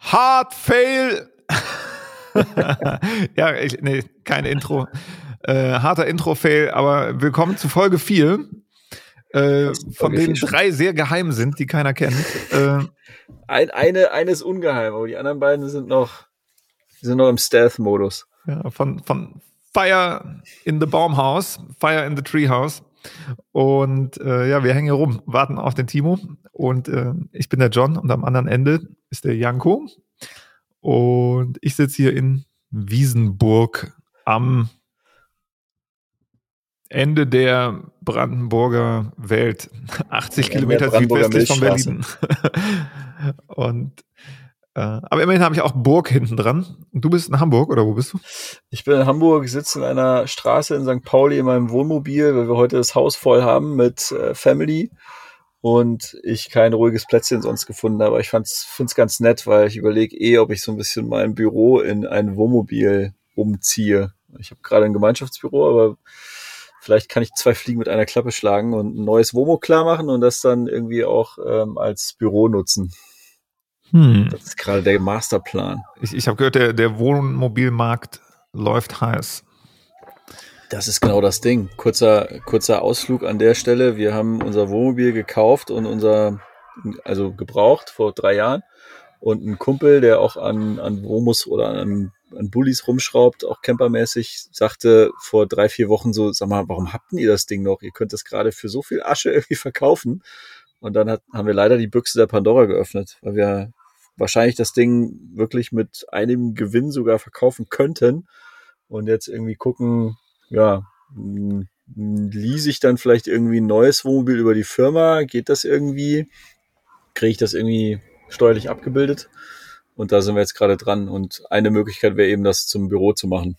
Hard Fail. Ja, kein Intro. Harter Intro-Fail, aber willkommen zu Folge 4, von denen 3 sehr geheim sind, die keiner kennt. Eine ist ungeheim, aber die anderen beiden sind noch im Stealth-Modus. Ja, von Fire in the Baumhaus, Fire in the Treehouse. Und wir hängen hier rum, warten auf den Timo. Und ich bin der John und am anderen Ende ist der Janko. Und ich sitze hier in Wiesenburg am Ende der Brandenburger Welt, 80 Kilometer südwestlich von Berlin. Und aber immerhin habe ich auch Burg hinten dran. Und du bist in Hamburg, oder wo bist du? Ich bin in Hamburg, sitze in einer Straße in St. Pauli in meinem Wohnmobil, weil wir heute das Haus voll haben mit Family und ich kein ruhiges Plätzchen sonst gefunden habe. Aber ich finde es ganz nett, weil ich überlege ob ich so ein bisschen mein Büro in ein Wohnmobil umziehe. Ich habe gerade ein Gemeinschaftsbüro, aber vielleicht kann ich 2 Fliegen mit einer Klappe schlagen und ein neues Womo klar machen und das dann irgendwie auch als Büro nutzen. Das ist gerade der Masterplan. Ich habe gehört, der Wohnmobilmarkt läuft heiß. Das ist genau das Ding. Kurzer Ausflug an der Stelle. Wir haben unser Wohnmobil gekauft und gebraucht vor 3 Jahren. Und ein Kumpel, der auch an Womos oder an Bullis rumschraubt, auch campermäßig, sagte vor 3-4 Wochen so, sag mal, warum habt ihr das Ding noch? Ihr könnt das gerade für so viel Asche irgendwie verkaufen. Und dann haben wir leider die Büchse der Pandora geöffnet, weil wir wahrscheinlich das Ding wirklich mit einem Gewinn sogar verkaufen könnten. Und jetzt irgendwie gucken, lease ich dann vielleicht irgendwie ein neues Wohnmobil über die Firma? Geht das irgendwie? Kriege ich das irgendwie steuerlich abgebildet? Und da sind wir jetzt gerade dran. Und eine Möglichkeit wäre eben, das zum Büro zu machen.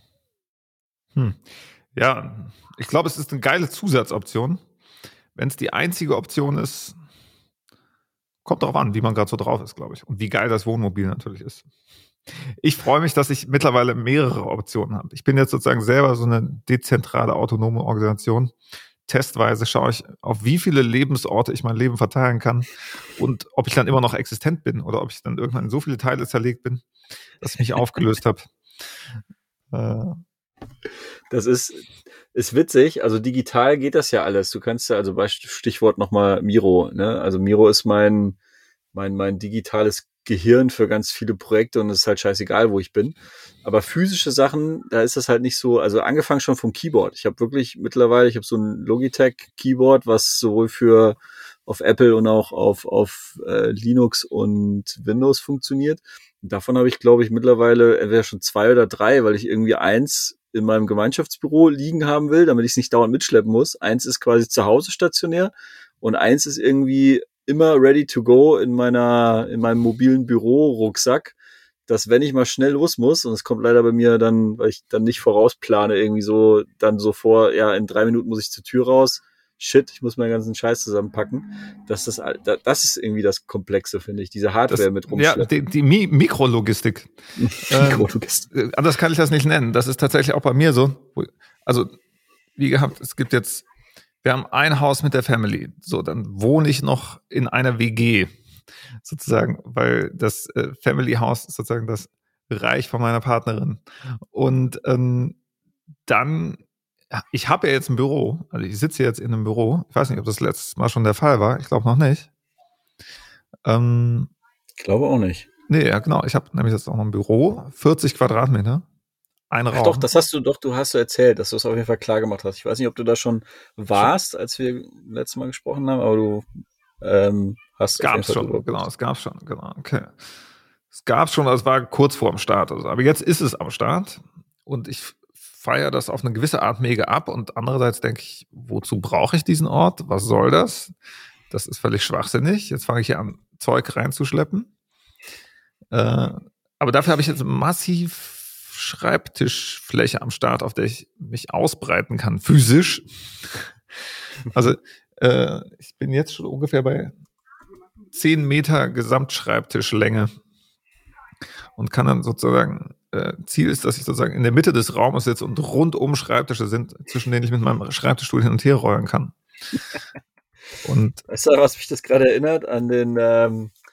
Ja, ich glaube, es ist eine geile Zusatzoption. Wenn es die einzige Option ist, kommt darauf an, wie man gerade so drauf ist, glaube ich. Und wie geil das Wohnmobil natürlich ist. Ich freue mich, dass ich mittlerweile mehrere Optionen habe. Ich bin jetzt sozusagen selber so eine dezentrale, autonome Organisation. Testweise schaue ich, auf wie viele Lebensorte ich mein Leben verteilen kann und ob ich dann immer noch existent bin oder ob ich dann irgendwann in so viele Teile zerlegt bin, dass ich mich aufgelöst habe. Das ist witzig, also digital geht das ja alles. Du kannst ja, also Stichwort nochmal Miro, ne? Also Miro ist mein digitales Gehirn für ganz viele Projekte und es ist halt scheißegal, wo ich bin. Aber physische Sachen, da ist das halt nicht so, also angefangen schon vom Keyboard. Ich habe wirklich mittlerweile, ich habe so ein Logitech Keyboard, was sowohl für auf Apple und auch auf Linux und Windows funktioniert. Und davon habe ich, glaube ich, mittlerweile entweder schon 2 oder 3, weil ich irgendwie eins in meinem Gemeinschaftsbüro liegen haben will, damit ich es nicht dauernd mitschleppen muss. Eins ist quasi zu Hause stationär und eins ist irgendwie immer ready to go in meinem mobilen Büro-Rucksack, dass wenn ich mal schnell los muss, und es kommt leider bei mir dann, weil ich dann nicht vorausplane, irgendwie so, dann so vor, in 3 Minuten muss ich zur Tür raus, shit, ich muss meinen ganzen Scheiß zusammenpacken. Das ist irgendwie das Komplexe, finde ich, diese Hardware mit rumschleppen. Ja, die Mikrologistik. Mikrologistik. Anders kann ich das nicht nennen. Das ist tatsächlich auch bei mir so. Also, wie gehabt, wir haben ein Haus mit der Family. So, dann wohne ich noch in einer WG, sozusagen, weil das Family House ist sozusagen das Reich von meiner Partnerin. Und dann, ich habe ja jetzt ein Büro, also ich sitze jetzt in einem Büro. Ich weiß nicht, ob das letztes Mal schon der Fall war. Ich glaube noch nicht. Ich glaube auch nicht. Nee, ja genau. Ich habe nämlich jetzt auch noch ein Büro, 40 Quadratmeter. Ein Raum. Doch, du hast erzählt, dass du es auf jeden Fall klar gemacht hast. Ich weiß nicht, ob du da schon warst, als wir letztes Mal gesprochen haben, aber du hast es gab schon, genau, okay. Es gab schon, also es war kurz vor dem Start. Also, aber jetzt ist es am Start und ich feiere das auf eine gewisse Art mega ab und andererseits denke ich, wozu brauche ich diesen Ort? Was soll das? Das ist völlig schwachsinnig. Jetzt fange ich hier an, Zeug reinzuschleppen. Aber dafür habe ich jetzt massiv Schreibtischfläche am Start, auf der ich mich ausbreiten kann, physisch. Also ich bin jetzt schon ungefähr bei 10 Meter Gesamtschreibtischlänge und kann dann sozusagen, Ziel ist, dass ich sozusagen in der Mitte des Raumes sitze und rundum Schreibtische sind, zwischen denen ich mit meinem Schreibtischstuhl hin und her rollen kann. Und weißt du, was mich das gerade erinnert? An den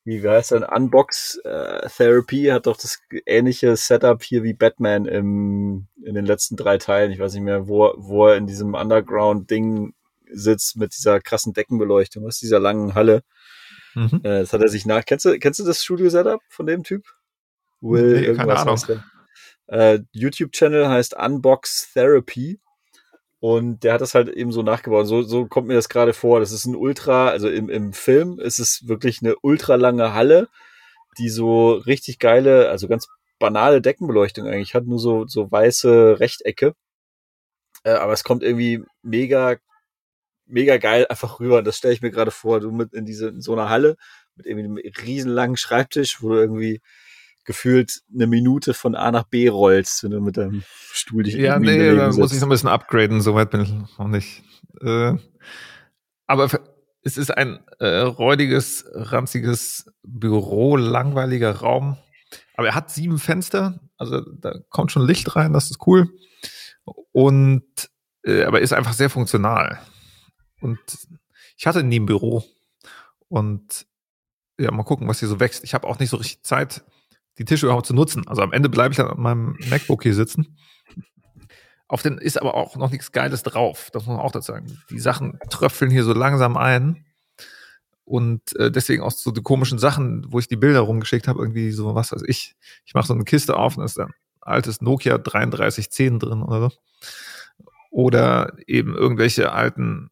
wie heißt das? Unbox Therapy hat doch das ähnliche Setup hier wie Batman in den letzten 3 Teilen. Ich weiß nicht mehr, wo er in diesem Underground-Ding sitzt mit dieser krassen Deckenbeleuchtung aus dieser langen Halle. Das hat er sich kennst du das Studio-Setup von dem Typ? Nee, keine Ahnung. YouTube-Channel heißt Unbox Therapy. Und der hat das halt eben so nachgebaut. So kommt mir das gerade vor. Das ist also im Film ist es wirklich eine ultra lange Halle, die so richtig geile, also ganz banale Deckenbeleuchtung eigentlich hat, nur so weiße Rechtecke. Aber es kommt irgendwie mega, mega geil einfach rüber. Das stelle ich mir gerade vor. Du in so einer Halle mit irgendwie einem riesen langen Schreibtisch, wo du irgendwie gefühlt eine Minute von A nach B rollst, wenn du mit deinem Stuhl dich ja, nee, da muss ich noch ein bisschen upgraden, soweit bin ich noch nicht. Aber es ist ein räudiges, ranziges Büro, langweiliger Raum. Aber er hat 7 Fenster, also da kommt schon Licht rein, das ist cool. Und aber ist einfach sehr funktional. Und ich hatte nie ein Büro. Und ja, mal gucken, was hier so wächst. Ich habe auch nicht so richtig Zeit, die Tische überhaupt zu nutzen. Also am Ende bleibe ich dann an meinem MacBook hier sitzen. Auf den ist aber auch noch nichts Geiles drauf. Das muss man auch dazu sagen. Die Sachen tröpfeln hier so langsam ein. Und deswegen auch so die komischen Sachen, wo ich die Bilder rumgeschickt habe, irgendwie so, was weiß ich. Ich mache so eine Kiste auf und da ist ein altes Nokia 3310 drin oder so. Oder eben irgendwelche alten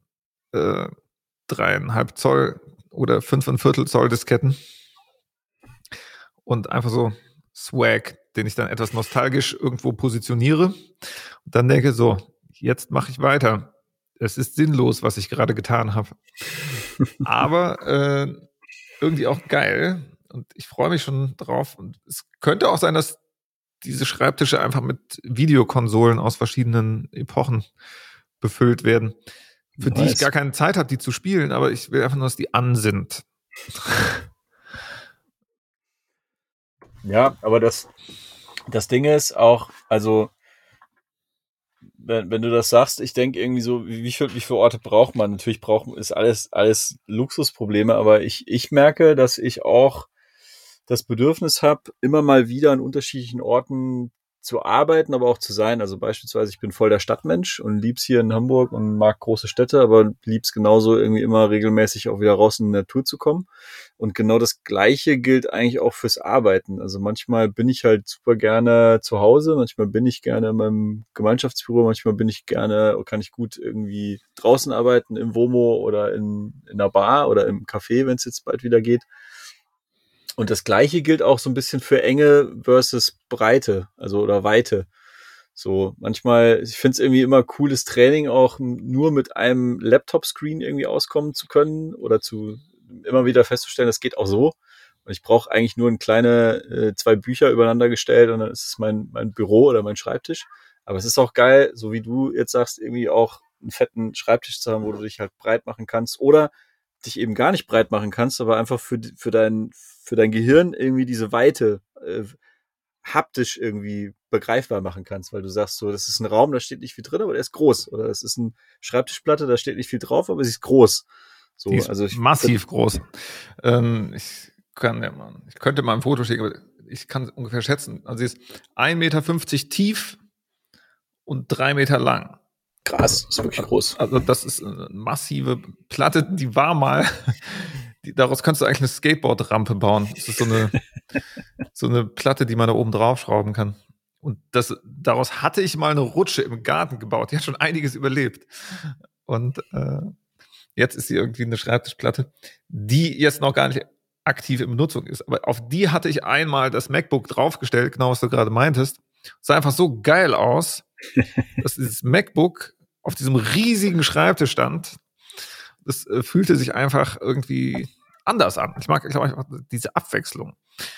3,5 Zoll oder 5,25 Zoll Disketten. Und einfach so Swag, den ich dann etwas nostalgisch irgendwo positioniere und dann denke so, jetzt mache ich weiter. Es ist sinnlos, was ich gerade getan habe. Aber irgendwie auch geil und ich freue mich schon drauf. Und es könnte auch sein, dass diese Schreibtische einfach mit Videokonsolen aus verschiedenen Epochen befüllt werden, für die ich gar keine Zeit habe, die zu spielen, aber ich will einfach nur, dass die an sind. Ja, aber das Ding ist auch, also wenn du das sagst, ich denke irgendwie so, wie viele Orte braucht man? Natürlich ist alles Luxusprobleme, aber ich merke, dass ich auch das Bedürfnis habe, immer mal wieder an unterschiedlichen Orten zu arbeiten, aber auch zu sein. Also beispielsweise, ich bin voll der Stadtmensch und lieb's hier in Hamburg und mag große Städte, aber lieb's genauso irgendwie immer regelmäßig auch wieder raus in die Natur zu kommen. Und genau das Gleiche gilt eigentlich auch fürs Arbeiten. Also manchmal bin ich halt super gerne zu Hause, manchmal bin ich gerne in meinem Gemeinschaftsbüro, manchmal kann ich gut irgendwie draußen arbeiten, im WOMO oder in einer Bar oder im Café, wenn es jetzt bald wieder geht. Und das Gleiche gilt auch so ein bisschen für Enge versus Breite, also oder Weite. So manchmal, ich finde es irgendwie immer cooles Training, auch nur mit einem Laptop-Screen irgendwie auskommen zu können oder immer wieder festzustellen, das geht auch so. Und ich brauche eigentlich nur 2 Bücher übereinander gestellt und dann ist es mein Büro oder mein Schreibtisch. Aber es ist auch geil, so wie du jetzt sagst, irgendwie auch einen fetten Schreibtisch zu haben, wo du dich halt breit machen kannst oder dich eben gar nicht breit machen kannst, aber einfach für dein Gehirn irgendwie diese Weite haptisch irgendwie begreifbar machen kannst, weil du sagst so, das ist ein Raum, da steht nicht viel drin, aber der ist groß. Oder das ist eine Schreibtischplatte, da steht nicht viel drauf, aber sie ist groß. So, die ist massiv groß. Ich könnte mal ein Foto schicken, aber ich kann es ungefähr schätzen. Also sie ist 1,50 Meter tief und 3 Meter lang. Krass, ist wirklich groß. Also das ist eine massive Platte, die war mal, daraus kannst du eigentlich eine Skateboard-Rampe bauen. Das ist so eine Platte, die man da oben drauf schrauben kann. Und daraus hatte ich mal eine Rutsche im Garten gebaut. Die hat schon einiges überlebt. Und jetzt ist sie irgendwie eine Schreibtischplatte, die jetzt noch gar nicht aktiv in Benutzung ist. Aber auf die hatte ich einmal das MacBook draufgestellt, genau was du gerade meintest. Sah einfach so geil aus, dass dieses MacBook auf diesem riesigen Schreibtisch stand. Das fühlte sich einfach irgendwie anders an. Ich mag einfach diese Abwechslung.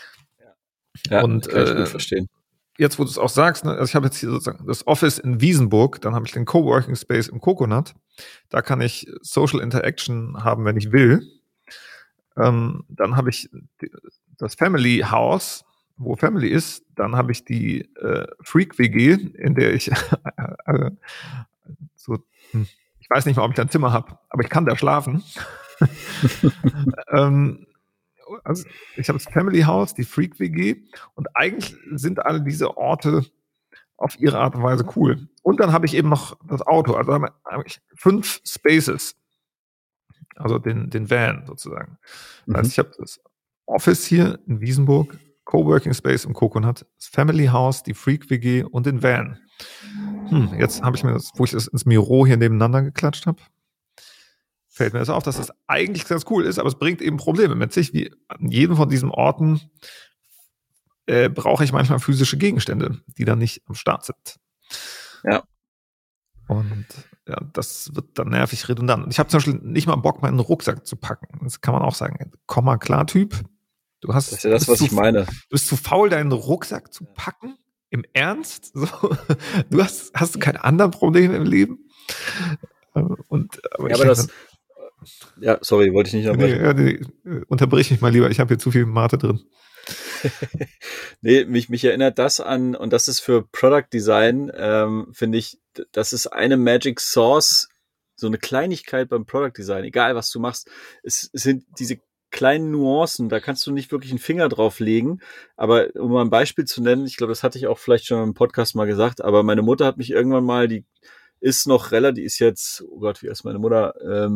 Ja, und kann ich gut verstehen. Jetzt, wo du es auch sagst, ne, also ich habe jetzt hier sozusagen das Office in Wiesenburg, dann habe ich den Coworking Space im Coconut. Da kann ich Social Interaction haben, wenn ich will. Dann habe ich das Family House, wo Family ist. Dann habe ich die Freak WG, in der ich ich weiß nicht mal, ob ich ein Zimmer habe, aber ich kann da schlafen. also ich habe das Family House, die Freak WG und eigentlich sind alle diese Orte auf ihre Art und Weise cool. Und dann habe ich eben noch das Auto, also habe ich 5 Spaces, also den Van sozusagen. Das heißt, ich habe das Office hier in Wiesenburg, Coworking Space im Coconut, das Family House, die Freak WG und den Van. Jetzt habe ich mir das, wo ich das ins Miro hier nebeneinander geklatscht habe, fällt mir das auf, dass das eigentlich ganz cool ist, aber es bringt eben Probleme mit sich. Wie an jedem von diesen Orten brauche ich manchmal physische Gegenstände, die dann nicht am Start sind. Ja. Und ja, das wird dann nervig redundant. Und ich habe zum Beispiel nicht mal Bock, meinen Rucksack zu packen. Das kann man auch sagen. Komm mal klar, Typ. Das ist ja das, was ich meine. Du bist zu faul, deinen Rucksack zu packen? Im Ernst? So, hast du keine anderen Probleme im Leben? Sorry, wollte ich nicht unterbrechen. Unterbrich mich mal lieber, ich habe hier zu viel Mate drin. Nee, mich erinnert das an, und das ist für Product Design, finde ich, das ist eine Magic Sauce, so eine Kleinigkeit beim Product Design, egal was du machst. Es sind diese kleinen Nuancen, da kannst du nicht wirklich einen Finger drauf legen. Aber um mal ein Beispiel zu nennen, ich glaube, das hatte ich auch vielleicht schon im Podcast mal gesagt, aber meine Mutter hat mich irgendwann mal, die ist noch relativ, die ist jetzt, oh Gott, wie ist meine Mutter,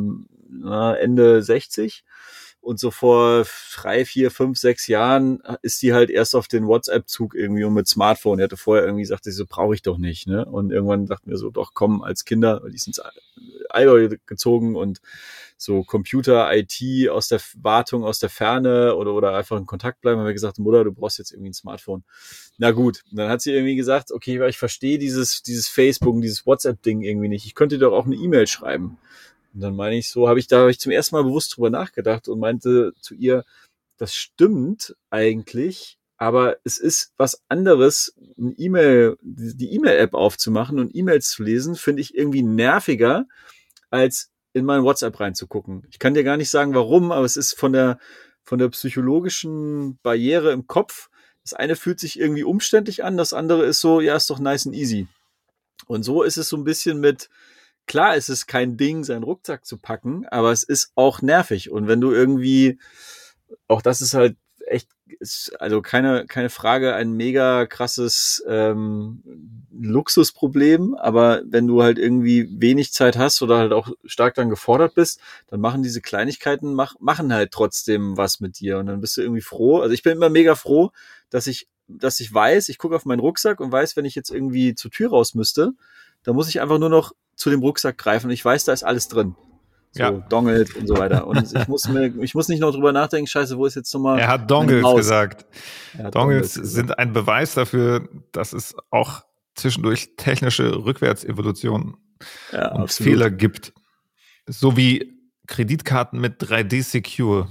Ende 60. Und so vor 3, 4, 5, 6 Jahren ist die halt erst auf den WhatsApp-Zug irgendwie und mit Smartphone. Die hatte vorher irgendwie gesagt, so brauche ich doch nicht. Ne? Und irgendwann dachten wir so, doch komm, als Kinder, die sind ins Allgäu gezogen und so Computer, IT aus der Wartung, aus der Ferne oder einfach in Kontakt bleiben, haben wir gesagt, Mutter, du brauchst jetzt irgendwie ein Smartphone. Na gut, und dann hat sie irgendwie gesagt, okay, weil ich verstehe dieses Facebook, dieses WhatsApp-Ding irgendwie nicht. Ich könnte dir doch auch eine E-Mail schreiben. Und dann meine ich so, habe ich zum ersten Mal bewusst drüber nachgedacht und meinte zu ihr, das stimmt eigentlich, aber es ist was anderes, die E-Mail-App aufzumachen und E-Mails zu lesen, finde ich irgendwie nerviger, als in mein WhatsApp reinzugucken. Ich kann dir gar nicht sagen, warum, aber es ist von der psychologischen Barriere im Kopf. Das eine fühlt sich irgendwie umständlich an, das andere ist so, ja, ist doch nice and easy. Und so ist es so ein bisschen mit, klar, es ist kein Ding, seinen Rucksack zu packen, aber es ist auch nervig. Und wenn du irgendwie, auch das ist halt echt, also keine Frage, ein mega krasses Luxusproblem, aber wenn du halt irgendwie wenig Zeit hast oder halt auch stark dann gefordert bist, dann machen diese Kleinigkeiten, machen halt trotzdem was mit dir und dann bist du irgendwie froh. Also ich bin immer mega froh, dass ich weiß, ich gucke auf meinen Rucksack und weiß, wenn ich jetzt irgendwie zur Tür raus müsste, dann muss ich einfach nur noch zu dem Rucksack greifen und ich weiß, da ist alles drin. So, ja. Dongles und so weiter. Und ich muss nicht noch drüber nachdenken, scheiße, wo ist jetzt nochmal. Er hat Dongles gesagt. Dongles sind ein Beweis dafür, dass es auch zwischendurch technische Rückwärtsevolution und Fehler gibt. So wie Kreditkarten mit 3D-Secure.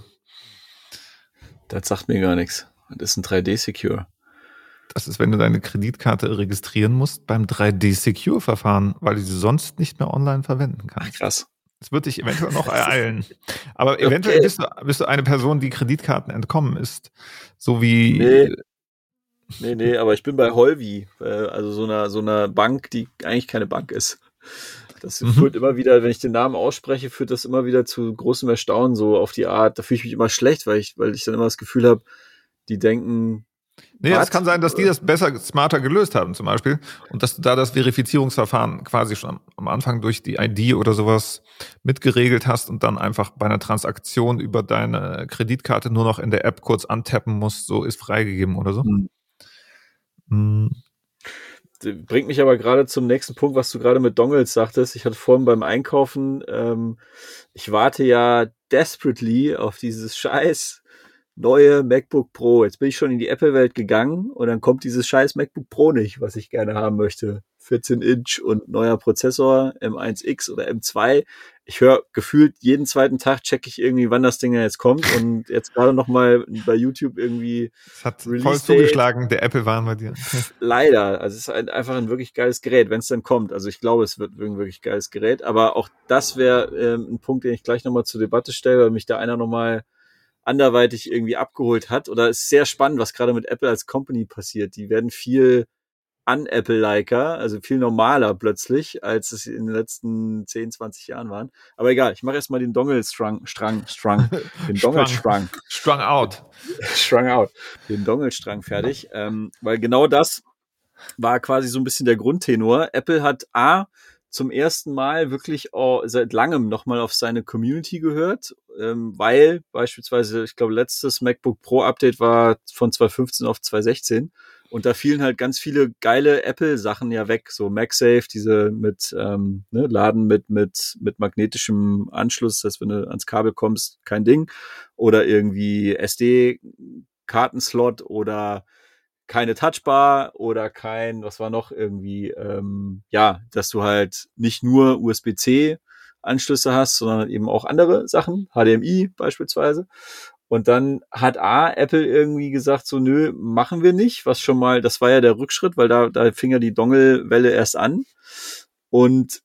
Das sagt mir gar nichts. Das ist ein 3D-Secure. Das ist, wenn du deine Kreditkarte registrieren musst beim 3D-Secure-Verfahren, weil du sie sonst nicht mehr online verwenden kannst. Ach, krass. Das wird dich eventuell noch ereilen. Aber eventuell bist du eine Person, die Kreditkarten entkommen ist. So wie. Nee, aber ich bin bei Holvi, also so einer Bank, die eigentlich keine Bank ist. Das führt immer wieder, wenn ich den Namen ausspreche, führt das immer wieder zu großem Erstaunen, so auf die Art. Da fühle ich mich immer schlecht, weil ich dann immer das Gefühl habe, die denken. Nee, es kann sein, dass die das besser, smarter gelöst haben zum Beispiel und dass du da das Verifizierungsverfahren quasi schon am Anfang durch die ID oder sowas mitgeregelt hast und dann einfach bei einer Transaktion über deine Kreditkarte nur noch in der App kurz antappen musst, so ist freigegeben oder so. Bringt mich aber gerade zum nächsten Punkt, was du gerade mit Dongles sagtest. Ich hatte vorhin beim Einkaufen, ich warte ja desperately auf dieses scheiß neue MacBook Pro. Jetzt bin ich schon in die Apple-Welt gegangen und dann kommt dieses scheiß MacBook Pro nicht, was ich gerne haben möchte. 14 Inch und neuer Prozessor, M1X oder M2. Ich höre gefühlt jeden zweiten Tag checke ich irgendwie, wann das Ding jetzt kommt und jetzt gerade noch mal bei YouTube irgendwie. Es hat voll zugeschlagen, der Apple-Wahn bei dir. Leider. Also es ist einfach ein wirklich geiles Gerät, wenn es dann kommt. Also ich glaube, es wird ein wirklich geiles Gerät, aber auch das wäre ein Punkt, den ich gleich nochmal zur Debatte stelle, weil mich da einer nochmal anderweitig irgendwie abgeholt hat. Oder es ist sehr spannend, was gerade mit Apple als Company passiert. Die werden viel un-Apple-liker, also viel normaler plötzlich, als es in den letzten 10, 20 Jahren waren. Aber egal, ich mache erstmal den Dongle-Strang, den Dongle-Strang. Strung out. Strung out. Den Dongle-Strang fertig, weil genau das war quasi so ein bisschen der Grundtenor. Apple hat zum ersten Mal wirklich seit langem nochmal auf seine Community gehört, weil beispielsweise, ich glaube, letztes MacBook Pro Update war von 2015 auf 2016 und da fielen halt ganz viele geile Apple-Sachen ja weg, so MagSafe, diese mit Laden mit magnetischem Anschluss, das heißt, wenn du ans Kabel kommst, kein Ding, oder irgendwie SD-Kartenslot oder keine Touchbar oder was war noch irgendwie, dass du halt nicht nur USB-C-Anschlüsse hast, sondern eben auch andere Sachen, HDMI beispielsweise. Und dann hat Apple irgendwie gesagt, so nö, machen wir nicht, was schon mal, das war ja der Rückschritt, weil da fing ja die Dongle-Welle erst an. Und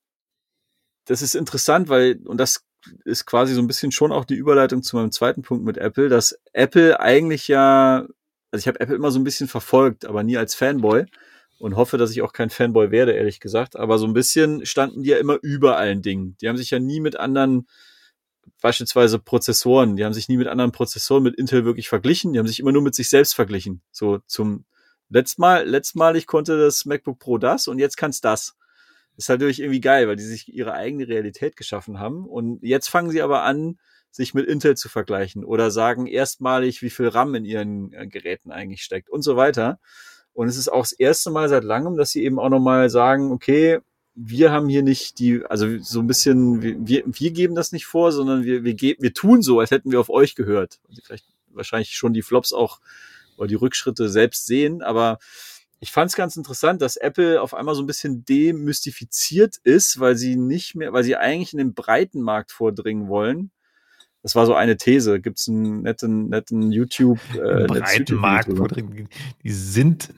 das ist interessant, und das ist quasi so ein bisschen schon auch die Überleitung zu meinem zweiten Punkt mit Apple, dass Apple eigentlich also ich habe Apple immer so ein bisschen verfolgt, aber nie als Fanboy und hoffe, dass ich auch kein Fanboy werde, ehrlich gesagt. Aber so ein bisschen standen die ja immer über allen Dingen. Die haben sich ja nie mit anderen, beispielsweise Prozessoren, die haben sich nie mit anderen Prozessoren mit Intel wirklich verglichen. Die haben sich immer nur mit sich selbst verglichen. So zum letztmalig konnte das MacBook Pro das und jetzt kann's das. Das ist halt natürlich irgendwie geil, weil die sich ihre eigene Realität geschaffen haben. Und jetzt fangen sie aber an, sich mit Intel zu vergleichen oder sagen erstmalig, wie viel RAM in ihren Geräten eigentlich steckt und so weiter. Und es ist auch das erste Mal seit langem, dass sie eben auch nochmal sagen, okay, wir haben hier nicht also so ein bisschen, wir geben das nicht vor, sondern wir tun so, als hätten wir auf euch gehört. Also vielleicht wahrscheinlich schon die Flops auch oder die Rückschritte selbst sehen, aber ich fand es ganz interessant, dass Apple auf einmal so ein bisschen demystifiziert ist, weil sie eigentlich in den breiten Markt vordringen wollen. Das war so eine These. Gibt's einen netten YouTube Breitenmarkt vordringen. Die sind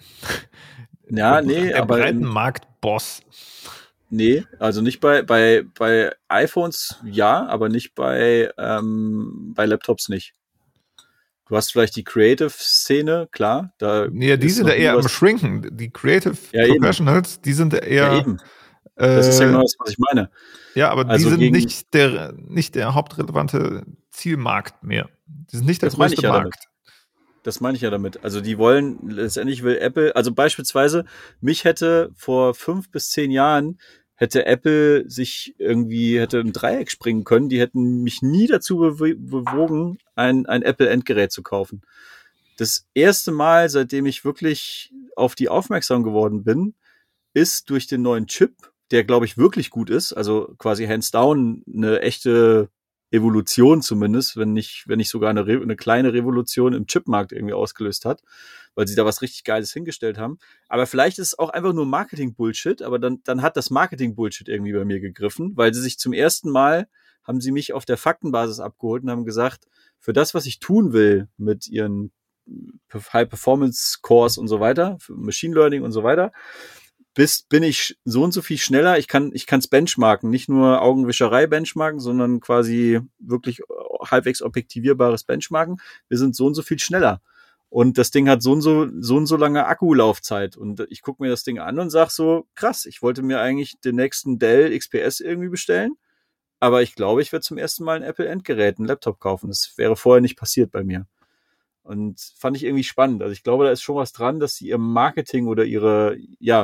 der Breitenmarkt-Boss. Nee, also nicht bei iPhones ja, aber nicht bei Laptops nicht. Du hast vielleicht die Creative-Szene, klar. Die sind ja eher am Shrinken. Die Creative Professionals, die sind eher... Ja, eben. Das ist ja genau das, was ich meine. Ja, aber also die sind nicht der hauptrelevante Zielmarkt mehr. Die sind nicht der größte Markt. Das meine ich ja damit. Also letztendlich will Apple, also beispielsweise, mich hätte vor 5 bis 10 Jahren hätte Apple hätte im Dreieck springen können, die hätten mich nie dazu bewogen, ein Apple-Endgerät zu kaufen. Das erste Mal, seitdem ich wirklich auf die aufmerksam geworden bin, ist durch den neuen Chip, der, glaube ich, wirklich gut ist, also quasi hands down eine echte Evolution zumindest, wenn nicht sogar eine kleine Revolution im Chipmarkt irgendwie ausgelöst hat, weil sie da was richtig Geiles hingestellt haben. Aber vielleicht ist es auch einfach nur Marketing-Bullshit, aber dann hat das Marketing-Bullshit irgendwie bei mir gegriffen, weil sie sich zum ersten Mal, haben sie mich auf der Faktenbasis abgeholt und haben gesagt, für das, was ich tun will mit ihren High-Performance-Cores und so weiter, für Machine Learning und so weiter, bin ich so und so viel schneller. Ich kann's benchmarken, nicht nur Augenwischerei benchmarken, sondern quasi wirklich halbwegs objektivierbares Benchmarken. Wir sind so und so viel schneller. Und das Ding hat so und so lange Akkulaufzeit. Und ich gucke mir das Ding an und sag so, krass, ich wollte mir eigentlich den nächsten Dell XPS irgendwie bestellen. Aber ich glaube, ich werde zum ersten Mal ein Apple-Endgerät, einen Laptop kaufen. Das wäre vorher nicht passiert bei mir. Und fand ich irgendwie spannend. Also ich glaube, da ist schon was dran, dass sie ihr Marketing oder ihre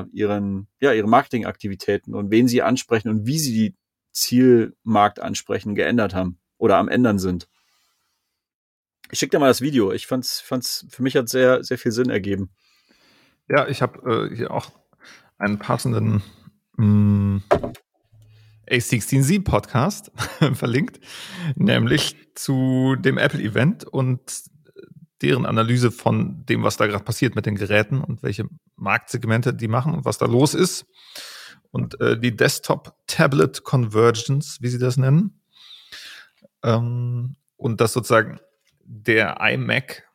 Marketingaktivitäten und wen sie ansprechen und wie sie die Zielmarkt ansprechen, geändert haben oder am Ändern sind. Ich schicke dir mal das Video. Ich fand's, für mich hat sehr, sehr viel Sinn ergeben. Ja, ich habe hier auch einen passenden A16Z Podcast verlinkt, nämlich zu dem Apple-Event und deren Analyse von dem, was da gerade passiert mit den Geräten und welche Marktsegmente die machen und was da los ist. Und die Desktop-Tablet-Convergence, wie sie das nennen. Und dass sozusagen der iMac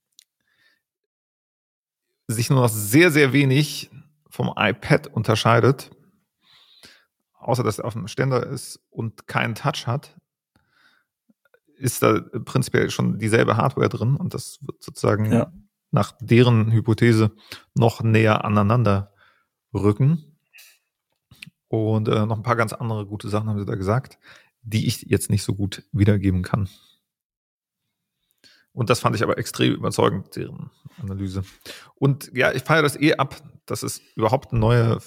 sich nur noch sehr, sehr wenig vom iPad unterscheidet, außer dass er auf dem Ständer ist und keinen Touch hat, ist da prinzipiell schon dieselbe Hardware drin und das wird sozusagen nach deren Hypothese noch näher aneinander rücken. Und noch ein paar ganz andere gute Sachen haben sie da gesagt, die ich jetzt nicht so gut wiedergeben kann. Und das fand ich aber extrem überzeugend, deren Analyse. Und ja, ich feiere das ab, dass es überhaupt eine neue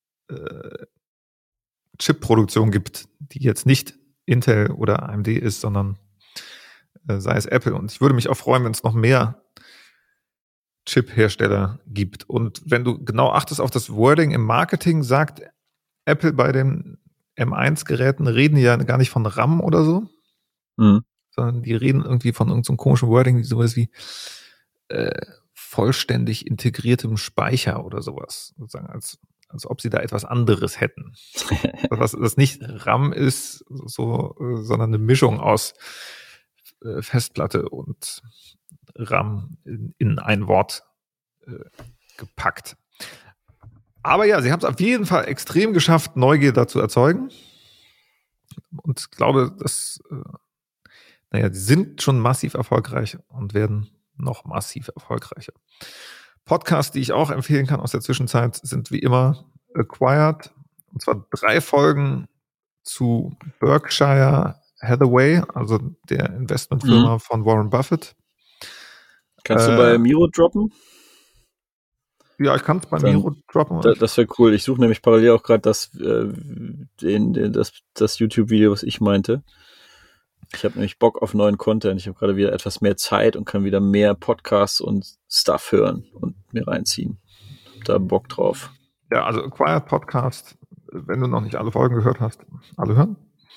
Chip-Produktion gibt, die jetzt nicht Intel oder AMD ist, sondern sei es Apple. Und ich würde mich auch freuen, wenn es noch mehr Chip-Hersteller gibt. Und wenn du genau achtest auf das Wording im Marketing, sagt Apple bei den M1-Geräten, reden die ja gar nicht von RAM oder so, sondern die reden irgendwie von irgendeinem komischen Wording, sowas wie vollständig integriertem Speicher oder sowas, sozusagen als ob sie da etwas anderes hätten. Was das nicht RAM ist, sondern eine Mischung aus Festplatte und RAM in ein Wort gepackt. Aber ja, sie haben es auf jeden Fall extrem geschafft, Neugier dazu erzeugen. Und ich glaube, dass die sind schon massiv erfolgreich und werden noch massiv erfolgreicher. Podcasts, die ich auch empfehlen kann aus der Zwischenzeit, sind wie immer Acquired. Und zwar 3 Folgen zu Berkshire Hathaway, also der Investmentfirma von Warren Buffett. Kannst du bei Miro droppen? Ja, ich kann es bei Miro droppen. Das wäre cool. Ich suche nämlich parallel auch gerade das YouTube-Video, was ich meinte. Ich habe nämlich Bock auf neuen Content. Ich habe gerade wieder etwas mehr Zeit und kann wieder mehr Podcasts und Stuff hören und mir reinziehen. Hab da Bock drauf. Ja, also Acquired Podcast, wenn du noch nicht alle Folgen gehört hast, alle hören.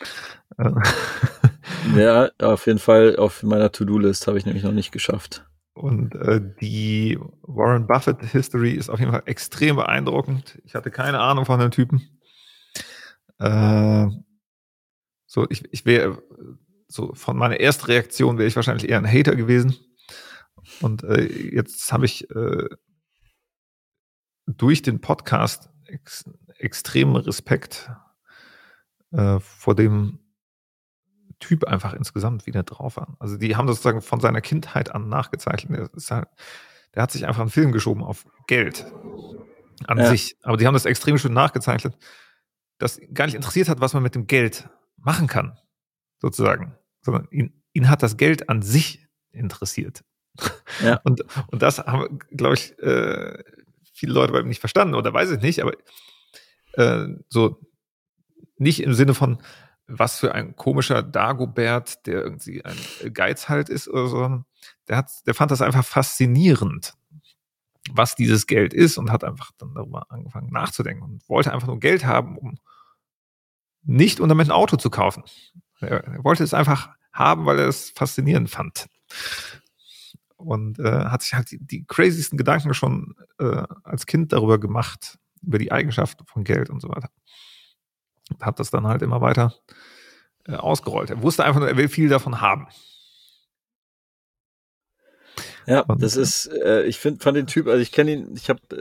Ja, auf jeden Fall auf meiner To-Do-List habe ich nämlich noch nicht geschafft. Und die Warren Buffett History ist auf jeden Fall extrem beeindruckend. Ich hatte keine Ahnung von dem Typen. Ich wäre so von meiner Erstreaktion wäre ich wahrscheinlich eher ein Hater gewesen. Und jetzt habe ich durch den Podcast extremen Respekt vor dem Typ einfach insgesamt, wie der drauf war. Also die haben das sozusagen von seiner Kindheit an nachgezeichnet. Der hat sich einfach einen Film geschoben auf Geld an sich. Aber die haben das extrem schön nachgezeichnet, dass gar nicht interessiert hat, was man mit dem Geld machen kann, sozusagen. Sondern ihn hat das Geld an sich interessiert. Ja. Und das haben, glaube ich, viele Leute bei ihm nicht verstanden, oder weiß ich nicht, aber so nicht im Sinne von, was für ein komischer Dagobert, der irgendwie ein Geizhalt ist oder so. Der fand das einfach faszinierend, was dieses Geld ist, und hat einfach dann darüber angefangen nachzudenken und wollte einfach nur Geld haben, um nicht und damit ein Auto zu kaufen. Er wollte es einfach haben, weil er es faszinierend fand. Und hat sich halt die craziesten Gedanken schon als Kind darüber gemacht, über die Eigenschaften von Geld und so weiter. Hat das dann halt immer weiter ausgerollt. Er wusste einfach nur, er will viel davon haben. Ja, und das ist, ich fand den Typ, also ich kenne ihn,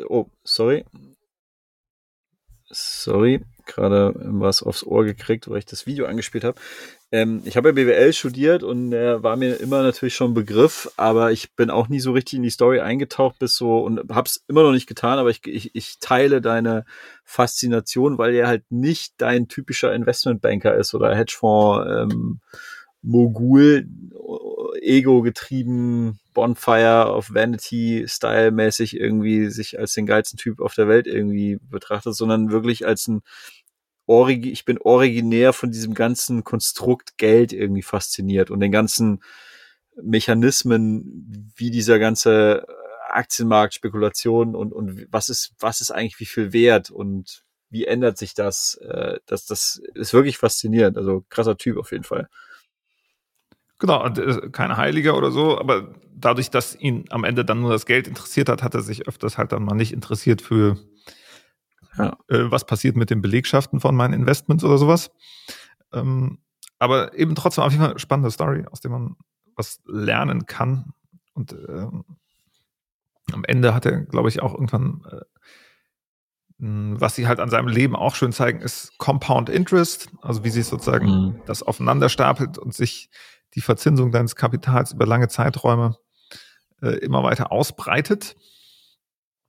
gerade was aufs Ohr gekriegt, weil ich das Video angespielt habe. Ich habe ja BWL studiert und er war mir immer natürlich schon ein Begriff, aber ich bin auch nie so richtig in die Story eingetaucht bis so und habe es immer noch nicht getan, aber ich teile deine Faszination, weil er halt nicht dein typischer Investmentbanker ist oder Hedgefonds Mogul, Ego-getrieben, Bonfire of Vanity-Style mäßig irgendwie sich als den geilsten Typ auf der Welt irgendwie betrachtet, sondern wirklich als ich bin originär von diesem ganzen Konstrukt Geld irgendwie fasziniert und den ganzen Mechanismen, wie dieser ganze Aktienmarkt, Spekulation und was ist eigentlich wie viel wert und wie ändert sich das? Das ist wirklich faszinierend. Also krasser Typ auf jeden Fall. Genau, kein Heiliger oder so, aber dadurch, dass ihn am Ende dann nur das Geld interessiert hat, hat er sich öfters halt dann mal nicht interessiert für was passiert mit den Belegschaften von meinen Investments oder sowas. Aber eben trotzdem auf jeden Fall eine spannende Story, aus der man was lernen kann. Und am Ende hat er, glaube ich, auch irgendwann, was sie halt an seinem Leben auch schön zeigen, ist Compound Interest, also wie sich sozusagen das aufeinander stapelt und sich die Verzinsung deines Kapitals über lange Zeiträume immer weiter ausbreitet.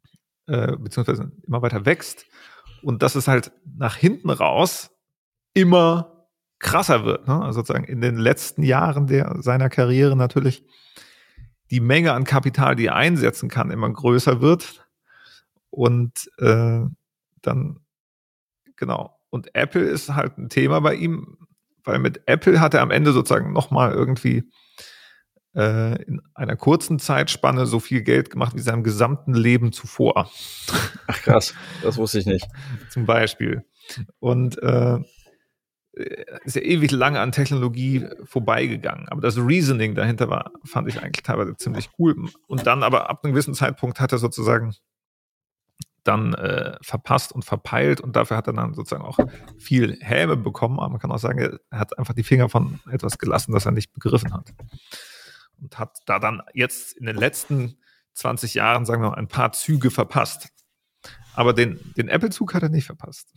beziehungsweise immer weiter wächst und dass es halt nach hinten raus immer krasser wird. Ne? Also sozusagen in den letzten Jahren seiner Karriere natürlich die Menge an Kapital, die er einsetzen kann, immer größer wird. Und dann, genau. Und Apple ist halt ein Thema bei ihm, weil mit Apple hat er am Ende sozusagen nochmal irgendwie in einer kurzen Zeitspanne so viel Geld gemacht wie seinem gesamten Leben zuvor. Ach krass, das wusste ich nicht. Zum Beispiel. Und ist ja ewig lange an Technologie vorbeigegangen. Aber das Reasoning dahinter fand ich eigentlich teilweise ziemlich cool. Und dann aber ab einem gewissen Zeitpunkt hat er sozusagen dann verpasst und verpeilt und dafür hat er dann sozusagen auch viel Häme bekommen. Aber man kann auch sagen, er hat einfach die Finger von etwas gelassen, das er nicht begriffen hat. Und hat da dann jetzt in den letzten 20 Jahren, sagen wir mal, ein paar Züge verpasst. Aber den Apple-Zug hat er nicht verpasst.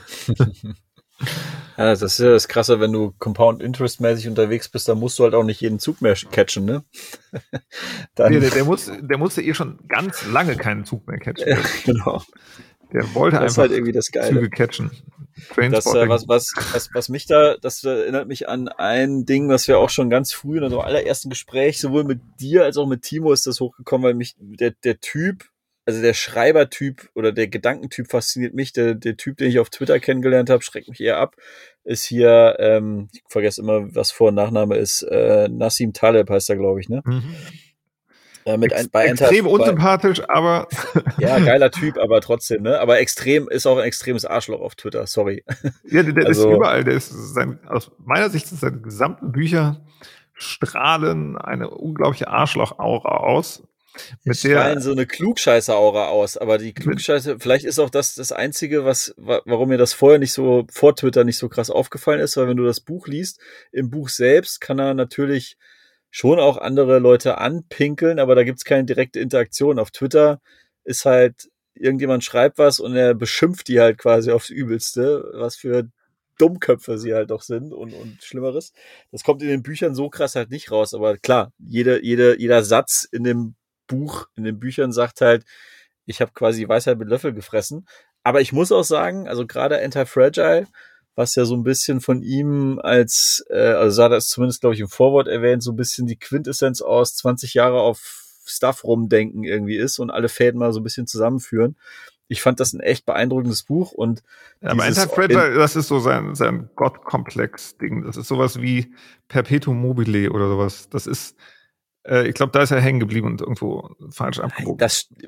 Ja, das ist ja das Krasse, wenn du Compound-Interest-mäßig unterwegs bist, dann musst du halt auch nicht jeden Zug mehr catchen, ne? Dann der musste schon ganz lange keinen Zug mehr catchen. Ja, genau. Der wollte das einfach halt irgendwie das Geile. Züge catchen. Das, was mich das erinnert mich an ein Ding, was wir auch schon ganz früh in unserem allerersten Gespräch, sowohl mit dir als auch mit Timo ist das hochgekommen, weil mich der Typ, also der Schreibertyp oder der Gedankentyp fasziniert mich. Der Typ, den ich auf Twitter kennengelernt habe, schreckt mich eher ab, ist hier, ich vergesse immer, was Vor- und Nachname ist, Nassim Taleb heißt er, glaube ich, ne? Mhm. Extrem unsympathisch, aber ja, geiler Typ, aber trotzdem, ne? Aber ist auch ein extremes Arschloch auf Twitter, sorry. Ja, der ist überall, aus meiner Sicht sind seine gesamten Bücher strahlen eine unglaubliche Arschloch-Aura aus. Strahlen so eine Klugscheißer-Aura aus, aber die Klugscheiße, vielleicht ist auch das Einzige, warum mir das vor Twitter nicht so krass aufgefallen ist, weil wenn du das Buch liest, im Buch selbst kann er natürlich schon auch andere Leute anpinkeln, aber da gibt's keine direkte Interaktion. Auf Twitter ist halt, irgendjemand schreibt was und er beschimpft die halt quasi aufs Übelste, was für Dummköpfe sie halt doch sind und Schlimmeres. Das kommt in den Büchern so krass halt nicht raus, aber klar, jeder Satz in dem Buch, in den Büchern sagt halt, ich habe quasi Weisheit mit Löffel gefressen. Aber ich muss auch sagen, also gerade Anti-Fragile, was ja so ein bisschen von ihm also hat er es zumindest, glaube ich, im Vorwort erwähnt, so ein bisschen die Quintessenz aus 20 Jahre auf Stuff rumdenken irgendwie ist und alle Fäden mal so ein bisschen zusammenführen. Ich fand das ein echt beeindruckendes Buch und aber Anti-Fragile, das ist so sein Gottkomplex-Ding. Das ist sowas wie Perpetuum mobile oder sowas. Das ist ich glaube, da ist er hängen geblieben und irgendwo falsch abgebogen.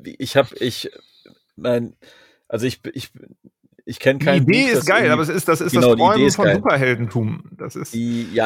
Ich kenne kein Buch. Die Idee ist geil, aber das ist das Träumen von geil. Superheldentum. Das ist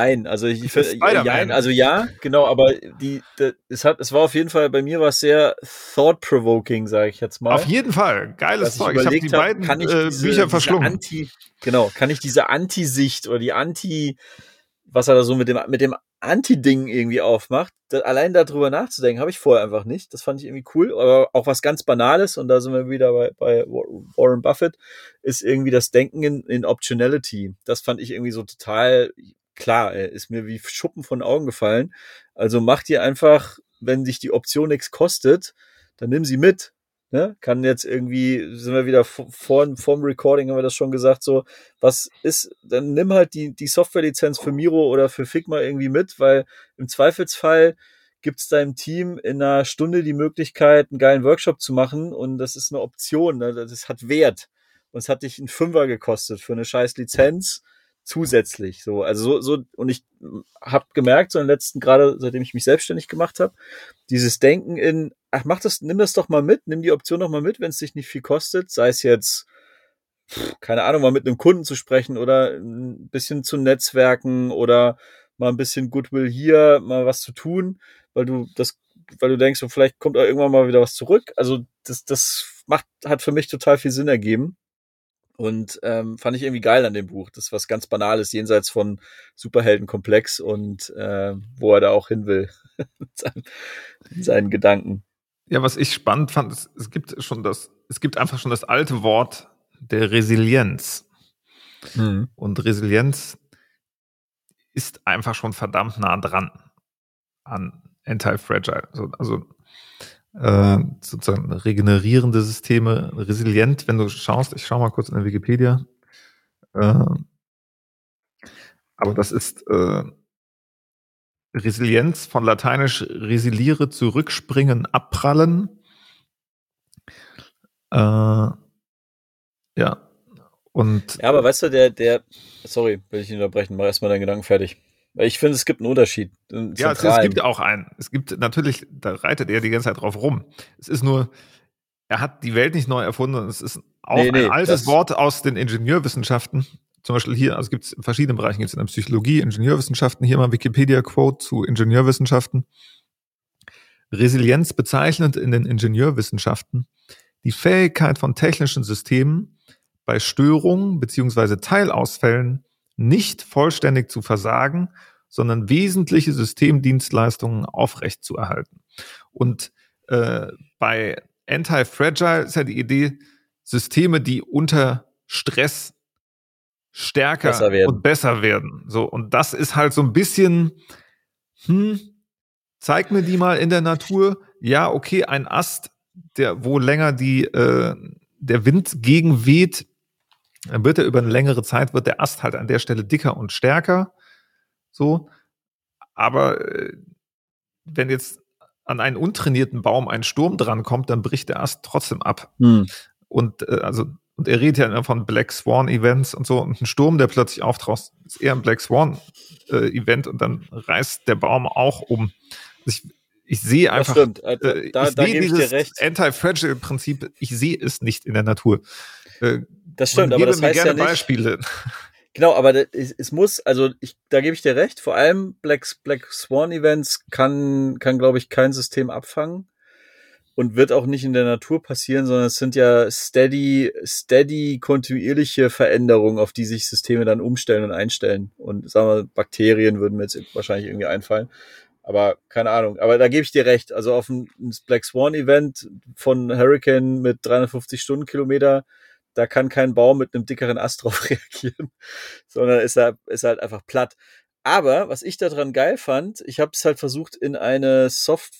also ja, genau, aber es war auf jeden Fall, bei mir war es sehr thought-provoking, sage ich jetzt mal. Auf jeden Fall, geiles Zeug. Ich habe die beiden Bücher verschlungen. Kann ich diese Anti-Sicht oder was er da so mit dem Anti-Ding irgendwie aufmacht, allein darüber nachzudenken, habe ich vorher einfach nicht. Das fand ich irgendwie cool. Aber auch was ganz Banales, und da sind wir wieder bei Warren Buffett, ist irgendwie das Denken in Optionality. Das fand ich irgendwie so total klar. Ist mir wie Schuppen von den Augen gefallen. Also mach dir einfach, wenn dich die Option nichts kostet, dann nimm sie mit. Ne? Kann jetzt irgendwie, sind wir wieder vorm Recording, haben wir das schon gesagt, so, dann nimm halt die Software-Lizenz für Miro oder für Figma irgendwie mit, weil im Zweifelsfall gibt's deinem Team in einer Stunde die Möglichkeit, einen geilen Workshop zu machen und das ist eine Option, ne? Das hat Wert. Und es hat dich einen Fünfer gekostet für eine scheiß Lizenz zusätzlich, so, also so, und ich habe gemerkt, so gerade seitdem ich mich selbstständig gemacht habe, dieses Denken nimm das doch mal mit, nimm die Option doch mal mit, wenn es dich nicht viel kostet, sei es jetzt, keine Ahnung, mal mit einem Kunden zu sprechen oder ein bisschen zu netzwerken oder mal ein bisschen Goodwill hier, mal was zu tun, weil du denkst, so, vielleicht kommt auch irgendwann mal wieder was zurück, also hat für mich total viel Sinn ergeben. Und fand ich irgendwie geil an dem Buch. Das ist was ganz Banales, jenseits von Superheldenkomplex und wo er da auch hin will mit seinen Gedanken. Ja, was ich spannend fand, es gibt einfach schon das alte Wort der Resilienz. Mhm. Und Resilienz ist einfach schon verdammt nah dran an Anti-Fragile. Also sozusagen regenerierende Systeme, resilient, wenn du schaust, ich schaue mal kurz in der Wikipedia, aber das ist Resilienz von lateinisch resiliere, zurückspringen, abprallen. Ja. Und ja, aber weißt du, sorry, will ich ihn unterbrechen, mach erstmal deinen Gedanken fertig. Weil ich finde, es gibt einen Unterschied. Ja, es gibt auch einen. Es gibt natürlich, da reitet er die ganze Zeit drauf rum. Es ist nur, er hat die Welt nicht neu erfunden. Es ist auch ein altes Wort aus den Ingenieurwissenschaften. Zum Beispiel hier, also gibt es in verschiedenen Bereichen, gibt es in der Psychologie, Ingenieurwissenschaften, hier mal Wikipedia-Quote zu Ingenieurwissenschaften. Resilienz bezeichnet in den Ingenieurwissenschaften die Fähigkeit von technischen Systemen bei Störungen bzw. Teilausfällen nicht vollständig zu versagen, sondern wesentliche Systemdienstleistungen aufrechtzuerhalten. Und bei Anti-Fragile ist ja die Idee, Systeme, die unter Stress stärker und besser werden. So, und das ist halt so ein bisschen, zeig mir die mal in der Natur. Ja, okay, ein Ast, wo länger der Wind gegenweht, dann wird er über eine längere Zeit, wird der Ast halt an der Stelle dicker und stärker. So. Aber wenn jetzt an einen untrainierten Baum ein Sturm drankommt, dann bricht der Ast trotzdem ab. Und und er redet ja immer von Black Swan Events und so. Und ein Sturm, der plötzlich auftaucht, ist eher ein Black Swan Event und dann reißt der Baum auch um. Ich sehe einfach, da gebe ich dir recht. Anti-Fragile-Prinzip, ich sehe es nicht in der Natur. Das stimmt, aber das heißt ja nicht. Beispiele. Genau, aber es muss, also da gebe ich dir recht. Vor allem Black Swan Events kann glaube ich kein System abfangen und wird auch nicht in der Natur passieren, sondern es sind ja steady kontinuierliche Veränderungen, auf die sich Systeme dann umstellen und einstellen. Und sagen wir, Bakterien würden mir jetzt wahrscheinlich irgendwie einfallen. Aber keine Ahnung. Aber da gebe ich dir recht. Also auf ein Black Swan Event von Hurricane mit 350 Stundenkilometer, da kann kein Baum mit einem dickeren Ast drauf reagieren, sondern ist halt einfach platt. Aber was ich daran geil fand, ich habe es halt versucht, in eine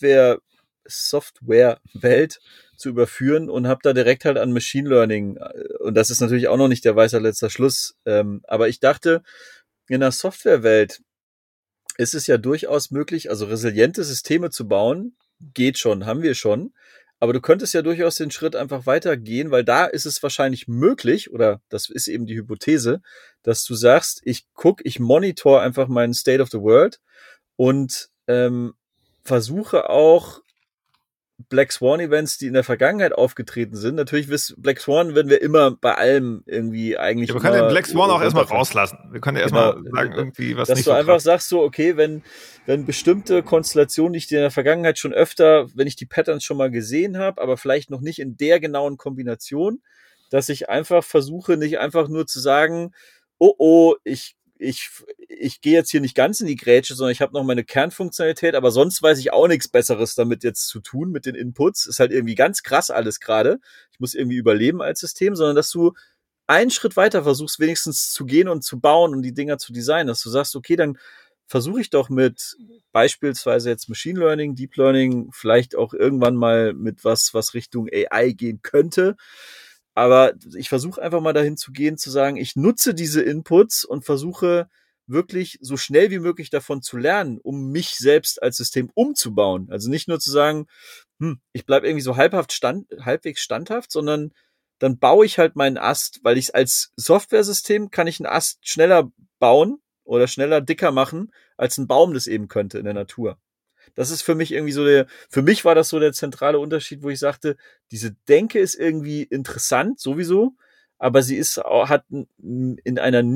Software-Welt zu überführen und habe da direkt halt an Machine Learning, und das ist natürlich auch noch nicht der Weisheit letzter Schluss, aber ich dachte, in der Softwarewelt ist es ja durchaus möglich, also resiliente Systeme zu bauen, geht schon, haben wir schon, aber du könntest ja durchaus den Schritt einfach weitergehen, weil da ist es wahrscheinlich möglich, oder das ist eben die Hypothese, dass du sagst, ich monitor einfach meinen State of the World und versuche auch Black Swan Events, die in der Vergangenheit aufgetreten sind. Natürlich Black Swan werden wir immer bei allem irgendwie eigentlich. Ja, wir können den Black Swan auch erstmal rauslassen. Wir können ja erstmal sagen, irgendwie was dass nicht du so einfach krass. sagst so, okay, wenn bestimmte Konstellationen, die ich dir in der Vergangenheit schon öfter, wenn ich die Patterns schon mal gesehen habe, aber vielleicht noch nicht in der genauen Kombination, dass ich einfach versuche, nicht einfach nur zu sagen, oh, ich gehe jetzt hier nicht ganz in die Grätsche, sondern ich habe noch meine Kernfunktionalität, aber sonst weiß ich auch nichts Besseres damit jetzt zu tun mit den Inputs. Ist halt irgendwie ganz krass alles gerade. Ich muss irgendwie überleben als System, sondern dass du einen Schritt weiter versuchst, wenigstens zu gehen und zu bauen und die Dinger zu designen, dass du sagst, okay, dann versuche ich doch mit beispielsweise jetzt Machine Learning, Deep Learning, vielleicht auch irgendwann mal mit was Richtung AI gehen könnte. Aber ich versuche einfach mal dahin zu gehen, zu sagen, ich nutze diese Inputs und versuche wirklich so schnell wie möglich davon zu lernen, um mich selbst als System umzubauen. Also nicht nur zu sagen, ich bleibe irgendwie so halbwegs standhaft, sondern dann baue ich halt meinen Ast, weil ich als Software-System kann ich einen Ast schneller bauen oder schneller dicker machen, als ein Baum das eben könnte in der Natur. Das ist für mich irgendwie für mich war das so der zentrale Unterschied, wo ich sagte, diese Denke ist irgendwie interessant, sowieso, aber hat in einem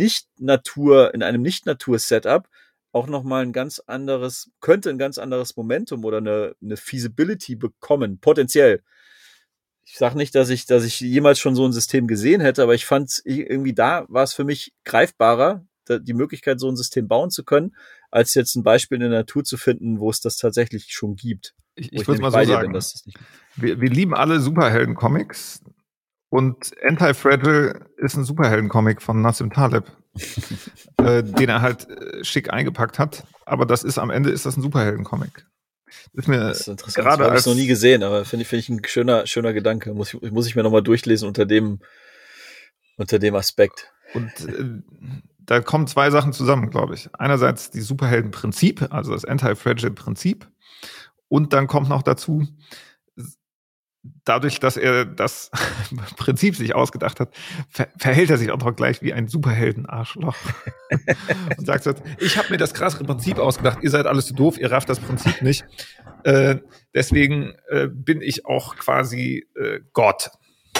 Nicht-Natur-Setup auch nochmal könnte ein ganz anderes Momentum oder eine Feasibility bekommen, potenziell. Ich sage nicht, dass ich jemals schon so ein System gesehen hätte, aber ich fand irgendwie da war es für mich greifbarer, die Möglichkeit, so ein System bauen zu können, als jetzt ein Beispiel in der Natur zu finden, wo es das tatsächlich schon gibt. Ich würde mal so sagen, wir lieben alle Superhelden-Comics und Anti-Fragile ist ein Superhelden-Comic von Nassim Taleb, den er halt schick eingepackt hat, aber am Ende ist das ein Superhelden-Comic. Das ist mir Das ist interessant. gerade Habe ich noch nie gesehen, aber finde ich ein schöner Gedanke. Muss ich mir nochmal durchlesen unter dem Aspekt. Und da kommen zwei Sachen zusammen, glaube ich. Einerseits die Superheldenprinzip, also das Anti-Fragile-Prinzip. Und dann kommt noch dazu, dadurch, dass er das Prinzip sich ausgedacht hat, verhält er sich auch noch gleich wie ein Superhelden-Arschloch. Und sagt so, ich habe mir das krassere Prinzip ausgedacht, ihr seid alles zu doof, ihr rafft das Prinzip nicht. Deswegen bin ich auch quasi Gott.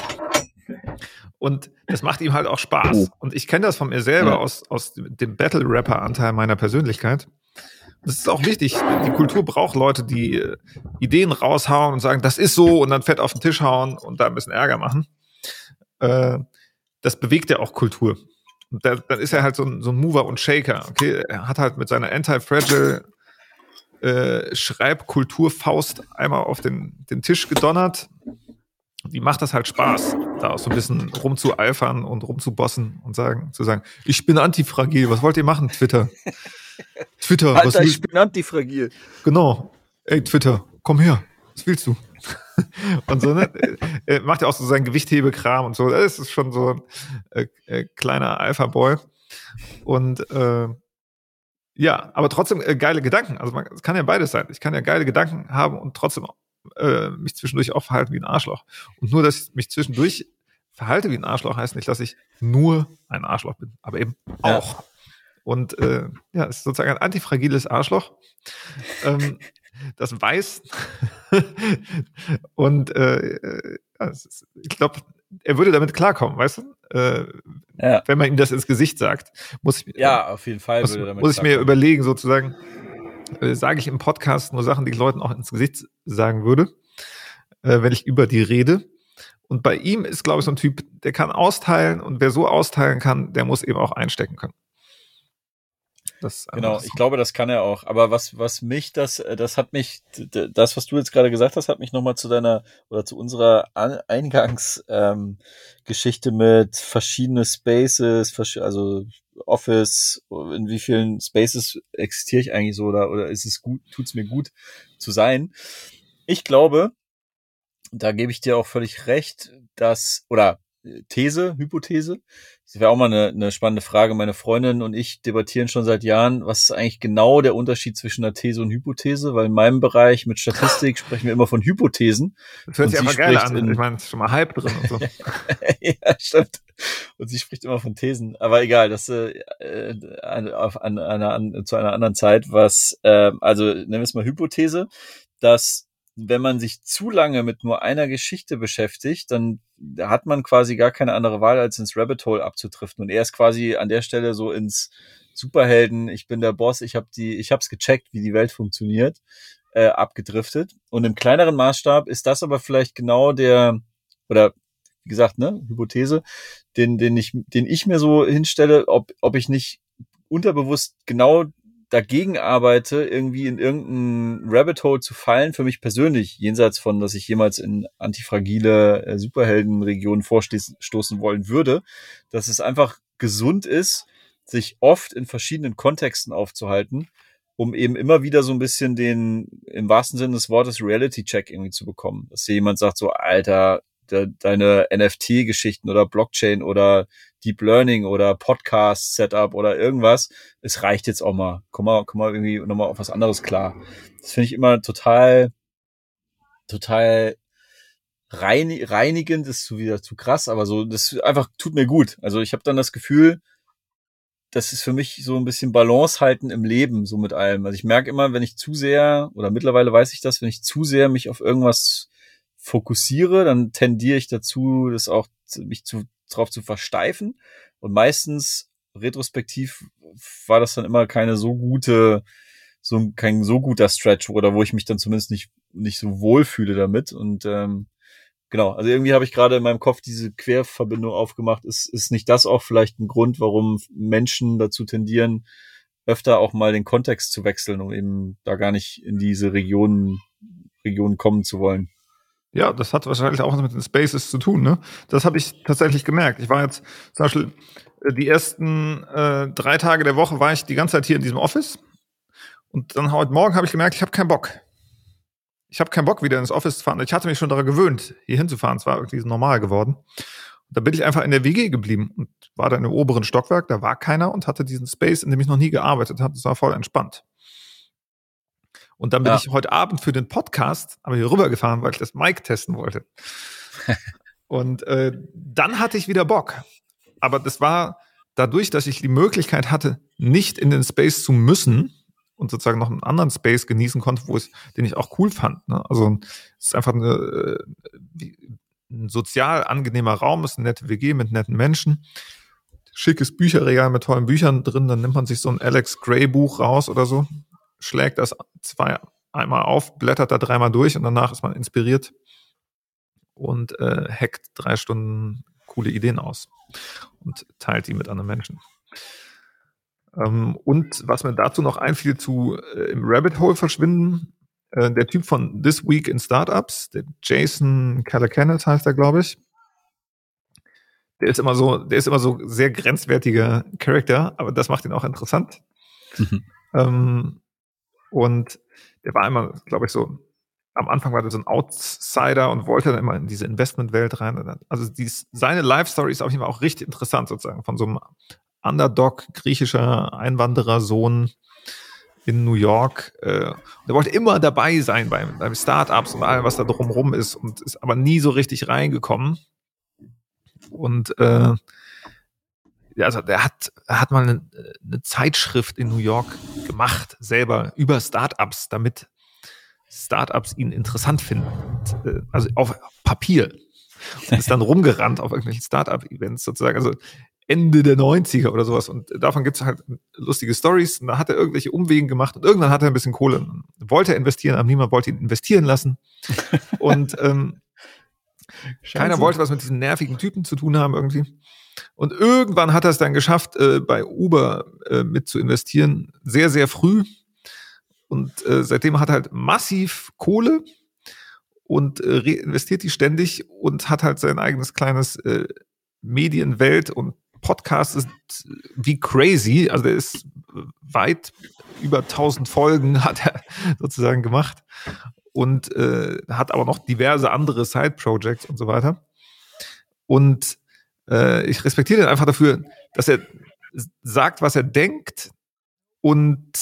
Und das macht ihm halt auch Spaß. Und ich kenne das von mir selber aus dem Battle-Rapper-Anteil meiner Persönlichkeit. Das ist auch wichtig. Die Kultur braucht Leute, die Ideen raushauen und sagen, das ist so, und dann fett auf den Tisch hauen und da ein bisschen Ärger machen. Das bewegt ja auch Kultur. Und dann ist er halt so ein Mover und Shaker. Okay, er hat halt mit seiner Anti-Fragile Schreibkulturfaust einmal auf den Tisch gedonnert. Die macht das halt Spaß, da auch so ein bisschen rumzueifern und rumzubossen und zu sagen, ich bin antifragil, was wollt ihr machen, Twitter? Twitter, Alter, ich bin antifragil. Genau. Ey, Twitter, komm her. Was willst du? Und so, ne? Macht ja auch so sein Gewichthebekram und so. Das ist schon so ein kleiner Alpha-Boy. Und ja, aber trotzdem geile Gedanken. Also es kann ja beides sein. Ich kann ja geile Gedanken haben und trotzdem mich zwischendurch auch verhalten wie ein Arschloch. Und nur, dass ich mich zwischendurch verhalte wie ein Arschloch, heißt nicht, dass ich nur ein Arschloch bin, aber eben auch. Ja. Und ja, es ist sozusagen ein antifragiles Arschloch, das weiß. Und ich glaube, er würde damit klarkommen, weißt du? Wenn man ihm das ins Gesicht sagt, muss ich auf jeden Fall muss ich mir überlegen, sozusagen, sage ich im Podcast nur Sachen, die ich Leuten auch ins Gesicht sagen würde, wenn ich über die rede. Und bei ihm ist, glaube ich, so ein Typ, der kann austeilen, und wer so austeilen kann, der muss eben auch einstecken können. Genau, ich glaube, das kann er auch. Aber was mich das was du jetzt gerade gesagt hast, hat mich nochmal zu unserer Eingangsgeschichte mit verschiedene Spaces, also Office, in wie vielen Spaces existiere ich eigentlich so, oder ist es gut, tut's mir gut zu sein? Ich glaube, da gebe ich dir auch völlig recht, Hypothese. Das wäre auch mal eine spannende Frage. Meine Freundin und ich debattieren schon seit Jahren, was ist eigentlich genau der Unterschied zwischen einer These und Hypothese, weil in meinem Bereich mit Statistik sprechen wir immer von Hypothesen. Das hört sich einfach geil an. Ich meine, es ist schon mal Hype drin und so. Ja, stimmt. Und sie spricht immer von Thesen. Aber egal, das zu einer anderen Zeit, also nennen wir es mal Hypothese, dass wenn man sich zu lange mit nur einer Geschichte beschäftigt, dann hat man quasi gar keine andere Wahl, als ins Rabbit Hole abzudriften. Und er ist quasi an der Stelle so ins Superhelden, ich bin der Boss, ich hab's gecheckt, wie die Welt funktioniert, abgedriftet. Und im kleineren Maßstab ist das aber vielleicht genau oder wie gesagt, Hypothese, den ich mir so hinstelle, ob ich nicht unterbewusst genau dagegen arbeite, irgendwie in irgendein Rabbit Hole zu fallen, für mich persönlich, jenseits von, dass ich jemals in antifragile Superheldenregionen vorstoßen wollen würde, dass es einfach gesund ist, sich oft in verschiedenen Kontexten aufzuhalten, um eben immer wieder so ein bisschen im wahrsten Sinne des Wortes, Reality-Check irgendwie zu bekommen. Dass hier jemand sagt so, Alter, deine NFT-Geschichten oder Blockchain oder Deep Learning oder Podcast-Setup oder irgendwas, es reicht jetzt auch mal. Komm mal irgendwie nochmal auf was anderes klar. Das finde ich immer total reinigend, ist wieder zu krass, aber so, das einfach tut mir gut. Also ich habe dann das Gefühl, das ist für mich so ein bisschen Balance halten im Leben, so mit allem. Also ich merke immer, wenn ich zu sehr, oder mittlerweile weiß ich das, wenn ich zu sehr mich auf irgendwas fokussiere, dann tendiere ich dazu, mich drauf zu versteifen. Und meistens retrospektiv war das dann immer kein so guter Stretch, oder wo ich mich dann zumindest nicht so wohl fühle damit. Und genau, also irgendwie habe ich gerade in meinem Kopf diese Querverbindung aufgemacht. Ist nicht das auch vielleicht ein Grund, warum Menschen dazu tendieren, öfter auch mal den Kontext zu wechseln, um eben da gar nicht in diese Regionen kommen zu wollen? Ja, das hat wahrscheinlich auch mit den Spaces zu tun, ne? Das habe ich tatsächlich gemerkt. Ich war jetzt zum Beispiel die ersten 3 Tage der Woche war ich die ganze Zeit hier in diesem Office. Und dann heute Morgen habe ich gemerkt, ich habe keinen Bock. ich habe keinen Bock, wieder ins Office zu fahren. Ich hatte mich schon daran gewöhnt, hier hinzufahren. Es war irgendwie normal geworden. Und da bin ich einfach in der WG geblieben und war dann im oberen Stockwerk. Da war keiner und hatte diesen Space, in dem ich noch nie gearbeitet habe. Das war voll entspannt. Und dann bin ich heute Abend für den Podcast aber hier rübergefahren, weil ich das Mic testen wollte. Und dann hatte ich wieder Bock. Aber das war dadurch, dass ich die Möglichkeit hatte, nicht in den Space zu müssen und sozusagen noch einen anderen Space genießen konnte, den ich auch cool fand. Ne? Also es ist einfach ein sozial angenehmer Raum, ist eine nette WG mit netten Menschen. Schickes Bücherregal mit tollen Büchern drin. Dann nimmt man sich so ein Alex Gray Buch raus oder so, schlägt das einmal auf, blättert da 3-mal durch und danach ist man inspiriert und hackt 3 Stunden coole Ideen aus und teilt die mit anderen Menschen. Und was mir dazu noch einfiel, im Rabbit Hole verschwinden, der Typ von This Week in Startups, der Jason Calacanis heißt er, glaube ich. Der ist immer so sehr grenzwertiger Charakter, aber das macht ihn auch interessant. Und der war immer, glaube ich, so, am Anfang war der so ein Outsider und wollte dann immer in diese Investmentwelt rein. Also seine Life-Story ist auf jeden Fall auch richtig interessant, sozusagen, von so einem Underdog, griechischer Einwanderersohn in New York. Der wollte immer dabei sein beim Startups und allem, was da drumherum ist, und ist aber nie so richtig reingekommen. Und also der hat mal eine Zeitschrift in New York gemacht, selber über Startups, damit Startups ihn interessant finden. Und, also auf Papier. Und ist dann rumgerannt auf irgendwelchen Startup-Events sozusagen, also Ende der 90er oder sowas. Und davon gibt es halt lustige Stories. Und da hat er irgendwelche Umwegen gemacht und irgendwann hat er ein bisschen Kohle. Wollte er investieren, aber niemand wollte ihn investieren lassen. Und keiner wollte was mit diesen nervigen Typen zu tun haben irgendwie. Und irgendwann hat er es dann geschafft, bei Uber mit zu investieren, sehr, sehr früh. Und seitdem hat er halt massiv Kohle und reinvestiert die ständig und hat halt sein eigenes kleines Medienwelt und Podcast ist wie crazy. Also der ist weit über 1000 Folgen hat er sozusagen gemacht und hat aber noch diverse andere Side-Projects und so weiter. Und ich respektiere ihn einfach dafür, dass er sagt, was er denkt und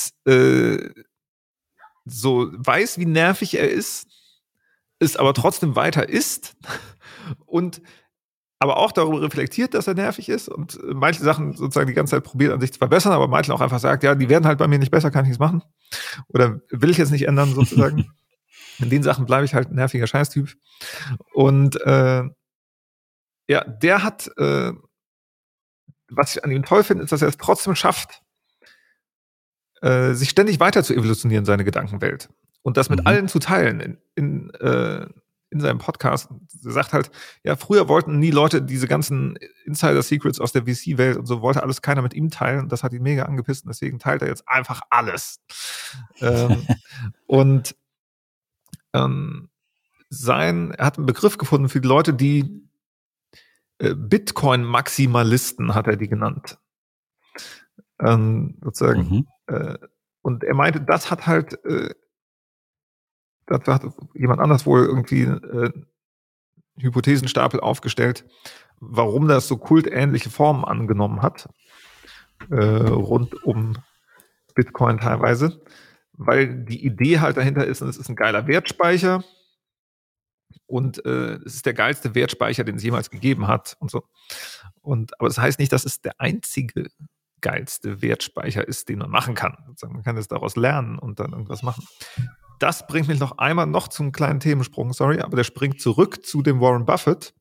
so weiß, wie nervig er ist aber trotzdem weiter ist und aber auch darüber reflektiert, dass er nervig ist und manche Sachen sozusagen die ganze Zeit probiert an sich zu verbessern, aber manche auch einfach sagt, ja, die werden halt bei mir nicht besser, kann ich nichts machen oder will ich jetzt nicht ändern sozusagen. In den Sachen bleibe ich halt ein nerviger Scheißtyp. Und ja, der hat, was ich an ihm toll finde, ist, dass er es trotzdem schafft, sich ständig weiter zu evolutionieren, seine Gedankenwelt. Und das mit allen zu teilen in seinem Podcast. Er sagt halt, ja, früher wollten nie Leute diese ganzen Insider-Secrets aus der VC-Welt und so, wollte alles keiner mit ihm teilen. Das hat ihn mega angepisst und deswegen teilt er jetzt einfach alles. Und er hat einen Begriff gefunden für die Leute, die Bitcoin-Maximalisten hat er die genannt. Sozusagen. Und er meinte, dazu hat jemand anders wohl irgendwie einen Hypothesenstapel aufgestellt, warum das so kultähnliche Formen angenommen hat, rund um Bitcoin teilweise, weil die Idee halt dahinter ist, es ist ein geiler Wertspeicher und es ist der geilste Wertspeicher, den es jemals gegeben hat und so. Aber das heißt nicht, dass es der einzige geilste Wertspeicher ist, den man machen kann. Man kann es daraus lernen und dann irgendwas machen. Das bringt mich noch einmal zum kleinen Themensprung, sorry, aber der springt zurück zu dem Warren Buffett,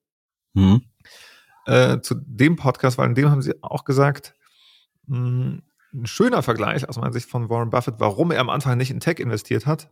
zu dem Podcast, weil in dem haben sie auch gesagt, ein schöner Vergleich aus meiner Sicht von Warren Buffett, warum er am Anfang nicht in Tech investiert hat,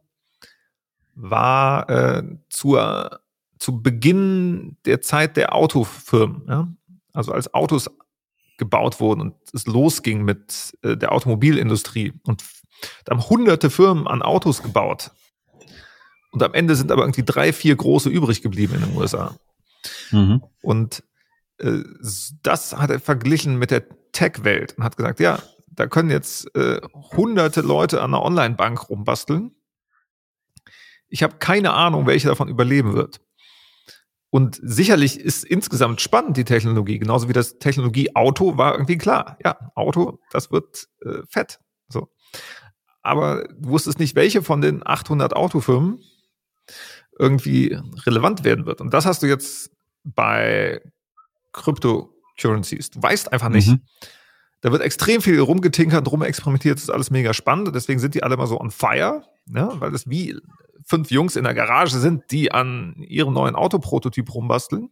war zu Beginn der Zeit der Autofirmen. Ja? Also als Autos gebaut wurden und es losging mit der Automobilindustrie und da haben hunderte Firmen an Autos gebaut und am Ende sind aber irgendwie 3, 4 große übrig geblieben in den USA. Und das hat er verglichen mit der Tech-Welt und hat gesagt, ja, da können jetzt hunderte Leute an einer Online-Bank rumbasteln. Ich habe keine Ahnung, welche davon überleben wird. Und sicherlich ist insgesamt spannend die Technologie, genauso wie das Technologie Auto war irgendwie klar. Ja, Auto, das wird fett. So. Aber du wusstest nicht, welche von den 800 Autofirmen irgendwie relevant werden wird. Und das hast du jetzt bei Cryptocurrencies. Du weißt einfach nicht. Da wird extrem viel rumgetinkert, rumexperimentiert, das ist alles mega spannend. Deswegen sind die alle mal so on fire, ne? Weil das wie 5 Jungs in der Garage sind, die an ihrem neuen Autoprototyp rumbasteln.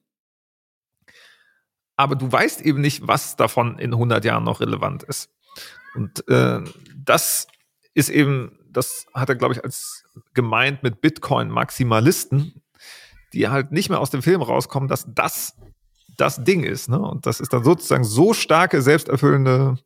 Aber du weißt eben nicht, was davon in 100 Jahren noch relevant ist. Und das ist eben, das hat er, glaube ich, als gemeint mit Bitcoin-Maximalisten, die halt nicht mehr aus dem Film rauskommen, dass das Ding ist. Ne? Und das ist dann sozusagen so starke, selbsterfüllende,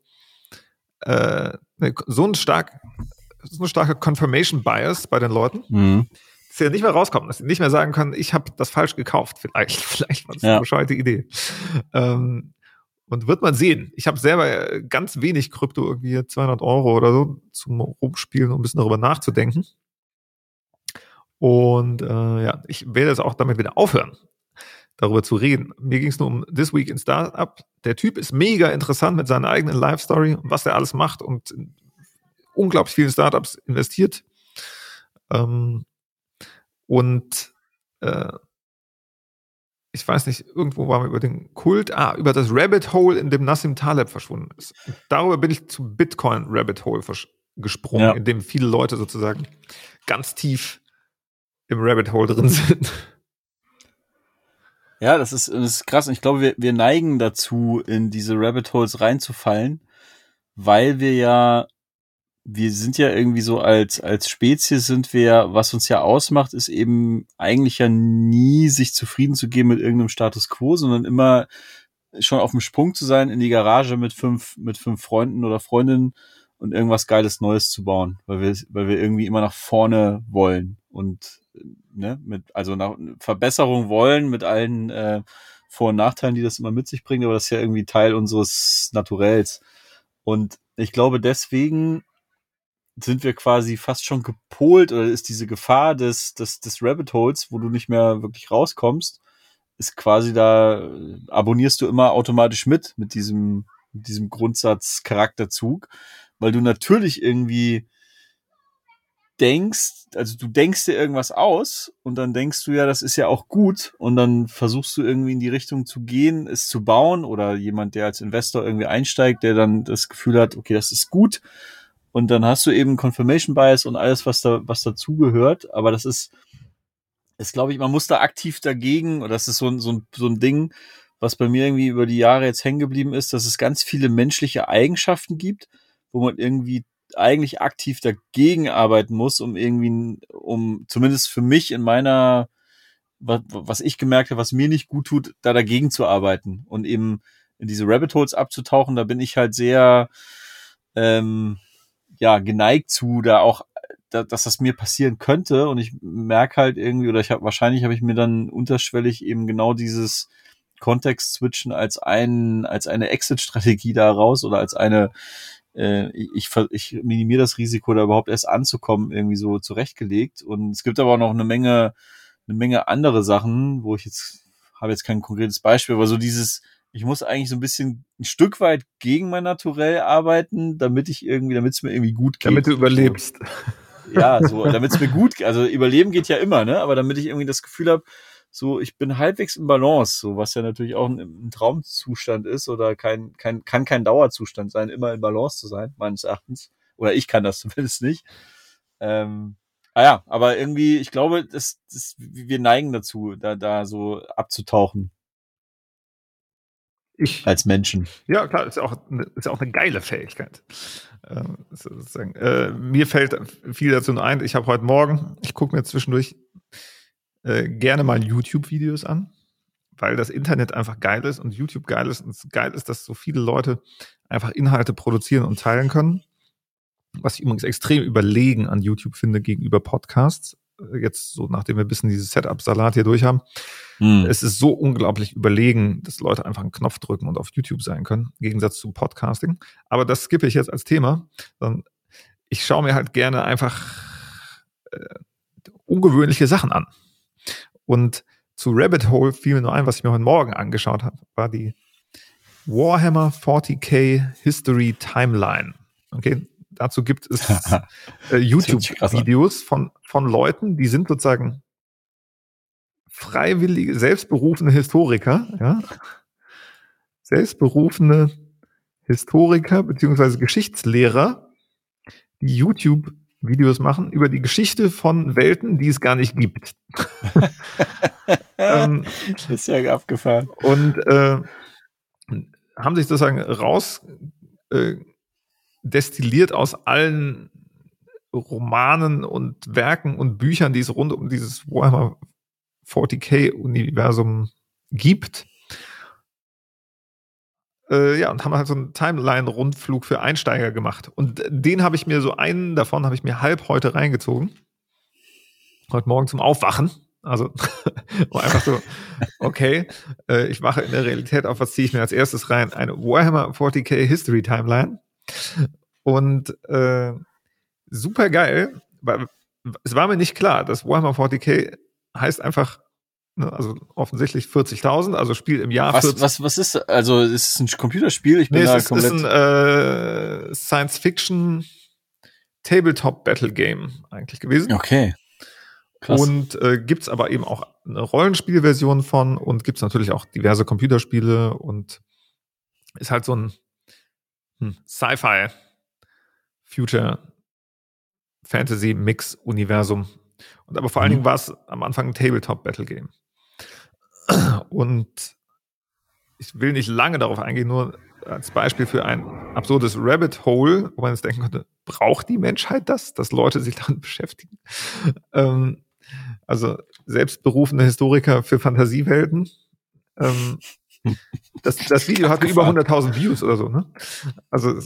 so eine starke Confirmation Bias bei den Leuten, dass sie ja nicht mehr rauskommen, dass sie nicht mehr sagen können, ich habe das falsch gekauft. Vielleicht war das eine bescheuerte Idee. Und wird man sehen. Ich habe selber ganz wenig Krypto, irgendwie 200 € oder so, zum Rumspielen, um ein bisschen darüber nachzudenken. Und ich werde jetzt auch damit wieder aufhören, darüber zu reden. Mir ging es nur um This Week in Startup. Der Typ ist mega interessant mit seiner eigenen Life-Story und was er alles macht und in unglaublich vielen Startups investiert. Ich weiß nicht, irgendwo waren wir über den Kult, über das Rabbit Hole, in dem Nassim Taleb verschwunden ist. Und darüber bin ich zum Bitcoin Rabbit Hole gesprungen, in dem viele Leute sozusagen ganz tief im Rabbit Hole drin sind. Ja, das ist krass. Und ich glaube, wir neigen dazu, in diese Rabbit Holes reinzufallen, weil wir sind ja irgendwie so als Spezies sind wir, was uns ja ausmacht, ist eben eigentlich ja nie sich zufrieden zu geben mit irgendeinem Status Quo, sondern immer schon auf dem Sprung zu sein in die Garage mit fünf Freunden oder Freundinnen und irgendwas Geiles Neues zu bauen, weil wir irgendwie immer nach vorne wollen und also nach Verbesserung wollen mit allen Vor- und Nachteilen, die das immer mit sich bringt, aber das ist ja irgendwie Teil unseres Naturells. Und ich glaube, deswegen sind wir quasi fast schon gepolt oder ist diese Gefahr des Rabbit Holes, wo du nicht mehr wirklich rauskommst, ist quasi da, abonnierst du immer automatisch mit diesem Grundsatz Charakterzug, weil du natürlich irgendwie du denkst dir irgendwas aus und dann denkst du ja, das ist ja auch gut und dann versuchst du irgendwie in die Richtung zu gehen, es zu bauen oder jemand, der als Investor irgendwie einsteigt, der dann das Gefühl hat, okay, das ist gut und dann hast du eben Confirmation Bias und alles, was dazugehört, aber das ist glaube ich, man muss da aktiv dagegen oder das ist so ein Ding, was bei mir irgendwie über die Jahre jetzt hängen geblieben ist, dass es ganz viele menschliche Eigenschaften gibt, wo man irgendwie eigentlich aktiv dagegen arbeiten muss, um zumindest für mich in meiner, was ich gemerkt habe, was mir nicht gut tut, da dagegen zu arbeiten und eben in diese Rabbit Holes abzutauchen. Da bin ich halt sehr geneigt zu, da auch, dass das mir passieren könnte und ich merke halt irgendwie, oder wahrscheinlich habe ich mir dann unterschwellig eben genau dieses Kontext-Switchen als eine Exit-Strategie daraus oder als eine ich minimiere das Risiko, da überhaupt erst anzukommen, irgendwie so zurechtgelegt. Und es gibt aber auch noch eine Menge andere Sachen, wo ich habe jetzt kein konkretes Beispiel, aber so ich muss eigentlich so ein Stück weit gegen mein Naturell arbeiten, damit es mir irgendwie gut geht. Damit du überlebst. Ja, so, damit es mir gut geht. Also Überleben geht ja immer, ne? Aber damit ich irgendwie das Gefühl habe, so, ich bin halbwegs im Balance, so, was ja natürlich auch ein Traumzustand ist oder kann kein Dauerzustand sein, immer in Balance zu sein, meines Erachtens. Oder ich kann das zumindest nicht. Aber irgendwie, ich glaube, wir neigen dazu, da so abzutauchen. Als Menschen. Ja, klar, ist ja auch eine geile Fähigkeit. Mir fällt viel dazu ein. Ich gucke mir zwischendurch gerne mal YouTube-Videos an, weil das Internet einfach geil ist und YouTube geil ist. Und es geil ist, dass so viele Leute einfach Inhalte produzieren und teilen können. Was ich übrigens extrem überlegen an YouTube finde gegenüber Podcasts. Jetzt so, nachdem wir ein bisschen dieses Setup-Salat hier durch haben. Es ist so unglaublich überlegen, dass Leute einfach einen Knopf drücken und auf YouTube sein können, im Gegensatz zu Podcasting. Aber das skippe ich jetzt als Thema. Ich schaue mir halt gerne einfach ungewöhnliche Sachen an. Und zu Rabbit Hole fiel mir nur ein, was ich mir heute Morgen angeschaut habe, war die Warhammer 40k History Timeline. Okay, dazu gibt es YouTube-Videos von Leuten, die sind sozusagen freiwillige, selbstberufene Historiker, ja, selbstberufene Historiker beziehungsweise Geschichtslehrer, die YouTube-Videos machen über die Geschichte von Welten, die es gar nicht gibt. Das ist ja abgefahren. Und haben sich sozusagen raus destilliert aus allen Romanen und Werken und Büchern, die es rund um dieses Warhammer 40k-Universum gibt. Und haben halt so einen Timeline-Rundflug für Einsteiger gemacht. Und den habe ich mir einen davon habe ich mir halb heute reingezogen. Heute Morgen zum Aufwachen. Also einfach so, okay, ich wache in der Realität auf, was ziehe ich mir als erstes rein? Eine Warhammer 40k History Timeline. Und super geil, weil es war mir nicht klar, dass Warhammer 40k heißt einfach, also offensichtlich 40.000, also Spiel im Jahr. Was ist, also ist es ein Computerspiel? Ich bin da komplett. Es ist ein Science-Fiction Tabletop-Battle-Game eigentlich gewesen. Okay. Krass. Und gibt's aber eben auch eine Rollenspielversion von und gibt's natürlich auch diverse Computerspiele und ist halt so ein Sci-Fi Future Fantasy Mix Universum. Und aber vor allen Dingen war es am Anfang ein Tabletop Battle Game. Und ich will nicht lange darauf eingehen, nur als Beispiel für ein absurdes Rabbit Hole, wo man jetzt denken könnte, braucht die Menschheit das, dass Leute sich damit beschäftigen? Also selbstberufene Historiker für Fantasiewelten. Das Video hatte über 100.000 Views oder so, ne? Also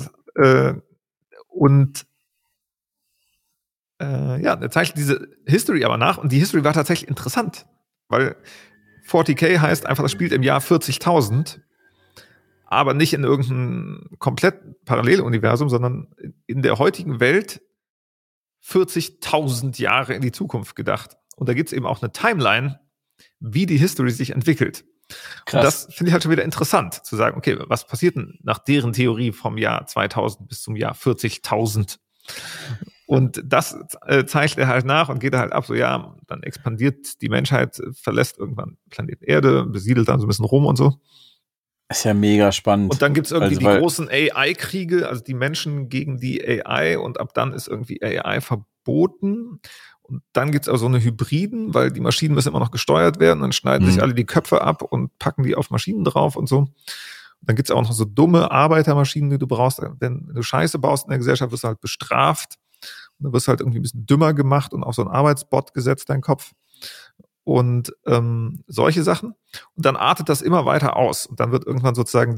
er zeichnet diese History aber nach und die History war tatsächlich interessant, weil 40k heißt einfach, das spielt im Jahr 40.000, aber nicht in irgendeinem komplett Paralleluniversum, sondern in der heutigen Welt 40.000 Jahre in die Zukunft gedacht. Und da gibt es eben auch eine Timeline, wie die History sich entwickelt. Krass. Und das finde ich halt schon wieder interessant, zu sagen, okay, was passiert denn nach deren Theorie vom Jahr 2000 bis zum Jahr 40.000? Und das zeichnet er halt nach und geht halt ab, so ja, dann expandiert die Menschheit, verlässt irgendwann Planet Erde, besiedelt dann so ein bisschen rum und so. Ist ja mega spannend. Und dann gibt's irgendwie die großen AI-Kriege, also die Menschen gegen die AI und ab dann ist irgendwie AI verboten. Und dann gibt's auch so eine Hybriden, weil die Maschinen müssen immer noch gesteuert werden, dann schneiden sich alle die Köpfe ab und packen die auf Maschinen drauf und so. Und dann gibt's auch noch so dumme Arbeitermaschinen, die du brauchst. Wenn du Scheiße baust in der Gesellschaft, wirst du halt bestraft. Und dann wirst du halt irgendwie ein bisschen dümmer gemacht und auf so einen Arbeitsbot gesetzt, dein Kopf. Und solche Sachen. Und dann artet das immer weiter aus. Und dann wird irgendwann sozusagen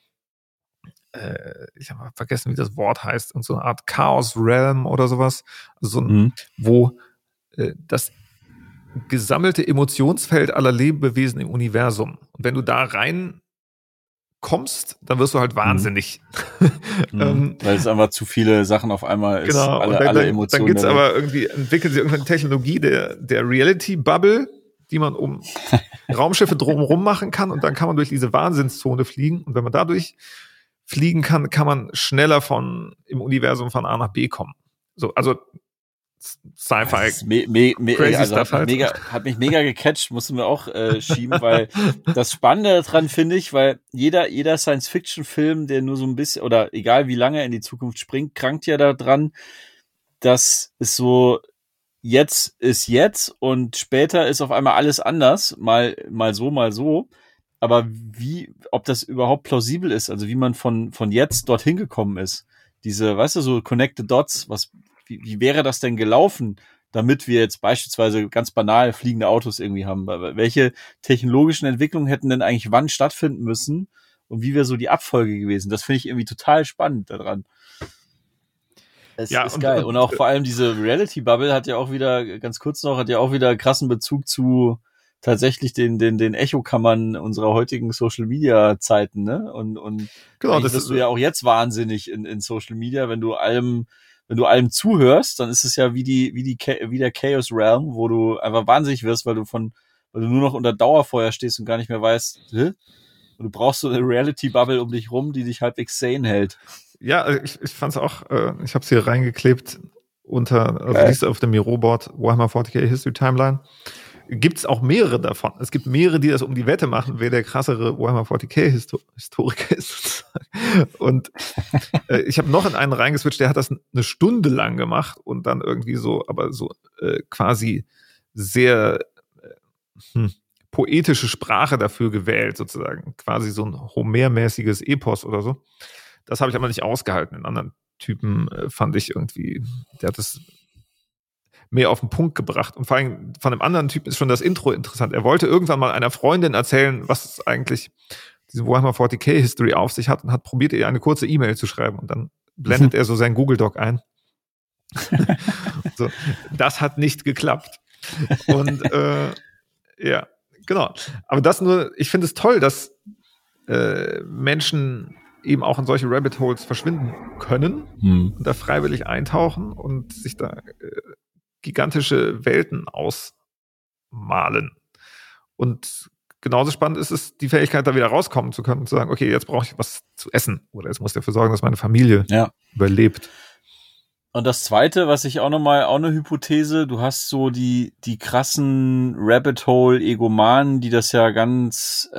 ich habe vergessen, wie das Wort heißt, und so eine Art Chaos Realm oder sowas. Also so wo das gesammelte Emotionsfeld aller Lebewesen im Universum. Und wenn du da rein kommst, dann wirst du halt wahnsinnig. Weil es einfach zu viele Sachen auf einmal ist. Genau, alle Emotionen. Dann gibt's aber entwickeln sie irgendeine Technologie der Reality-Bubble, die man um Raumschiffe drumherum machen kann und dann kann man durch diese Wahnsinnszone fliegen und wenn man dadurch fliegen kann, kann man schneller im Universum von A nach B kommen. So, also Sci-Fi. Hat mich mega gecatcht, mussten wir auch schieben, weil das Spannende daran finde ich, weil jeder Science-Fiction-Film, der nur so ein bisschen, oder egal wie lange in die Zukunft springt, krankt ja daran, dass es so jetzt ist jetzt und später ist auf einmal alles anders, mal so. Aber ob das überhaupt plausibel ist, also wie man von jetzt dorthin gekommen ist. Diese, weißt du, so Connected Dots, wie wäre das denn gelaufen, damit wir jetzt beispielsweise ganz banal fliegende Autos irgendwie haben? Welche technologischen Entwicklungen hätten denn eigentlich wann stattfinden müssen und wie wäre so die Abfolge gewesen? Das finde ich irgendwie total spannend daran. Es ist geil. Und auch vor allem diese Reality-Bubble hat ja auch wieder, ganz kurz noch, krassen Bezug zu tatsächlich den Echokammern unserer heutigen Social-Media-Zeiten, ne? Und genau, das bist du ja auch jetzt wahnsinnig in Social Media, wenn du allem wenn du allem zuhörst, dann ist es ja wie der Chaos Realm, wo du einfach wahnsinnig wirst, weil du nur noch unter Dauerfeuer stehst und gar nicht mehr weißt, und du brauchst so eine Reality-Bubble um dich rum, die dich halbwegs sane hält. Ja, also ich fand's auch, ich habe es hier reingeklebt liest auf dem Miro-Board Warhammer 40k History Timeline. Gibt's auch mehrere davon. Es gibt mehrere, die das um die Wette machen, wer der krassere Warhammer 40k Historiker ist. Und ich habe noch in einen reingeswitcht, der hat das eine Stunde lang gemacht und dann irgendwie quasi sehr poetische Sprache dafür gewählt, sozusagen. Quasi so ein Homer-mäßiges Epos oder so. Das habe ich aber nicht ausgehalten. Den anderen Typen fand ich irgendwie, der hat es mehr auf den Punkt gebracht. Und vor allem von dem anderen Typen ist schon das Intro interessant. Er wollte irgendwann mal einer Freundin erzählen, was eigentlich diese Warhammer 40k History auf sich hat und hat probiert, ihr eine kurze E-Mail zu schreiben und dann blendet er so sein Google Doc ein. So, das hat nicht geklappt. Und ja, genau. Aber ich finde es toll, dass Menschen eben auch in solche Rabbit Holes verschwinden können und da freiwillig eintauchen und sich da gigantische Welten ausmalen. Und genauso spannend ist es, die Fähigkeit, da wieder rauskommen zu können und zu sagen, okay, jetzt brauche ich was zu essen oder jetzt muss ich dafür sorgen, dass meine Familie überlebt. Und das Zweite, was ich auch eine Hypothese, du hast so die krassen Rabbit Hole Egomanen, die das ja ganz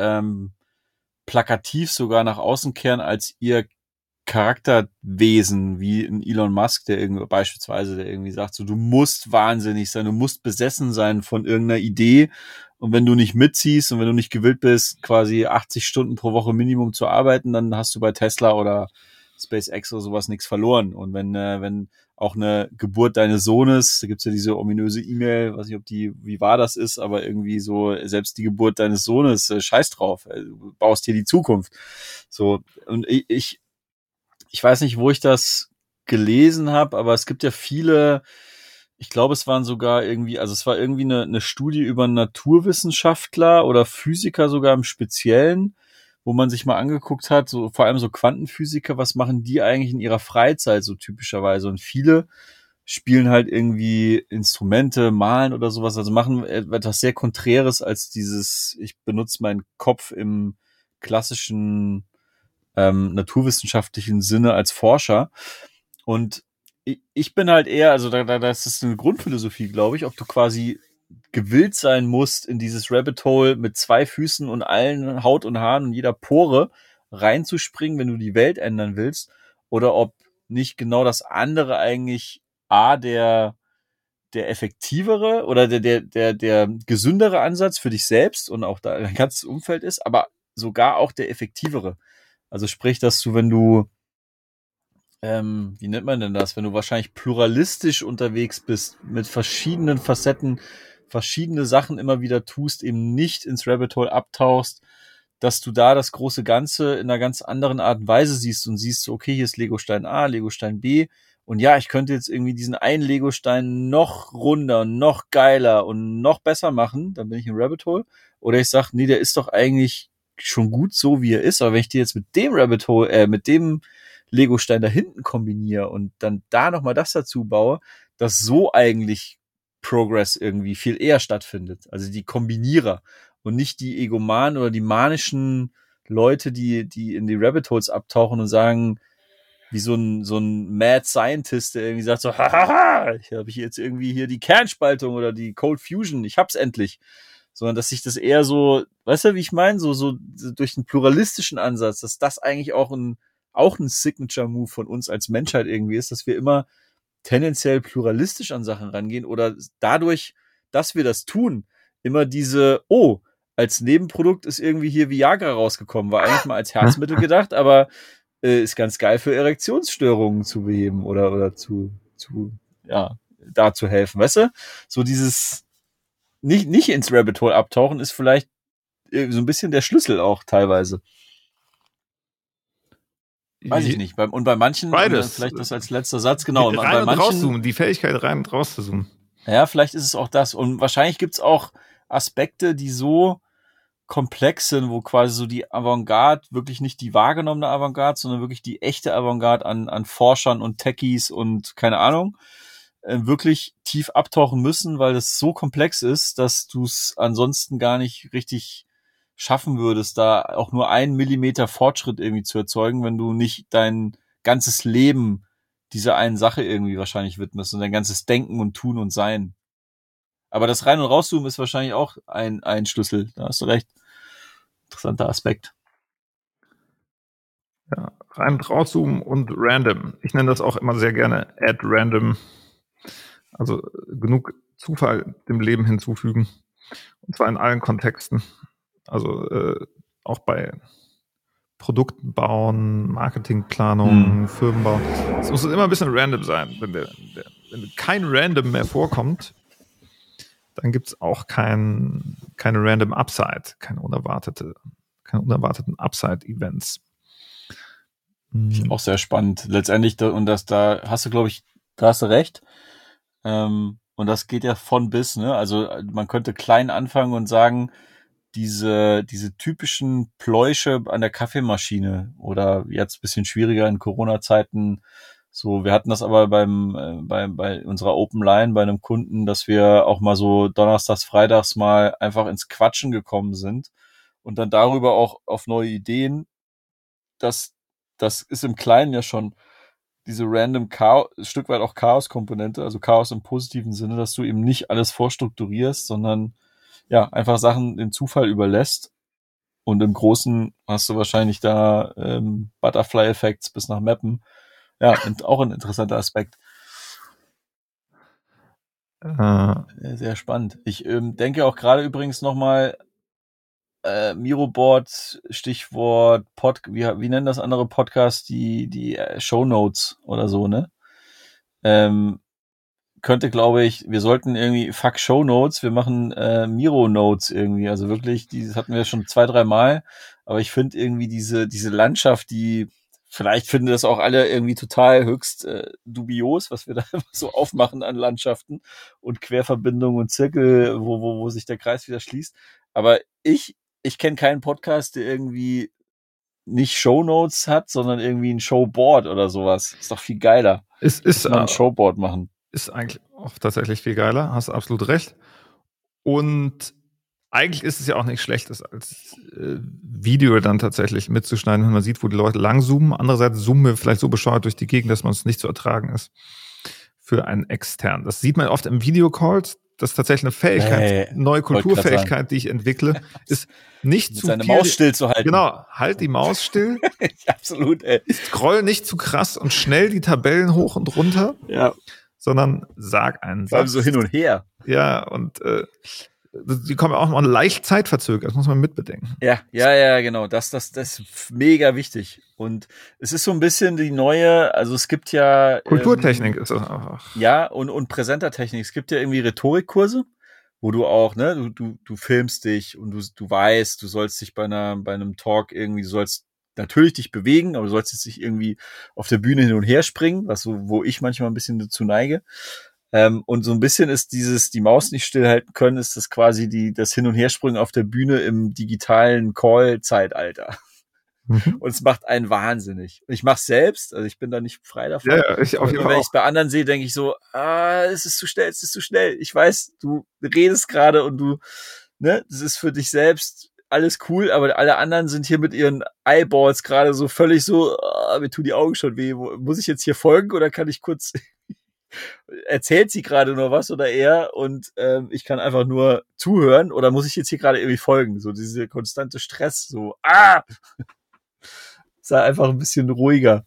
plakativ sogar nach außen kehren als ihr Charakterwesen, wie ein Elon Musk, der irgendwie sagt, so, du musst wahnsinnig sein, du musst besessen sein von irgendeiner Idee und wenn du nicht mitziehst und wenn du nicht gewillt bist, quasi 80 Stunden pro Woche Minimum zu arbeiten, dann hast du bei Tesla oder SpaceX oder sowas nichts verloren. Und wenn auch eine Geburt deines Sohnes, da gibt's ja diese ominöse E-Mail, weiß nicht, wie wahr das ist, aber irgendwie so, selbst die Geburt deines Sohnes, scheiß drauf, du baust hier die Zukunft. So, und ich weiß nicht, wo ich das gelesen habe, aber es gibt ja viele, ich glaube, es war irgendwie eine Studie über einen Naturwissenschaftler oder Physiker sogar im Speziellen, wo man sich mal angeguckt hat, so vor allem so Quantenphysiker, was machen die eigentlich in ihrer Freizeit so typischerweise? Und viele spielen halt irgendwie Instrumente, malen oder sowas, also machen etwas sehr Konträres als dieses, ich benutze meinen Kopf im klassischen naturwissenschaftlichen Sinne als Forscher. Und ich bin halt eher, also das ist eine Grundphilosophie, glaube ich, ob du quasi gewillt sein musst, in dieses Rabbit Hole mit 2 Füßen und allen Haut und Haaren und jeder Pore reinzuspringen, wenn du die Welt ändern willst, oder ob nicht genau das andere eigentlich der effektivere oder der gesündere Ansatz für dich selbst und auch dein ganzes Umfeld ist, aber sogar auch der effektivere. Also sprich, dass du, wenn du wie nennt man denn das, wenn du wahrscheinlich pluralistisch unterwegs bist, mit verschiedenen Facetten, verschiedene Sachen immer wieder tust, eben nicht ins Rabbit Hole abtauchst, dass du da das große Ganze in einer ganz anderen Art und Weise siehst und siehst, so, okay, hier ist Legostein A, Legostein B und ja, ich könnte jetzt irgendwie diesen einen Legostein noch runder, noch geiler und noch besser machen, dann bin ich im Rabbit Hole. Oder ich sag, nee, der ist doch eigentlich schon gut so, wie er ist, aber wenn ich die jetzt mit dem Rabbit Hole, mit dem Legostein da hinten kombiniere und dann da nochmal das dazu baue, dass so eigentlich Progress irgendwie viel eher stattfindet. Also die Kombinierer und nicht die Egomanen oder die manischen Leute, die in die Rabbit Holes abtauchen und sagen, wie so ein Mad Scientist, der irgendwie sagt so, hahaha, ich habe jetzt irgendwie hier die Kernspaltung oder die Cold Fusion, ich hab's endlich. Sondern dass sich das eher so, weißt du, wie ich meine, so durch einen pluralistischen Ansatz, dass das eigentlich auch ein Signature-Move von uns als Menschheit irgendwie ist, dass wir immer tendenziell pluralistisch an Sachen rangehen oder dadurch, dass wir das tun, immer als Nebenprodukt ist irgendwie hier Viagra rausgekommen, war eigentlich mal als Herzmittel gedacht, aber ist ganz geil für Erektionsstörungen zu beheben oder da zu helfen, weißt du? So dieses nicht ins Rabbit Hole abtauchen ist vielleicht so ein bisschen der Schlüssel auch teilweise. Weiß ich nicht. Und bei manchen, vielleicht das als letzter Satz, genau. Rein und rauszoomen, die Fähigkeit rein und rauszuzoomen. Ja, vielleicht ist es auch das. Und wahrscheinlich gibt's auch Aspekte, die so komplex sind, wo quasi so die Avantgarde, wirklich nicht die wahrgenommene Avantgarde, sondern wirklich die echte Avantgarde an Forschern und Techies und keine Ahnung, wirklich tief abtauchen müssen, weil das so komplex ist, dass du es ansonsten gar nicht richtig schaffen würdest, da auch nur 1 Millimeter Fortschritt irgendwie zu erzeugen, wenn du nicht dein ganzes Leben dieser einen Sache irgendwie wahrscheinlich widmest und dein ganzes Denken und Tun und Sein. Aber das Rein- und Rauszoomen ist wahrscheinlich auch ein Schlüssel. Da hast du recht. Interessanter Aspekt. Ja, rein und rauszoomen und random. Ich nenne das auch immer sehr gerne at random. Also genug Zufall dem Leben hinzufügen. Und zwar in allen Kontexten. Also auch bei Produkten bauen, Marketingplanung, Firmenbau. Es muss immer ein bisschen random sein. Wenn kein Random mehr vorkommt, dann gibt es auch keine Random Upside, keine unerwarteten Upside-Events. Auch sehr spannend. Letztendlich, da hast du, glaube ich, da hast du recht. Und das geht ja von bis, ne? Also man könnte klein anfangen und sagen, diese typischen Pläusche an der Kaffeemaschine oder jetzt ein bisschen schwieriger in Corona-Zeiten. So, wir hatten das aber bei unserer Open Line bei einem Kunden, dass wir auch mal so donnerstags, freitags mal einfach ins Quatschen gekommen sind und dann darüber auch auf neue Ideen. Das ist im Kleinen ja schon diese random Chaos, ein Stück weit auch Chaos-Komponente, also Chaos im positiven Sinne, dass du eben nicht alles vorstrukturierst, sondern ja, einfach Sachen dem Zufall überlässt. Und im Großen hast du wahrscheinlich da Butterfly-Effekts bis nach Mappen. Ja, und auch ein interessanter Aspekt. Sehr spannend. Ich denke auch gerade übrigens nochmal Miroboard, Stichwort wie nennen das andere Podcasts, die Shownotes oder so, ne? Könnte, glaube ich, wir sollten irgendwie fuck Shownotes, wir machen Miro-Notes irgendwie, also wirklich, das hatten wir schon 2-3 Mal, aber ich finde irgendwie diese Landschaft, die vielleicht finden das auch alle irgendwie total höchst dubios, was wir da so aufmachen an Landschaften und Querverbindungen und Zirkel, wo sich der Kreis wieder schließt. Aber ich kenne keinen Podcast, der irgendwie nicht Shownotes hat, sondern irgendwie ein Showboard oder sowas. Ist doch viel geiler. Muss man ein Showboard machen. Ist eigentlich auch tatsächlich viel geiler, hast absolut recht. Und eigentlich ist es ja auch nicht schlecht, das als Video dann tatsächlich mitzuschneiden, wenn man sieht, wo die Leute lang zoomen. Andererseits zoomen wir vielleicht so bescheuert durch die Gegend, dass man es nicht zu ertragen ist für einen externen. Das sieht man oft im Videocalls. Das ist tatsächlich eine Fähigkeit, neue Kulturfähigkeit, die ich entwickle, ist nicht zu seine Maus still zu halten. Genau, halt die Maus still. Absolut, ey. Scroll nicht zu krass und schnell die Tabellen hoch und runter. Ja. Sondern sag einen Satz. Also so hin und her. Ja, und die kommen auch mal leicht zeitverzögert, das muss man mitbedenken. Ja, genau. Das ist mega wichtig. Und es ist so ein bisschen die neue, also es gibt ja Kulturtechnik ist das einfach. Ja, und Präsentertechnik. Es gibt ja irgendwie Rhetorikkurse, wo du auch, ne, du filmst dich und du weißt, du sollst dich bei einem Talk irgendwie, du sollst natürlich dich bewegen, aber du sollst jetzt nicht irgendwie auf der Bühne hin und her springen, wo ich manchmal ein bisschen dazu neige. Und so ein bisschen ist die Maus nicht stillhalten können, ist das quasi das Hin- und Herspringen auf der Bühne im digitalen Call-Zeitalter. Und es macht einen wahnsinnig. Ich mache es selbst, also ich bin da nicht frei davon. Ja, ich auf jeden Fall. Wenn ich es bei anderen sehe, denke ich so, es ist zu schnell. Ich weiß, du redest gerade und das ist für dich selbst alles cool, aber alle anderen sind hier mit ihren Eyeballs gerade so völlig so, mir tun die Augen schon weh. Muss ich jetzt hier folgen oder kann ich kurz erzählt sie gerade nur was oder eher und ich kann einfach nur zuhören oder muss ich jetzt hier gerade irgendwie folgen? So diese konstante Stress, so sei einfach ein bisschen ruhiger.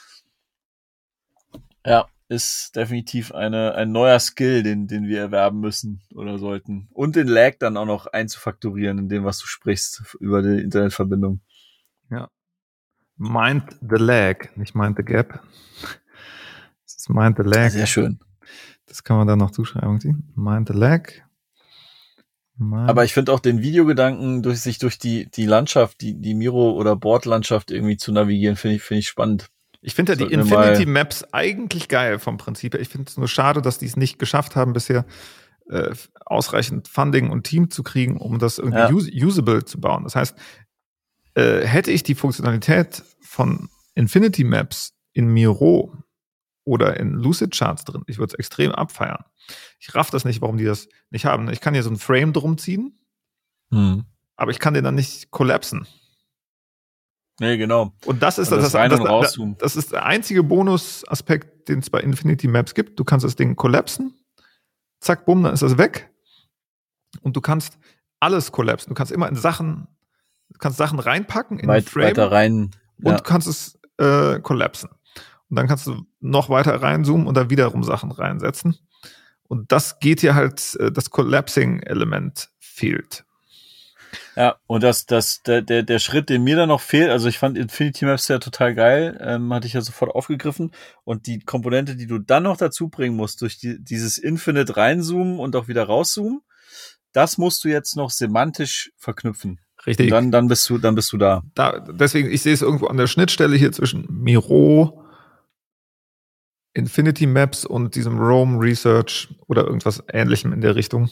Ja, ist definitiv ein neuer Skill, den wir erwerben müssen oder sollten. Und den Lag dann auch noch einzufakturieren in dem, was du sprichst über die Internetverbindung. Ja. Mind the lag, nicht mind the gap. Das ist mind the lag. Sehr schön. Das kann man dann noch Zuschreibung ziehen. Mind the lag. Aber ich finde auch den Videogedanken, sich durch die Landschaft, die Miro- oder Bordlandschaft irgendwie zu navigieren, finde ich spannend. Ich finde ja die Infinity Maps eigentlich geil vom Prinzip her. Ich finde es nur schade, dass die es nicht geschafft haben bisher, ausreichend Funding und Team zu kriegen, um das irgendwie usable zu bauen. Das heißt, hätte ich die Funktionalität von Infinity Maps in Miro oder in Lucidcharts drin, ich würde es extrem abfeiern. Ich raff das nicht, warum die das nicht haben. Ich kann hier so ein Frame drum ziehen, aber ich kann den dann nicht kollapsen. Nee, genau. Und das ist das rein- und rauszoomen. Das ist der einzige Bonusaspekt, den es bei Infinity Maps gibt. Du kannst das Ding kollapsen, zack, bumm, dann ist das weg. Und du kannst alles kollapsen. Du kannst immer in Sachen reinpacken in den Frame weiter rein. und du kannst es kollapsen. Und dann kannst du noch weiter reinzoomen und dann wiederum Sachen reinsetzen. Und das geht hier halt, das Collapsing-Element fehlt. Ja, und der Schritt, den mir da noch fehlt, also ich fand Infinity Maps ja total geil, hatte ich ja sofort aufgegriffen. Und die Komponente, die du dann noch dazu bringen musst, durch dieses Infinite reinzoomen und auch wieder rauszoomen, das musst du jetzt noch semantisch verknüpfen. Richtig. Und dann bist du da. Deswegen, ich sehe es irgendwo an der Schnittstelle hier zwischen Miro, Infinity Maps und diesem Roam Research oder irgendwas Ähnlichem in der Richtung.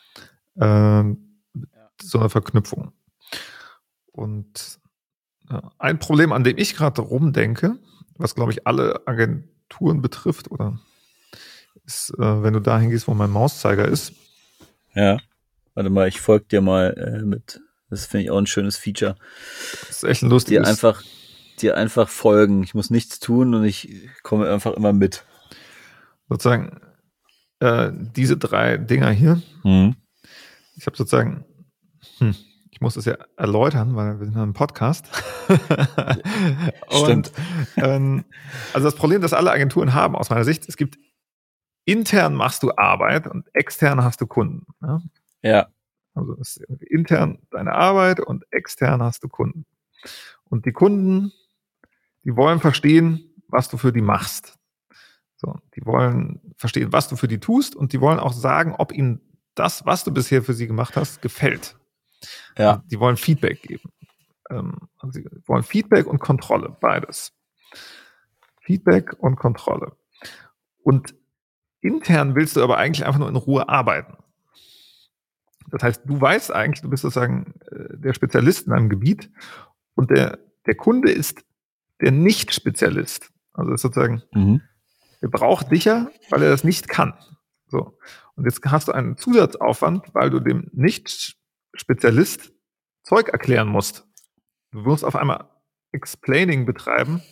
So eine Verknüpfung. Und ein Problem, an dem ich gerade rumdenke, was glaube ich alle Agenturen betrifft, oder ist, wenn du dahin gehst, wo mein Mauszeiger ist. Ja. Warte mal, ich folge dir mal mit. Das finde ich auch ein schönes Feature. Das ist echt ein lustiges. Dir einfach folgen. Ich muss nichts tun und ich komme einfach immer mit. Sozusagen diese 3 Dinger hier. Ich habe sozusagen ich muss das ja erläutern, weil wir sind ja im Podcast. Stimmt. Und, also das Problem, das alle Agenturen haben, aus meiner Sicht, es gibt intern machst du Arbeit und extern hast du Kunden. Ja. Also das ist intern deine Arbeit und extern hast du Kunden. Und die Kunden, die wollen verstehen, was du für die machst. So, die wollen verstehen, was du für die tust und die wollen auch sagen, ob ihnen das, was du bisher für sie gemacht hast, gefällt. Ja. Also die wollen Feedback geben. Also sie wollen Feedback und Kontrolle, beides. Feedback und Kontrolle. Und intern willst du aber eigentlich einfach nur in Ruhe arbeiten. Das heißt, du weißt eigentlich, du bist sozusagen der Spezialist in einem Gebiet und der Kunde ist der Nicht-Spezialist. Also ist sozusagen, er braucht dich ja, weil er das nicht kann. So. Und jetzt hast du einen Zusatzaufwand, weil du dem Nicht-Spezialist Zeug erklären musst. Du musst auf einmal Explaining betreiben,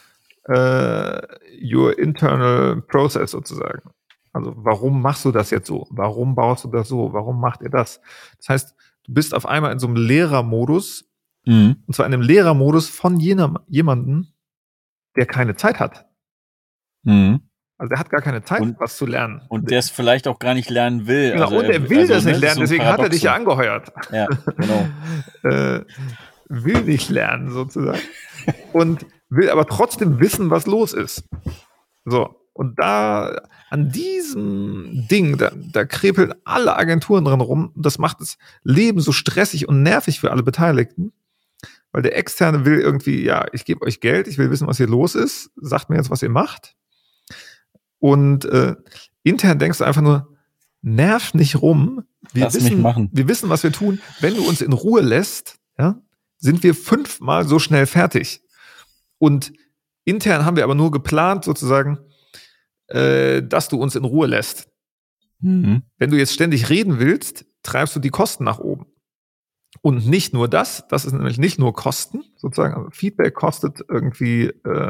your internal process sozusagen. Also warum machst du das jetzt so? Warum baust du das so? Warum macht ihr das? Das heißt, du bist auf einmal in so einem Lehrermodus, und zwar in einem Lehrermodus von jemandem, der keine Zeit hat. Also der hat gar keine Zeit, was zu lernen. Und der es vielleicht auch gar nicht lernen will. Genau, also und er will das nicht lernen, so deswegen hat er dich ja angeheuert. Ja, genau. Will nicht lernen sozusagen. Und will aber trotzdem wissen, was los ist. So, und da an diesem Ding, da krepeln alle Agenturen dran rum. Das macht das Leben so stressig und nervig für alle Beteiligten. Weil der Externe will irgendwie, ja, ich gebe euch Geld, ich will wissen, was hier los ist. Sagt mir jetzt, was ihr macht. Und intern denkst du einfach nur, nerv nicht rum. Lass mich machen. Wir wissen, was wir tun. Wenn du uns in Ruhe lässt, ja, sind wir 5-mal so schnell fertig. Und intern haben wir aber nur geplant, sozusagen, dass du uns in Ruhe lässt. Wenn du jetzt ständig reden willst, treibst du die Kosten nach oben. Und nicht nur das ist nämlich nicht nur Kosten, sozusagen, also Feedback kostet irgendwie,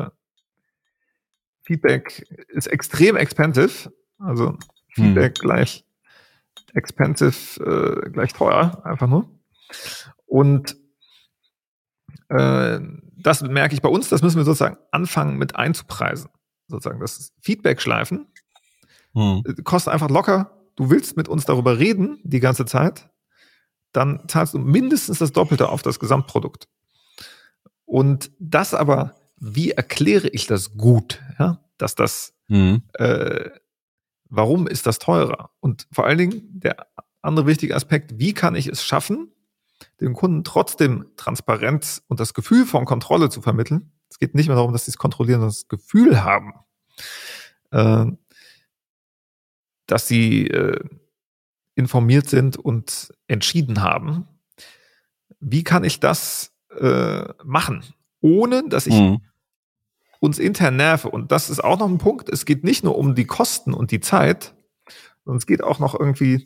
Feedback ist extrem expensive, also Feedback gleich expensive, gleich teuer, einfach nur. Und das merke ich bei uns, das müssen wir sozusagen anfangen mit einzupreisen. Sozusagen das Feedback-Schleifen kostet einfach locker, du willst mit uns darüber reden die ganze Zeit, dann zahlst du mindestens das Doppelte auf das Gesamtprodukt. Und das aber, wie erkläre ich das gut? Ja? Dass das, warum ist das teurer? Und vor allen Dingen der andere wichtige Aspekt, wie kann ich es schaffen, dem Kunden trotzdem Transparenz und das Gefühl von Kontrolle zu vermitteln? Es geht nicht mehr darum, dass sie es kontrollieren, sondern das Gefühl haben, dass sie informiert sind und entschieden haben. Wie kann ich das machen, ohne dass ich uns intern nerve? Und das ist auch noch ein Punkt. Es geht nicht nur um die Kosten und die Zeit, sondern es geht auch noch irgendwie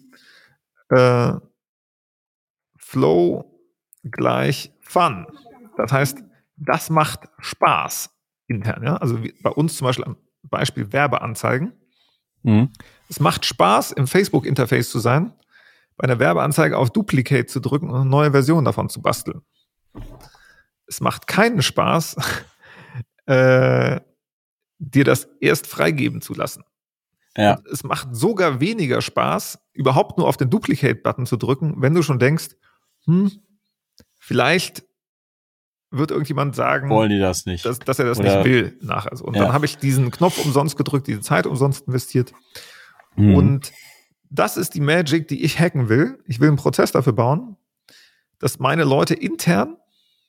Flow gleich Fun. Das heißt, das macht Spaß intern. Ja? Also bei uns zum Beispiel am Beispiel Werbeanzeigen. Es macht Spaß, im Facebook-Interface zu sein, bei einer Werbeanzeige auf Duplicate zu drücken und eine neue Version davon zu basteln. Es macht keinen Spaß, dir das erst freigeben zu lassen. Ja. Und es macht sogar weniger Spaß, überhaupt nur auf den Duplicate-Button zu drücken, wenn du schon denkst, vielleicht wird irgendjemand sagen, wollen die das nicht, dass er das nicht will nachher. Also, und dann habe ich diesen Knopf umsonst gedrückt, diese Zeit umsonst investiert. Und das ist die Magic, die ich hacken will. Ich will einen Prozess dafür bauen, dass meine Leute intern,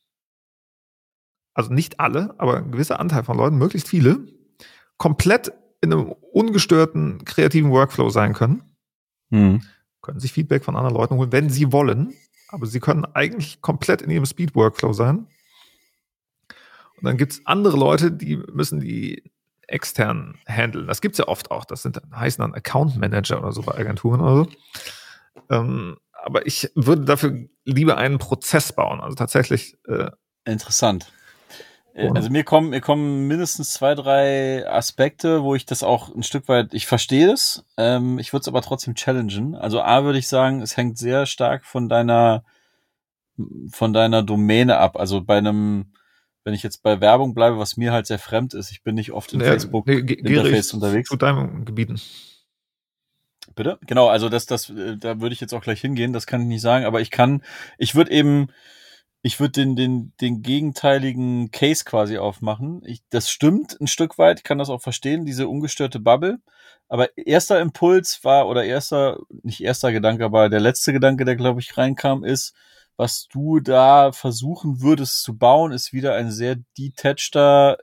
also nicht alle, aber ein gewisser Anteil von Leuten, möglichst viele, komplett in einem ungestörten kreativen Workflow sein können. Können sich Feedback von anderen Leuten holen, wenn sie wollen. Aber sie können eigentlich komplett in ihrem Speed-Workflow sein. Und dann gibt es andere Leute, die müssen die extern handeln. Das gibt es ja oft auch. Das heißen dann Account Manager oder so bei Agenturen oder so. Aber ich würde dafür lieber einen Prozess bauen. Also tatsächlich. Interessant. Also mir kommen mindestens 2, 3 Aspekte, wo ich das auch ein Stück weit, ich verstehe das, ich würde es aber trotzdem challengen. Also A würde ich sagen, es hängt sehr stark von deiner Domäne ab. Also wenn ich jetzt bei Werbung bleibe, was mir halt sehr fremd ist, ich bin nicht oft in Facebook-Interface unterwegs. Zu deinen Gebieten. Bitte? Genau, also da würde ich jetzt auch gleich hingehen, das kann ich nicht sagen, aber ich würde den gegenteiligen Case quasi aufmachen. Das stimmt ein Stück weit, ich kann das auch verstehen, diese ungestörte Bubble. Aber erster Impuls nicht erster Gedanke, aber der letzte Gedanke, der, glaube ich, reinkam, ist, was du da versuchen würdest zu bauen, ist wieder eine sehr detached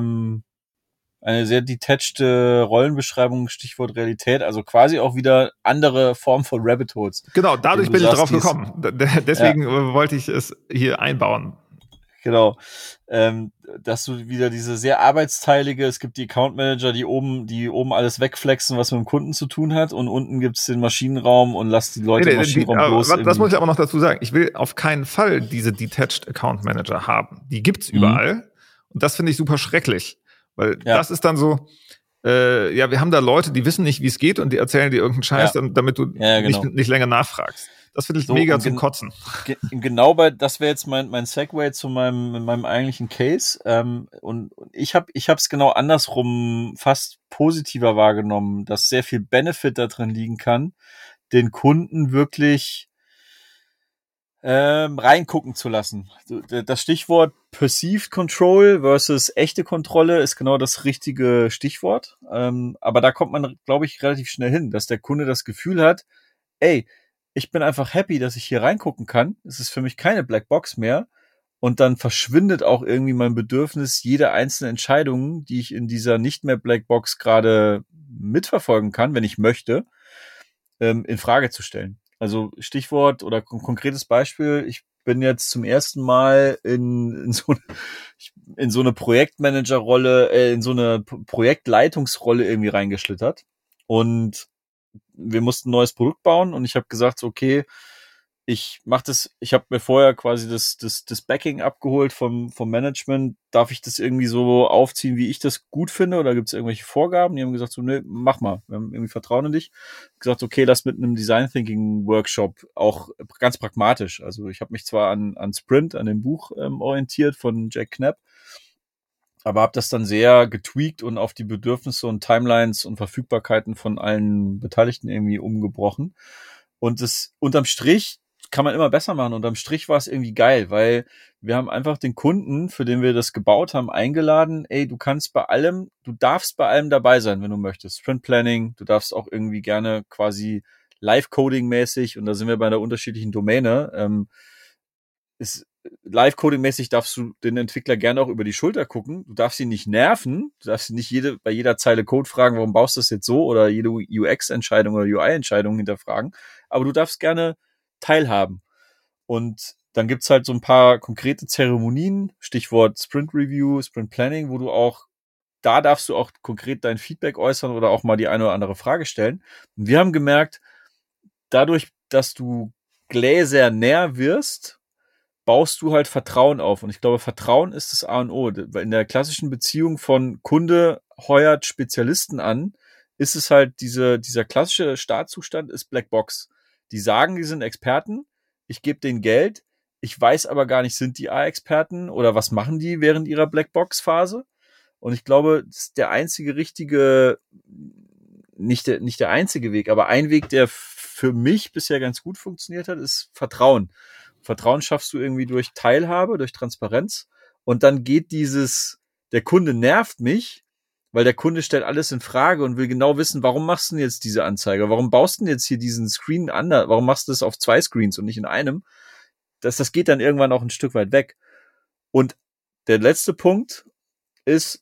Rollenbeschreibung, Stichwort Realität, also quasi auch wieder andere Form von Rabbit Holes. Genau, dadurch bin ich drauf gekommen. Deswegen wollte ich es hier einbauen. Genau, dass du wieder diese sehr arbeitsteilige, es gibt die Account Manager, die oben alles wegflexen, was mit dem Kunden zu tun hat, und unten gibt's den Maschinenraum und lass die Leute im Maschinenraum bloß. Das muss ich aber noch dazu sagen. Ich will auf keinen Fall diese Detached Account Manager haben. Die gibt's überall. Und das finde ich super schrecklich. Weil das ist dann so, wir haben da Leute, die wissen nicht, wie es geht, und die erzählen dir irgendeinen Scheiß, damit du nicht länger nachfragst. Das finde ich mega zum Kotzen. Genau, das wäre jetzt mein Segway zu meinem eigentlichen Case. Und ich hab's genau andersrum fast positiver wahrgenommen, dass sehr viel Benefit da drin liegen kann, den Kunden wirklich reingucken zu lassen. Das Stichwort Perceived Control versus echte Kontrolle ist genau das richtige Stichwort. Aber da kommt man, glaube ich, relativ schnell hin, dass der Kunde das Gefühl hat, ey, ich bin einfach happy, dass ich hier reingucken kann. Es ist für mich keine Blackbox mehr. Und dann verschwindet auch irgendwie mein Bedürfnis, jede einzelne Entscheidung, die ich in dieser nicht mehr Blackbox gerade mitverfolgen kann, wenn ich möchte, in Frage zu stellen. Also Stichwort oder konkretes Beispiel, ich bin jetzt zum ersten Mal in so eine Projektmanagerrolle, in so eine Projektleitungsrolle irgendwie reingeschlittert. Und wir mussten ein neues Produkt bauen und ich habe gesagt, okay, ich habe mir vorher quasi das Backing abgeholt vom Management. Darf ich das irgendwie so aufziehen, wie ich das gut finde, oder gibt es irgendwelche Vorgaben? Die haben gesagt, so, nee, mach mal. Wir haben irgendwie Vertrauen in dich. Gesagt, okay, lass mit einem Design Thinking Workshop, auch ganz pragmatisch. Also ich habe mich zwar an Sprint, an dem Buch orientiert von Jack Knapp, aber habe das dann sehr getweakt und auf die Bedürfnisse und Timelines und Verfügbarkeiten von allen Beteiligten irgendwie umgebrochen. Und das unterm Strich kann man immer besser machen. Unterm Strich war es irgendwie geil, weil wir haben einfach den Kunden, für den wir das gebaut haben, eingeladen, ey, du darfst bei allem dabei sein, wenn du möchtest. Sprint Planning, du darfst auch irgendwie gerne quasi Live-Coding-mäßig, und da sind wir bei einer unterschiedlichen Domäne, Live-Coding-mäßig darfst du den Entwickler gerne auch über die Schulter gucken. Du darfst ihn nicht nerven. Du darfst ihn nicht bei jeder Zeile Code fragen, warum baust du das jetzt so, oder jede UX-Entscheidung oder UI-Entscheidung hinterfragen. aber du darfst gerne teilhaben. Und dann gibt's halt so ein paar konkrete Zeremonien, Stichwort Sprint Review, Sprint Planning, wo du auch, da darfst du auch konkret dein Feedback äußern oder auch mal die eine oder andere Frage stellen. Und wir haben gemerkt, dadurch, dass du gläsernäher wirst, baust du halt Vertrauen auf. Und ich glaube, Vertrauen ist das A und O. In der klassischen Beziehung von Kunde heuert Spezialisten an, ist es halt dieser klassische Startzustand ist Blackbox. Die sagen, die sind Experten, ich gebe denen Geld, ich weiß aber gar nicht, sind die A-Experten oder was machen die während ihrer Blackbox-Phase? Und ich glaube, das ist der einzige richtige, nicht der einzige Weg, aber ein Weg, der für mich bisher ganz gut funktioniert hat, ist Vertrauen. Vertrauen schaffst du irgendwie durch Teilhabe, durch Transparenz. Und dann geht der Kunde nervt mich, weil der Kunde stellt alles in Frage und will genau wissen, warum machst du denn jetzt diese Anzeige? Warum baust du denn jetzt hier diesen Screen anders? Warum machst du das auf 2 Screens und nicht in einem? Das geht dann irgendwann auch ein Stück weit weg. Und der letzte Punkt ist,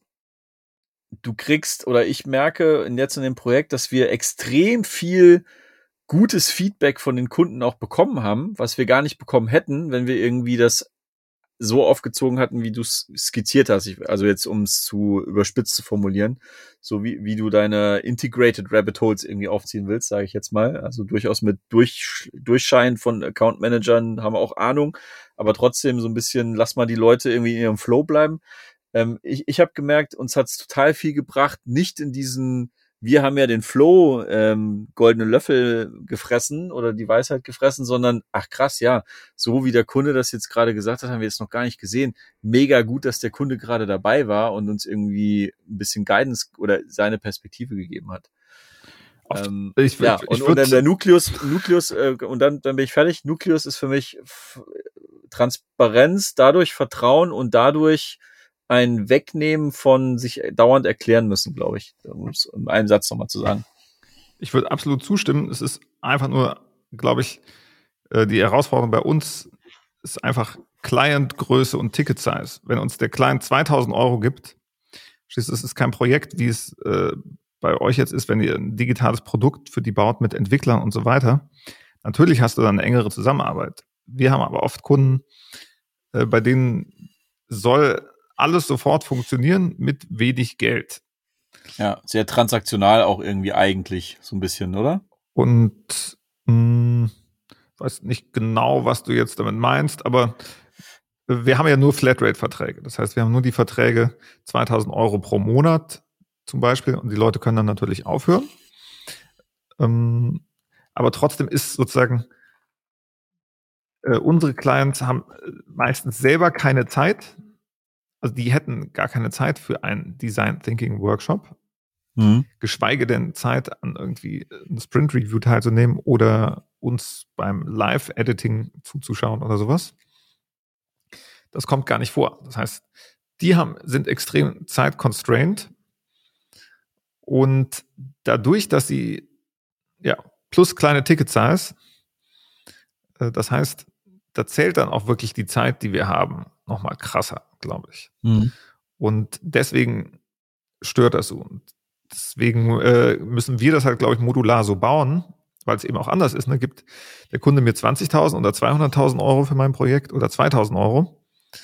du kriegst, oder ich merke jetzt in dem Projekt, dass wir extrem viel gutes Feedback von den Kunden auch bekommen haben, was wir gar nicht bekommen hätten, wenn wir irgendwie das so aufgezogen hatten, wie du es skizziert hast. Also jetzt, um es zu überspitzt zu formulieren, so wie du deine Integrated Rabbit Holes irgendwie aufziehen willst, sage ich jetzt mal. Also durchaus mit Durchschein von Account Managern haben wir auch Ahnung, aber trotzdem so ein bisschen, lass mal die Leute irgendwie in ihrem Flow bleiben. Ich habe gemerkt, uns hat's total viel gebracht, nicht in diesen, wir haben ja den Flow goldene Löffel gefressen oder die Weisheit gefressen, sondern, ach krass, ja, so wie der Kunde das jetzt gerade gesagt hat, haben wir jetzt noch gar nicht gesehen. Mega gut, dass der Kunde gerade dabei war und uns irgendwie ein bisschen Guidance oder seine Perspektive gegeben hat. Und dann der Nukleus und dann bin ich fertig. Nukleus ist für mich Transparenz, dadurch Vertrauen und dadurch ein Wegnehmen von sich dauernd erklären müssen, glaube ich, um es in einem Satz nochmal zu sagen. Ich würde absolut zustimmen. Es ist einfach nur, glaube ich, die Herausforderung bei uns ist einfach Client-Größe und Ticket-Size. Wenn uns der Client 2.000 Euro gibt, schließlich ist es kein Projekt, wie es bei euch jetzt ist, wenn ihr ein digitales Produkt für die baut mit Entwicklern und so weiter. Natürlich hast du dann eine engere Zusammenarbeit. Wir haben aber oft Kunden, bei denen soll alles sofort funktionieren mit wenig Geld. Ja, sehr transaktional auch irgendwie eigentlich so ein bisschen, oder? Und weiß nicht genau, was du jetzt damit meinst, aber wir haben ja nur Flatrate-Verträge. Das heißt, wir haben nur die Verträge 2.000 Euro pro Monat zum Beispiel und die Leute können dann natürlich aufhören. Aber trotzdem ist sozusagen unsere Clients haben meistens selber keine Zeit. Also die hätten gar keine Zeit für einen Design Thinking Workshop, geschweige denn Zeit an irgendwie ein Sprint Review teilzunehmen oder uns beim Live-Editing zuzuschauen oder sowas. Das kommt gar nicht vor. Das heißt, die sind extrem zeit-constrained und dadurch, dass sie, plus kleine Ticket-Size, das heißt, da zählt dann auch wirklich die Zeit, die wir haben, nochmal krasser, glaube ich. Und deswegen stört das so. Und deswegen müssen wir das halt, glaube ich, modular so bauen, weil es eben auch anders ist. Ne? Gibt der Kunde mir 20.000 oder 200.000 Euro für mein Projekt oder 2.000 Euro.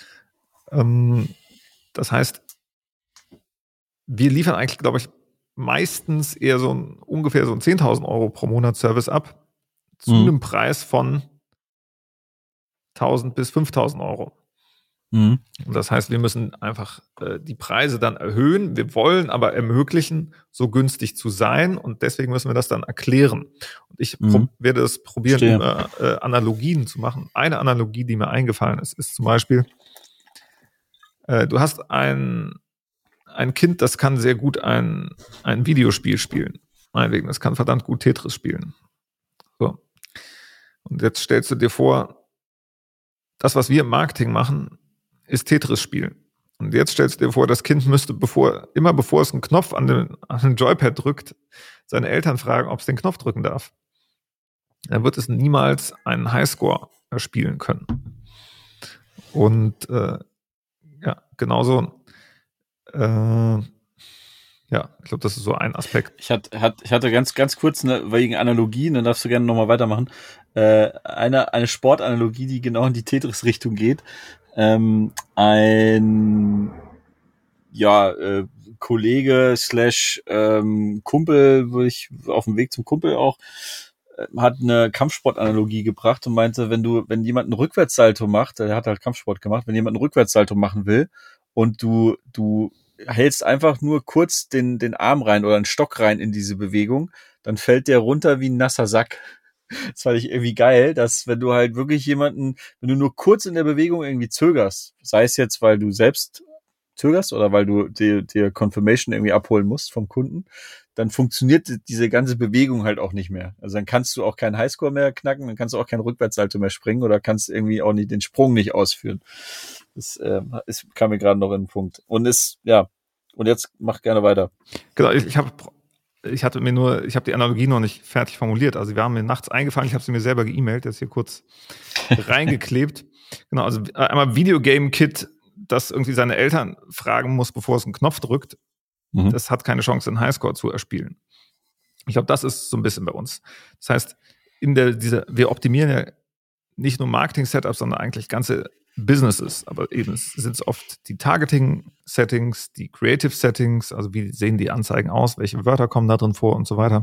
Das heißt, wir liefern eigentlich, glaube ich, meistens eher ungefähr so ein 10.000 Euro pro Monat Service ab zu einem Preis von 1.000 bis 5.000 Euro. Und das heißt, wir müssen einfach die Preise dann erhöhen. Wir wollen aber ermöglichen, so günstig zu sein. Und deswegen müssen wir das dann erklären. Und ich werde es probieren, über Analogien zu machen. Eine Analogie, die mir eingefallen ist, ist zum Beispiel, du hast ein Kind, das kann sehr gut ein Videospiel spielen. Meinetwegen, das kann verdammt gut Tetris spielen. So. Und jetzt stellst du dir vor, das, was wir im Marketing machen, ist Tetris spielen. Und jetzt stellst du dir vor, das Kind müsste, bevor es einen Knopf an den Joypad drückt, seine Eltern fragen, ob es den Knopf drücken darf. Dann wird es niemals einen Highscore spielen können. Und genauso Ja, ich glaube, das ist so ein Aspekt. Ich hatte ganz kurz wegen Analogien, dann darfst du gerne nochmal weitermachen, eine Sportanalogie, die genau in die Tetris-Richtung geht. Ein Kollege / Kumpel, wo ich auf dem Weg zum Kumpel auch, hat eine Kampfsportanalogie gebracht und meinte, wenn jemand einen Rückwärtssalto macht, der hat halt Kampfsport gemacht, wenn jemand einen Rückwärtssalto machen will und du hältst einfach nur kurz den Arm rein oder einen Stock rein in diese Bewegung, dann fällt der runter wie ein nasser Sack. Das fand ich irgendwie geil, dass wenn du halt wirklich wenn du nur kurz in der Bewegung irgendwie zögerst, sei es jetzt, weil du selbst zögerst oder weil du dir Confirmation irgendwie abholen musst vom Kunden, dann funktioniert diese ganze Bewegung halt auch nicht mehr. Also dann kannst du auch keinen Highscore mehr knacken, dann kannst du auch keinen Rückwärtssalto mehr springen oder kannst irgendwie auch nicht den Sprung nicht ausführen. Das kam mir gerade noch in den Punkt. Und jetzt mach gerne weiter. Genau, ich habe die Analogie noch nicht fertig formuliert. Also wir haben mir nachts eingefallen, ich habe sie mir selber geemailt, jetzt hier kurz reingeklebt. Genau, also einmal Videogame-Kit, das irgendwie seine Eltern fragen muss, bevor es einen Knopf drückt. Mhm. Das hat keine Chance, einen Highscore zu erspielen. Ich glaube, das ist so ein bisschen bei uns. Das heißt, wir optimieren ja nicht nur Marketing-Setups, sondern eigentlich ganze Businesses. Aber eben sind es oft die Targeting-Settings, die Creative-Settings, also wie sehen die Anzeigen aus, welche Wörter kommen da drin vor und so weiter.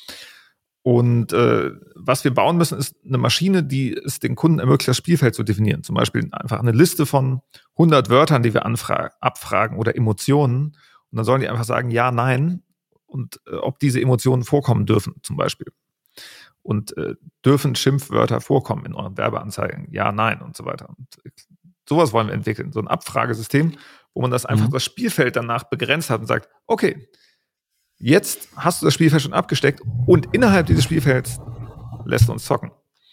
Und was wir bauen müssen, ist eine Maschine, die es den Kunden ermöglicht, das Spielfeld zu definieren. Zum Beispiel einfach eine Liste von 100 Wörtern, die wir abfragen oder Emotionen. Und dann sollen die einfach sagen, ja, nein, und ob diese Emotionen vorkommen dürfen, zum Beispiel. Und dürfen Schimpfwörter vorkommen in euren Werbeanzeigen? Ja, nein und so weiter. Und sowas wollen wir entwickeln, so ein Abfragesystem, wo man das einfach das Spielfeld danach begrenzt hat und sagt, okay, jetzt hast du das Spielfeld schon abgesteckt und innerhalb dieses Spielfelds lässt du uns zocken.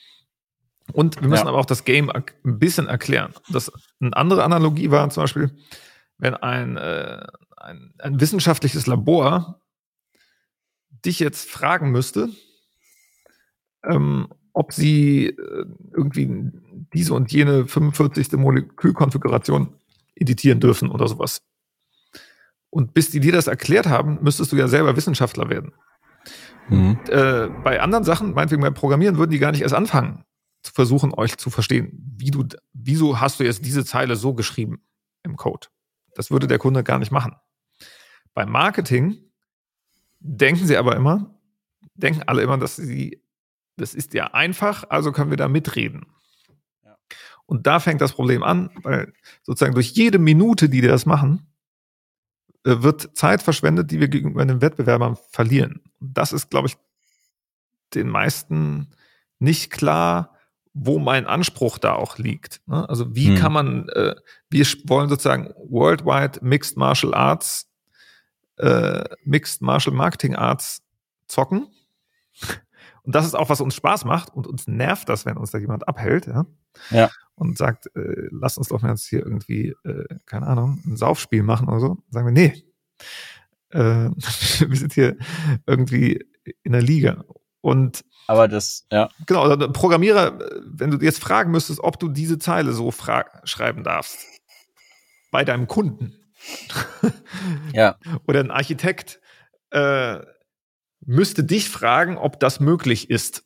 Und wir müssen aber auch das Game ein bisschen erklären. Eine andere Analogie war zum Beispiel, wenn ein wissenschaftliches Labor dich jetzt fragen müsste, ob sie irgendwie diese und jene 45. Molekülkonfiguration editieren dürfen oder sowas. Und bis die dir das erklärt haben, müsstest du ja selber Wissenschaftler werden. Mhm. Und, bei anderen Sachen, meinetwegen beim Programmieren, würden die gar nicht erst anfangen, zu versuchen, euch zu verstehen. Wieso hast du jetzt diese Zeile so geschrieben im Code? Das würde der Kunde gar nicht machen. Beim Marketing denken alle immer, das ist ja einfach, also können wir da mitreden. Ja. Und da fängt das Problem an, weil sozusagen durch jede Minute, die das machen, wird Zeit verschwendet, die wir gegenüber den Wettbewerbern verlieren. Und das ist, glaube ich, den meisten nicht klar, wo mein Anspruch da auch liegt. Also wie kann man, wir wollen sozusagen Worldwide Mixed Martial Marketing Arts zocken. Und das ist auch, was uns Spaß macht und uns nervt das, wenn uns da jemand abhält, ja. Und sagt, lass uns doch mal jetzt hier irgendwie, keine Ahnung, ein Saufspiel machen oder so. Sagen wir, nee, wir sind hier irgendwie in der Liga. Und aber das, ja. Genau, also ein Programmierer, wenn du jetzt fragen müsstest, ob du diese Zeile so schreiben darfst, bei deinem Kunden. Ja. Oder ein Architekt müsste dich fragen, ob das möglich ist.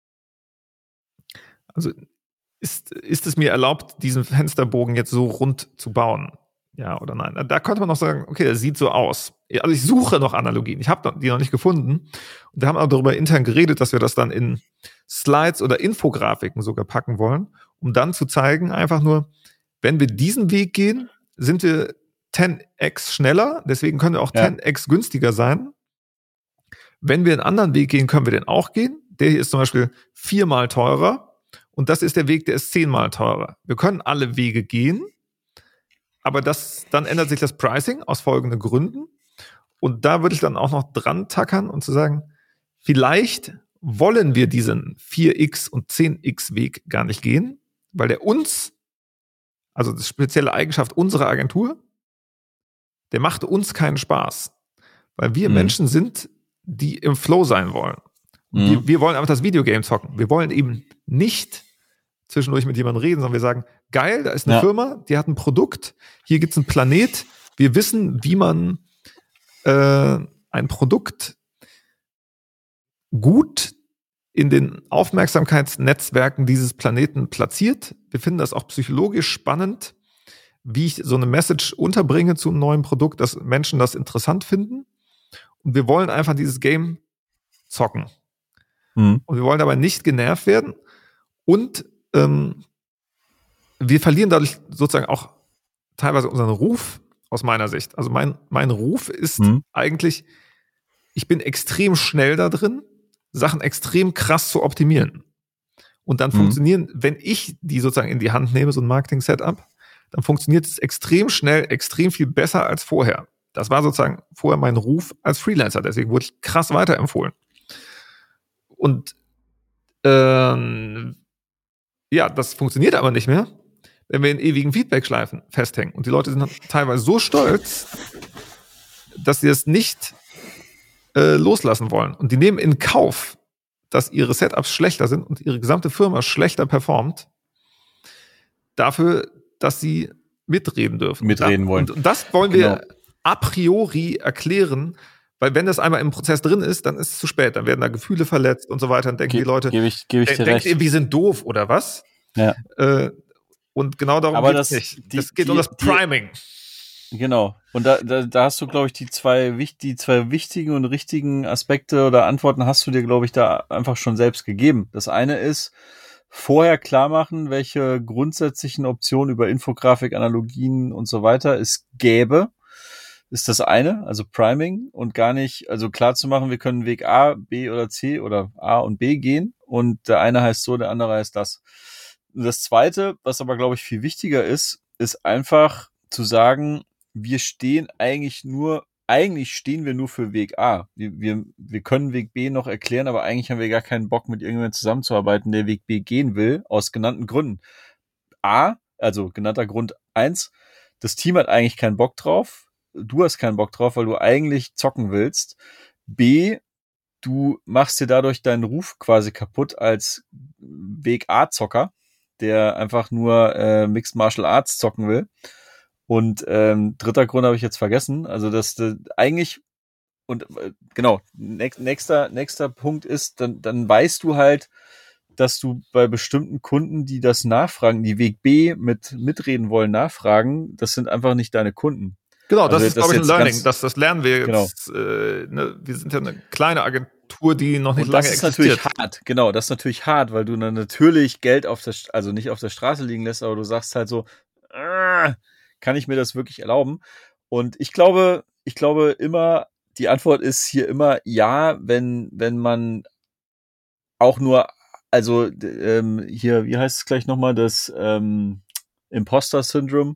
Also ist es mir erlaubt, diesen Fensterbogen jetzt so rund zu bauen? Ja oder nein? Da könnte man noch sagen, okay, das sieht so aus. Also ich suche noch Analogien. Ich habe die noch nicht gefunden. Und wir haben auch darüber intern geredet, dass wir das dann in Slides oder Infografiken sogar packen wollen, um dann zu zeigen, einfach nur, wenn wir diesen Weg gehen, sind wir 10x schneller. Deswegen können wir auch 10x günstiger sein. Wenn wir einen anderen Weg gehen, können wir den auch gehen. Der hier ist zum Beispiel 4-mal teurer. Und das ist der Weg, der ist 10-mal teurer. Wir können alle Wege gehen, aber dann ändert sich das Pricing aus folgenden Gründen. Und da würde ich dann auch noch dran tackern und zu sagen, vielleicht wollen wir diesen 4x und 10x Weg gar nicht gehen, weil der also das spezielle Eigenschaft unserer Agentur, der macht uns keinen Spaß. Weil wir Menschen sind, die im Flow sein wollen. Wir wollen einfach das Videogame zocken. Wir wollen eben nicht zwischendurch mit jemandem reden, sondern wir sagen, geil, da ist eine Firma, die hat ein Produkt, hier gibt's einen Planet, wir wissen, wie man ein Produkt gut in den Aufmerksamkeitsnetzwerken dieses Planeten platziert. Wir finden das auch psychologisch spannend, wie ich so eine Message unterbringe zum neuen Produkt, dass Menschen das interessant finden. Und wir wollen einfach dieses Game zocken. Und wir wollen dabei nicht genervt werden. Und wir verlieren dadurch sozusagen auch teilweise unseren Ruf aus meiner Sicht. Also mein Ruf ist eigentlich, ich bin extrem schnell da drin, Sachen extrem krass zu optimieren. Und dann funktionieren, wenn ich die sozusagen in die Hand nehme, so ein Marketing-Setup, dann funktioniert es extrem schnell, extrem viel besser als vorher. Das war sozusagen vorher mein Ruf als Freelancer, deswegen wurde ich krass weiterempfohlen. Und ja, das funktioniert aber nicht mehr, wenn wir in ewigen Feedback-Schleifen festhängen. Und die Leute sind teilweise so stolz, dass sie es nicht loslassen wollen. Und die nehmen in Kauf, dass ihre Setups schlechter sind und ihre gesamte Firma schlechter performt, dafür, dass sie mitreden dürfen. Mitreden wollen. Und das wollen wir a priori erklären, weil wenn das einmal im Prozess drin ist, dann ist es zu spät. Dann werden da Gefühle verletzt und so weiter. Dann denken die Leute, gebe ich dir denkt recht. ihr, wir sind doof oder was? Ja. Und genau darum geht es nicht. Es geht um das Priming. Genau. Und da hast du, glaube ich, die zwei wichtigen und richtigen Aspekte oder Antworten hast du dir, glaube ich, da einfach schon selbst gegeben. Das eine ist, vorher klar machen, welche grundsätzlichen Optionen über Infografik, Analogien und so weiter es gäbe, ist das eine, also Priming, und gar nicht, also klar zu machen, wir können Weg A, B oder C oder A und B gehen und der eine heißt so, der andere heißt das. Und das zweite, was aber, glaube ich, viel wichtiger ist einfach zu sagen, eigentlich stehen wir nur für Weg A. Wir können Weg B noch erklären, aber eigentlich haben wir gar keinen Bock, mit irgendjemandem zusammenzuarbeiten, der Weg B gehen will, aus genannten Gründen. A, also genannter Grund 1, das Team hat eigentlich keinen Bock drauf. Du hast keinen Bock drauf, weil du eigentlich zocken willst. B, du machst dir dadurch deinen Ruf quasi kaputt als Weg A-Zocker, der einfach nur Mixed Martial Arts zocken will. Und dritter Grund habe ich jetzt vergessen. Also das eigentlich und genau, nächster Punkt ist, dann weißt du halt, dass du bei bestimmten Kunden, die das nachfragen, die Weg B mitreden wollen, nachfragen, das sind einfach nicht deine Kunden. Genau, das ist, glaube ich, ein Learning. Das lernen wir jetzt. Genau. Wir sind ja eine kleine Agentur, die noch nicht lange existiert. Das ist natürlich hart. Genau, das ist natürlich hart, weil du dann natürlich Geld also nicht auf der Straße liegen lässt, aber du sagst halt so, kann ich mir das wirklich erlauben? Und ich glaube immer, die Antwort ist hier immer ja, wenn man auch nur, also hier, wie heißt es gleich nochmal, das Imposter-Syndrom.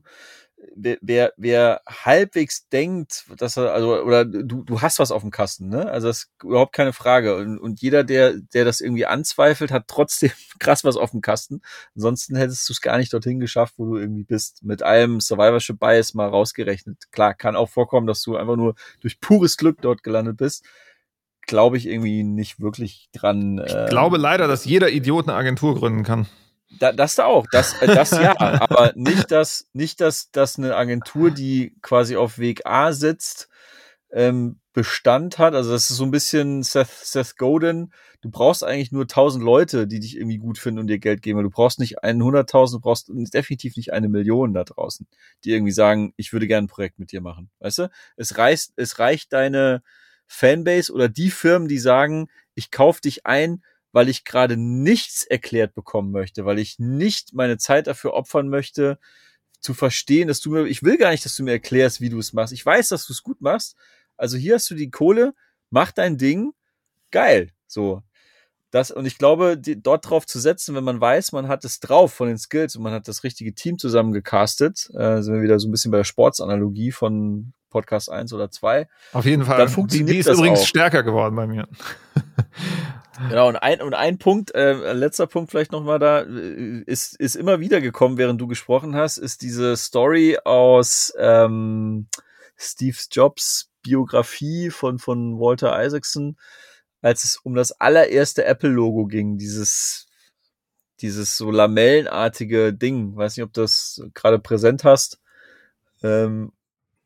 Wer halbwegs denkt, dass er, also, oder du hast was auf dem Kasten, ne? Also das ist überhaupt keine Frage. Und jeder, der das irgendwie anzweifelt, hat trotzdem krass was auf dem Kasten. Ansonsten hättest du es gar nicht dorthin geschafft, wo du irgendwie bist. Mit allem Survivorship Bias mal rausgerechnet. Klar, kann auch vorkommen, dass du einfach nur durch pures Glück dort gelandet bist. Glaube ich irgendwie nicht wirklich dran. Ich glaube leider, dass jeder Idiot eine Agentur gründen kann. Das auch, das ja, aber nicht, dass eine Agentur, die quasi auf Weg A sitzt, Bestand hat. Also das ist so ein bisschen Seth Godin. Du brauchst eigentlich nur 1000 Leute, die dich irgendwie gut finden und dir Geld geben. Du brauchst nicht 100.000, du brauchst definitiv nicht 1 Million da draußen, die irgendwie sagen, ich würde gerne ein Projekt mit dir machen. Weißt du? Es reicht deine Fanbase oder die Firmen, die sagen, ich kaufe dich ein, weil ich gerade nichts erklärt bekommen möchte, weil ich nicht meine Zeit dafür opfern möchte, zu verstehen, ich will gar nicht, dass du mir erklärst, wie du es machst. Ich weiß, dass du es gut machst. Also hier hast du die Kohle, mach dein Ding, geil. So. Und ich glaube, dort drauf zu setzen, wenn man weiß, man hat es drauf von den Skills und man hat das richtige Team zusammengecastet, sind wir wieder so ein bisschen bei der Sportsanalogie von Podcast 1 oder 2. Auf jeden Fall. Dann funktioniert die ist übrigens stärker geworden bei mir. Genau, und ein Punkt, letzter Punkt vielleicht nochmal da, ist immer wieder gekommen, während du gesprochen hast, ist diese Story aus Steve Jobs Biografie von Walter Isaacson, als es um das allererste Apple-Logo ging, dieses so lamellenartige Ding, weiß nicht, ob du das gerade präsent hast,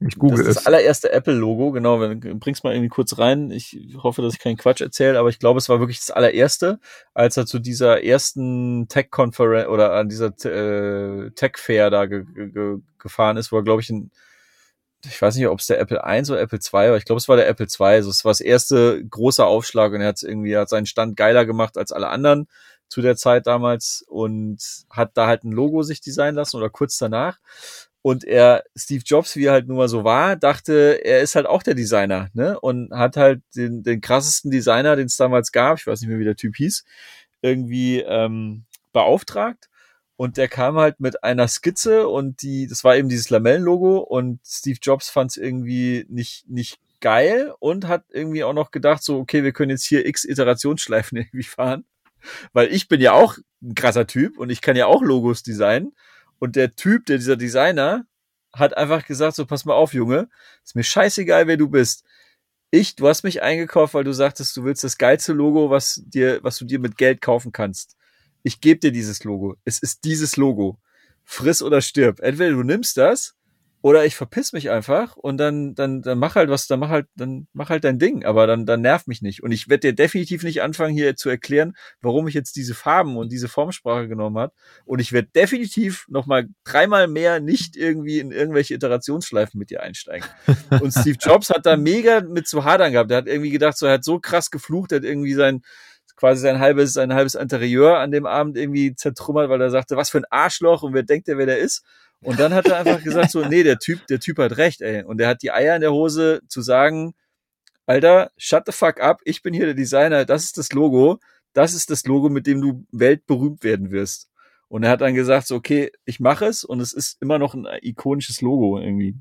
Ich google das allererste Apple-Logo, genau, bring's mal irgendwie kurz rein. Ich hoffe, dass ich keinen Quatsch erzähle, aber ich glaube, es war wirklich das allererste, als er zu dieser ersten Tech-Konferenz oder an dieser Tech-Fair da gefahren ist, wo er, glaube ich, ich weiß nicht, ob es der Apple I oder Apple II war, ich glaube, es war der Apple II, also es war das erste große Aufschlag und er hat seinen Stand geiler gemacht als alle anderen zu der Zeit damals und hat da halt ein Logo sich designen lassen oder kurz danach. Und Steve Jobs, wie er halt nun mal so war, dachte, er ist halt auch der Designer, ne? Und hat halt den krassesten Designer, den es damals gab, ich weiß nicht mehr, wie der Typ hieß, irgendwie beauftragt. Und der kam halt mit einer Skizze und das war eben dieses Lamellenlogo und Steve Jobs fand es irgendwie nicht geil und hat irgendwie auch noch gedacht, so, okay, wir können jetzt hier x Iterationsschleifen irgendwie fahren, weil ich bin ja auch ein krasser Typ und ich kann ja auch Logos designen. Und dieser Designer, hat einfach gesagt, so, pass mal auf, Junge, ist mir scheißegal, wer du bist. Du hast mich eingekauft, weil du sagtest, du willst das geilste Logo, was du dir mit Geld kaufen kannst. Ich gebe dir dieses Logo. Es ist dieses Logo. Friss oder stirb. Entweder du nimmst das, oder ich verpiss mich einfach und dann mach halt mach halt dein Ding, aber dann nerv mich nicht. Und ich werde dir definitiv nicht anfangen, hier zu erklären, warum ich jetzt diese Farben und diese Formsprache genommen habe. Und ich werde definitiv nochmal 3-mal mehr nicht irgendwie in irgendwelche Iterationsschleifen mit dir einsteigen. Und Steve Jobs hat da mega mit zu hadern gehabt. Er hat irgendwie gedacht, so, er hat so krass geflucht, er hat irgendwie sein halbes Interieur an dem Abend irgendwie zertrümmert, weil er sagte, was für ein Arschloch und wer denkt wer der ist? Und dann hat er einfach gesagt so, nee, der Typ hat recht, ey. Und er hat die Eier in der Hose zu sagen, Alter, shut the fuck up, ich bin hier der Designer, das ist das Logo, mit dem du weltberühmt werden wirst. Und er hat dann gesagt so, okay, ich mache es und es ist immer noch ein ikonisches Logo irgendwie.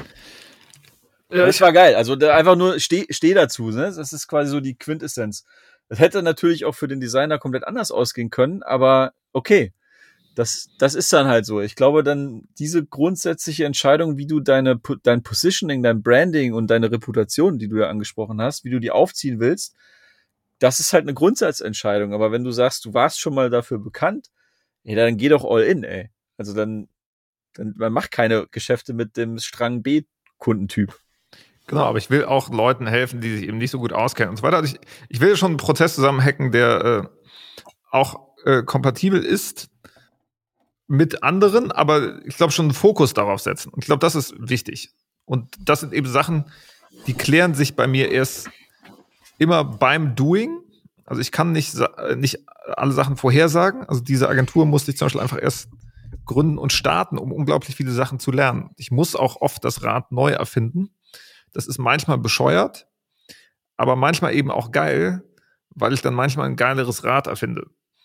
Ja, das war geil. Also einfach nur steh dazu, ne? Das ist quasi so die Quintessenz. Das hätte natürlich auch für den Designer komplett anders ausgehen können, aber okay. Das ist dann halt so. Ich glaube, dann diese grundsätzliche Entscheidung, wie du dein Positioning, dein Branding und deine Reputation, die du ja angesprochen hast, wie du die aufziehen willst, das ist halt eine Grundsatzentscheidung. Aber wenn du sagst, du warst schon mal dafür bekannt, ey, dann geh doch all in, ey. Also dann man macht keine Geschäfte mit dem Strang B-Kundentyp. Genau, aber ich will auch Leuten helfen, die sich eben nicht so gut auskennen und so weiter. Also ich will schon einen Prozess zusammenhacken, der auch kompatibel ist mit anderen, aber ich glaube schon einen Fokus darauf setzen. Und ich glaube, das ist wichtig. Und das sind eben Sachen, die klären sich bei mir erst immer beim Doing. Also ich kann nicht alle Sachen vorhersagen. Also diese Agentur musste ich zum Beispiel einfach erst gründen und starten, um unglaublich viele Sachen zu lernen. Ich muss auch oft das Rad neu erfinden. Das ist manchmal bescheuert, aber manchmal eben auch geil, weil ich dann manchmal ein geileres Rad erfinde.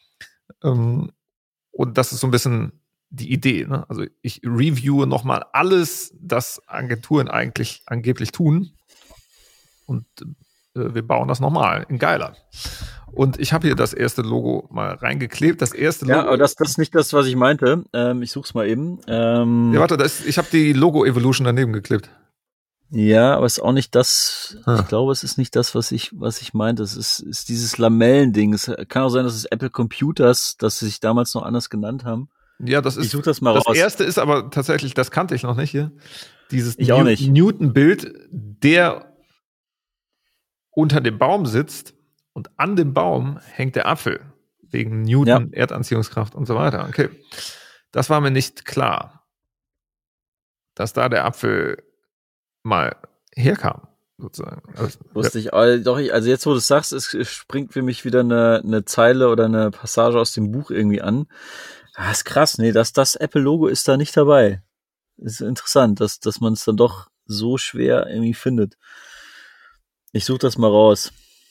Und das ist so ein bisschen die Idee. Ne? Also ich reviewe nochmal alles, das Agenturen angeblich tun. Und wir bauen das nochmal in geiler. Und ich habe hier das erste Logo mal reingeklebt. Das erste Logo. Ja, aber das ist nicht das, was ich meinte. Ich such's mal eben. Ja, warte, ich habe die Logo-Evolution daneben geklebt. Ja, aber es ist auch nicht das, ich glaube, es ist nicht das, was ich meinte. Es ist dieses Lamellending. Es kann auch sein, dass es Apple Computers, dass sie sich damals noch anders genannt haben. Ja, das ist. Ich suche das mal raus. Das erste ist aber tatsächlich, das kannte ich noch nicht hier. Dieses auch nicht. Newton-Bild, der unter dem Baum sitzt und an dem Baum hängt der Apfel. Wegen Newton, ja. Erdanziehungskraft und so weiter. Okay. Das war mir nicht klar. Dass da der Apfel mal herkam, sozusagen. Also, wusste ich, also jetzt, wo du es sagst, es springt für mich wieder eine Zeile oder eine Passage aus dem Buch irgendwie an. Ah, ist krass, nee, das Apple-Logo ist da nicht dabei. Ist interessant, dass man es dann doch so schwer irgendwie findet. Ich suche das mal raus.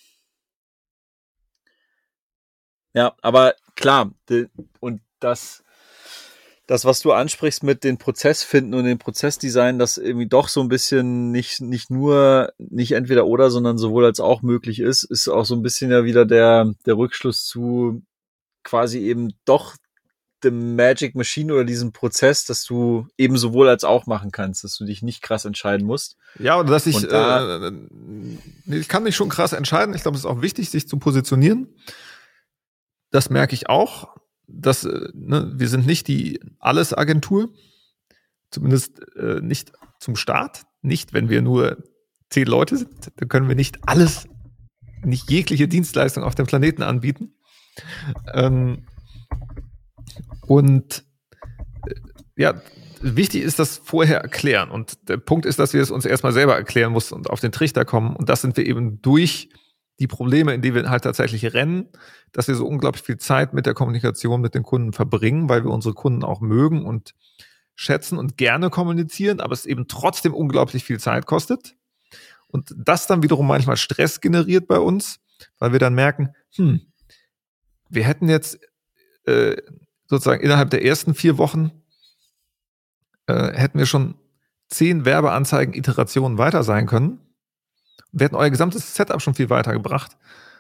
Ja, aber klar, und das, was du ansprichst mit den Prozess finden und den Prozessdesign, das irgendwie doch so ein bisschen nicht entweder oder, sondern sowohl als auch möglich ist auch so ein bisschen ja wieder der Rückschluss zu quasi eben doch dem Magic Machine oder diesem Prozess, dass du eben sowohl als auch machen kannst, dass du dich nicht krass entscheiden musst. Ja, oder dass ich kann mich schon krass entscheiden. Ich glaube, es ist auch wichtig, sich zu positionieren. Das merke ich auch. Wir sind nicht die Alles-Agentur, zumindest nicht zum Start. nicht, wenn wir nur 10 Leute sind, dann können wir nicht jegliche Dienstleistung auf dem Planeten anbieten. Und ja, wichtig ist das vorher erklären. Und der Punkt ist, dass wir es uns erstmal selber erklären mussten und auf den Trichter kommen. Und das sind wir eben durch die Probleme, in die wir halt tatsächlich rennen, dass wir so unglaublich viel Zeit mit der Kommunikation mit den Kunden verbringen, weil wir unsere Kunden auch mögen und schätzen und gerne kommunizieren, aber es eben trotzdem unglaublich viel Zeit kostet. Und das dann wiederum manchmal Stress generiert bei uns, weil wir dann merken, wir hätten jetzt sozusagen innerhalb der ersten 4 Wochen hätten wir schon 10 Werbeanzeigen-Iterationen weiter sein können. Wir hätten euer gesamtes Setup schon viel weiter gebracht.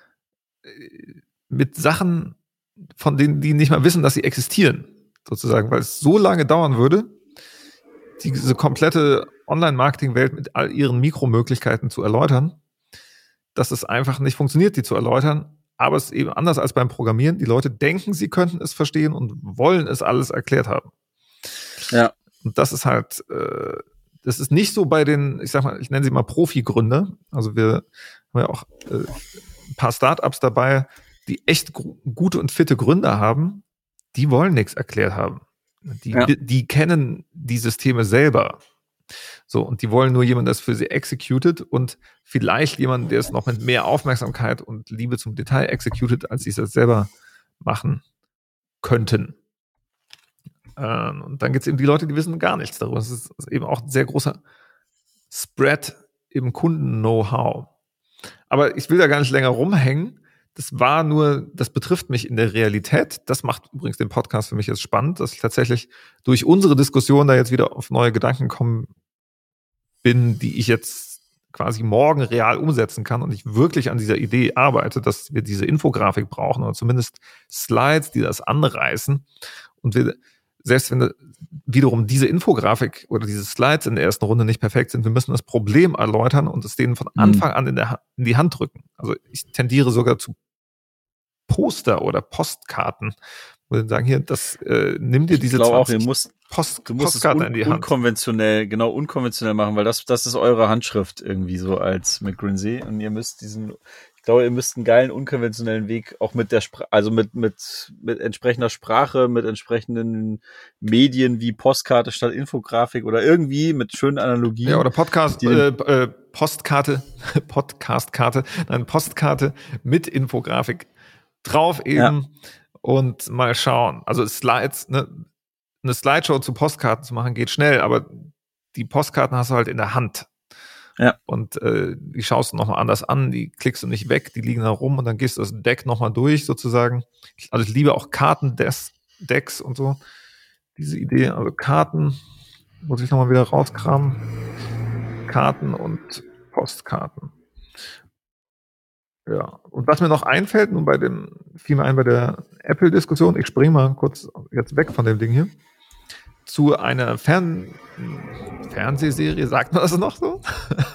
Mit Sachen, von denen die nicht mal wissen, dass sie existieren, sozusagen, weil es so lange dauern würde, diese komplette Online-Marketing-Welt mit all ihren Mikromöglichkeiten zu erläutern, dass es einfach nicht funktioniert, die zu erläutern. Aber es ist eben anders als beim Programmieren. Die Leute denken, sie könnten es verstehen und wollen es alles erklärt haben. Ja. Und das ist halt, das ist nicht so bei den, ich nenne sie mal Profi-Gründer. Also wir haben ja auch ein paar Startups dabei, die echt gute und fitte Gründer haben. Die wollen nichts erklärt haben. Die kennen die Systeme selber. So, und die wollen nur jemanden, der es für sie executed und vielleicht jemanden, der es noch mit mehr Aufmerksamkeit und Liebe zum Detail executed, als sie es selber machen könnten. Und dann gibt es eben die Leute, die wissen gar nichts darüber. Es ist eben auch ein sehr großer Spread im Kunden-Know-how. Aber ich will da gar nicht länger rumhängen. Das betrifft mich in der Realität. Das macht übrigens den Podcast für mich jetzt spannend, dass ich tatsächlich durch unsere Diskussion da jetzt wieder auf neue Gedanken kommen bin, die ich jetzt quasi morgen real umsetzen kann und ich wirklich an dieser Idee arbeite, dass wir diese Infografik brauchen oder zumindest Slides, die das anreißen. Und wir, selbst wenn wiederum diese Infografik oder diese Slides in der ersten Runde nicht perfekt sind, wir müssen das Problem erläutern und es denen von Anfang an in die Hand drücken. Also ich tendiere sogar zu Poster oder Postkarten, wo wir sagen, hier, nimm dir diese 20 du musst Postkarte es in die Hand. unkonventionell machen, weil das ist eure Handschrift irgendwie so als McGrinsey und ihr müsst ihr müsst einen geilen unkonventionellen Weg auch mit der mit entsprechender Sprache, mit entsprechenden Medien wie Postkarte statt Infografik oder irgendwie mit schönen Analogien. Ja, oder Postkarte mit Infografik drauf eben und mal schauen. Also Slides, eine Slideshow zu Postkarten zu machen, geht schnell, aber die Postkarten hast du halt in der Hand. Ja. Und die schaust du nochmal anders an, die klickst du nicht weg, die liegen da rum und dann gehst du das Deck nochmal durch sozusagen. Also ich liebe auch Kartendecks und so. Diese Idee, also Karten, muss ich nochmal wieder rauskramen. Karten und Postkarten. Ja, und was mir noch einfällt, fiel mir ein bei der Apple-Diskussion, ich springe mal kurz jetzt weg von dem Ding hier, zu einer Fernsehserie, sagt man das noch so?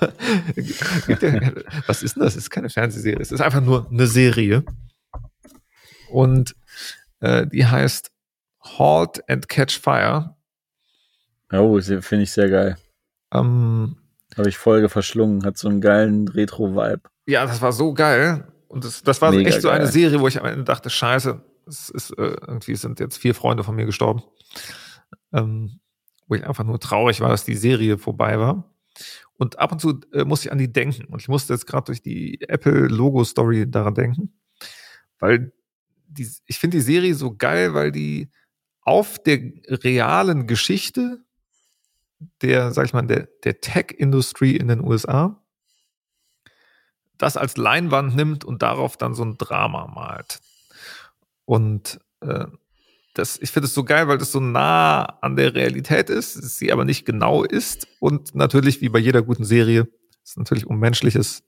Was ist denn das? Es ist keine Fernsehserie, es ist einfach nur eine Serie. Und die heißt Halt and Catch Fire. Oh, finde ich sehr geil. Habe ich Folge verschlungen, hat so einen geilen Retro-Vibe. Ja, das war so geil. Und das war echt so eine Serie, wo ich am Ende dachte, scheiße, irgendwie sind jetzt 4 Freunde von mir gestorben. Wo ich einfach nur traurig war, dass die Serie vorbei war. Und ab und zu musste ich an die denken. Und ich musste jetzt gerade durch die Apple-Logo-Story daran denken. Weil ich finde die Serie so geil, weil die auf der realen Geschichte der Tech-Industrie in den USA das als Leinwand nimmt und darauf dann so ein Drama malt. Und ich finde es so geil, weil das so nah an der Realität ist, sie aber nicht genau ist und natürlich, wie bei jeder guten Serie, es natürlich um menschliches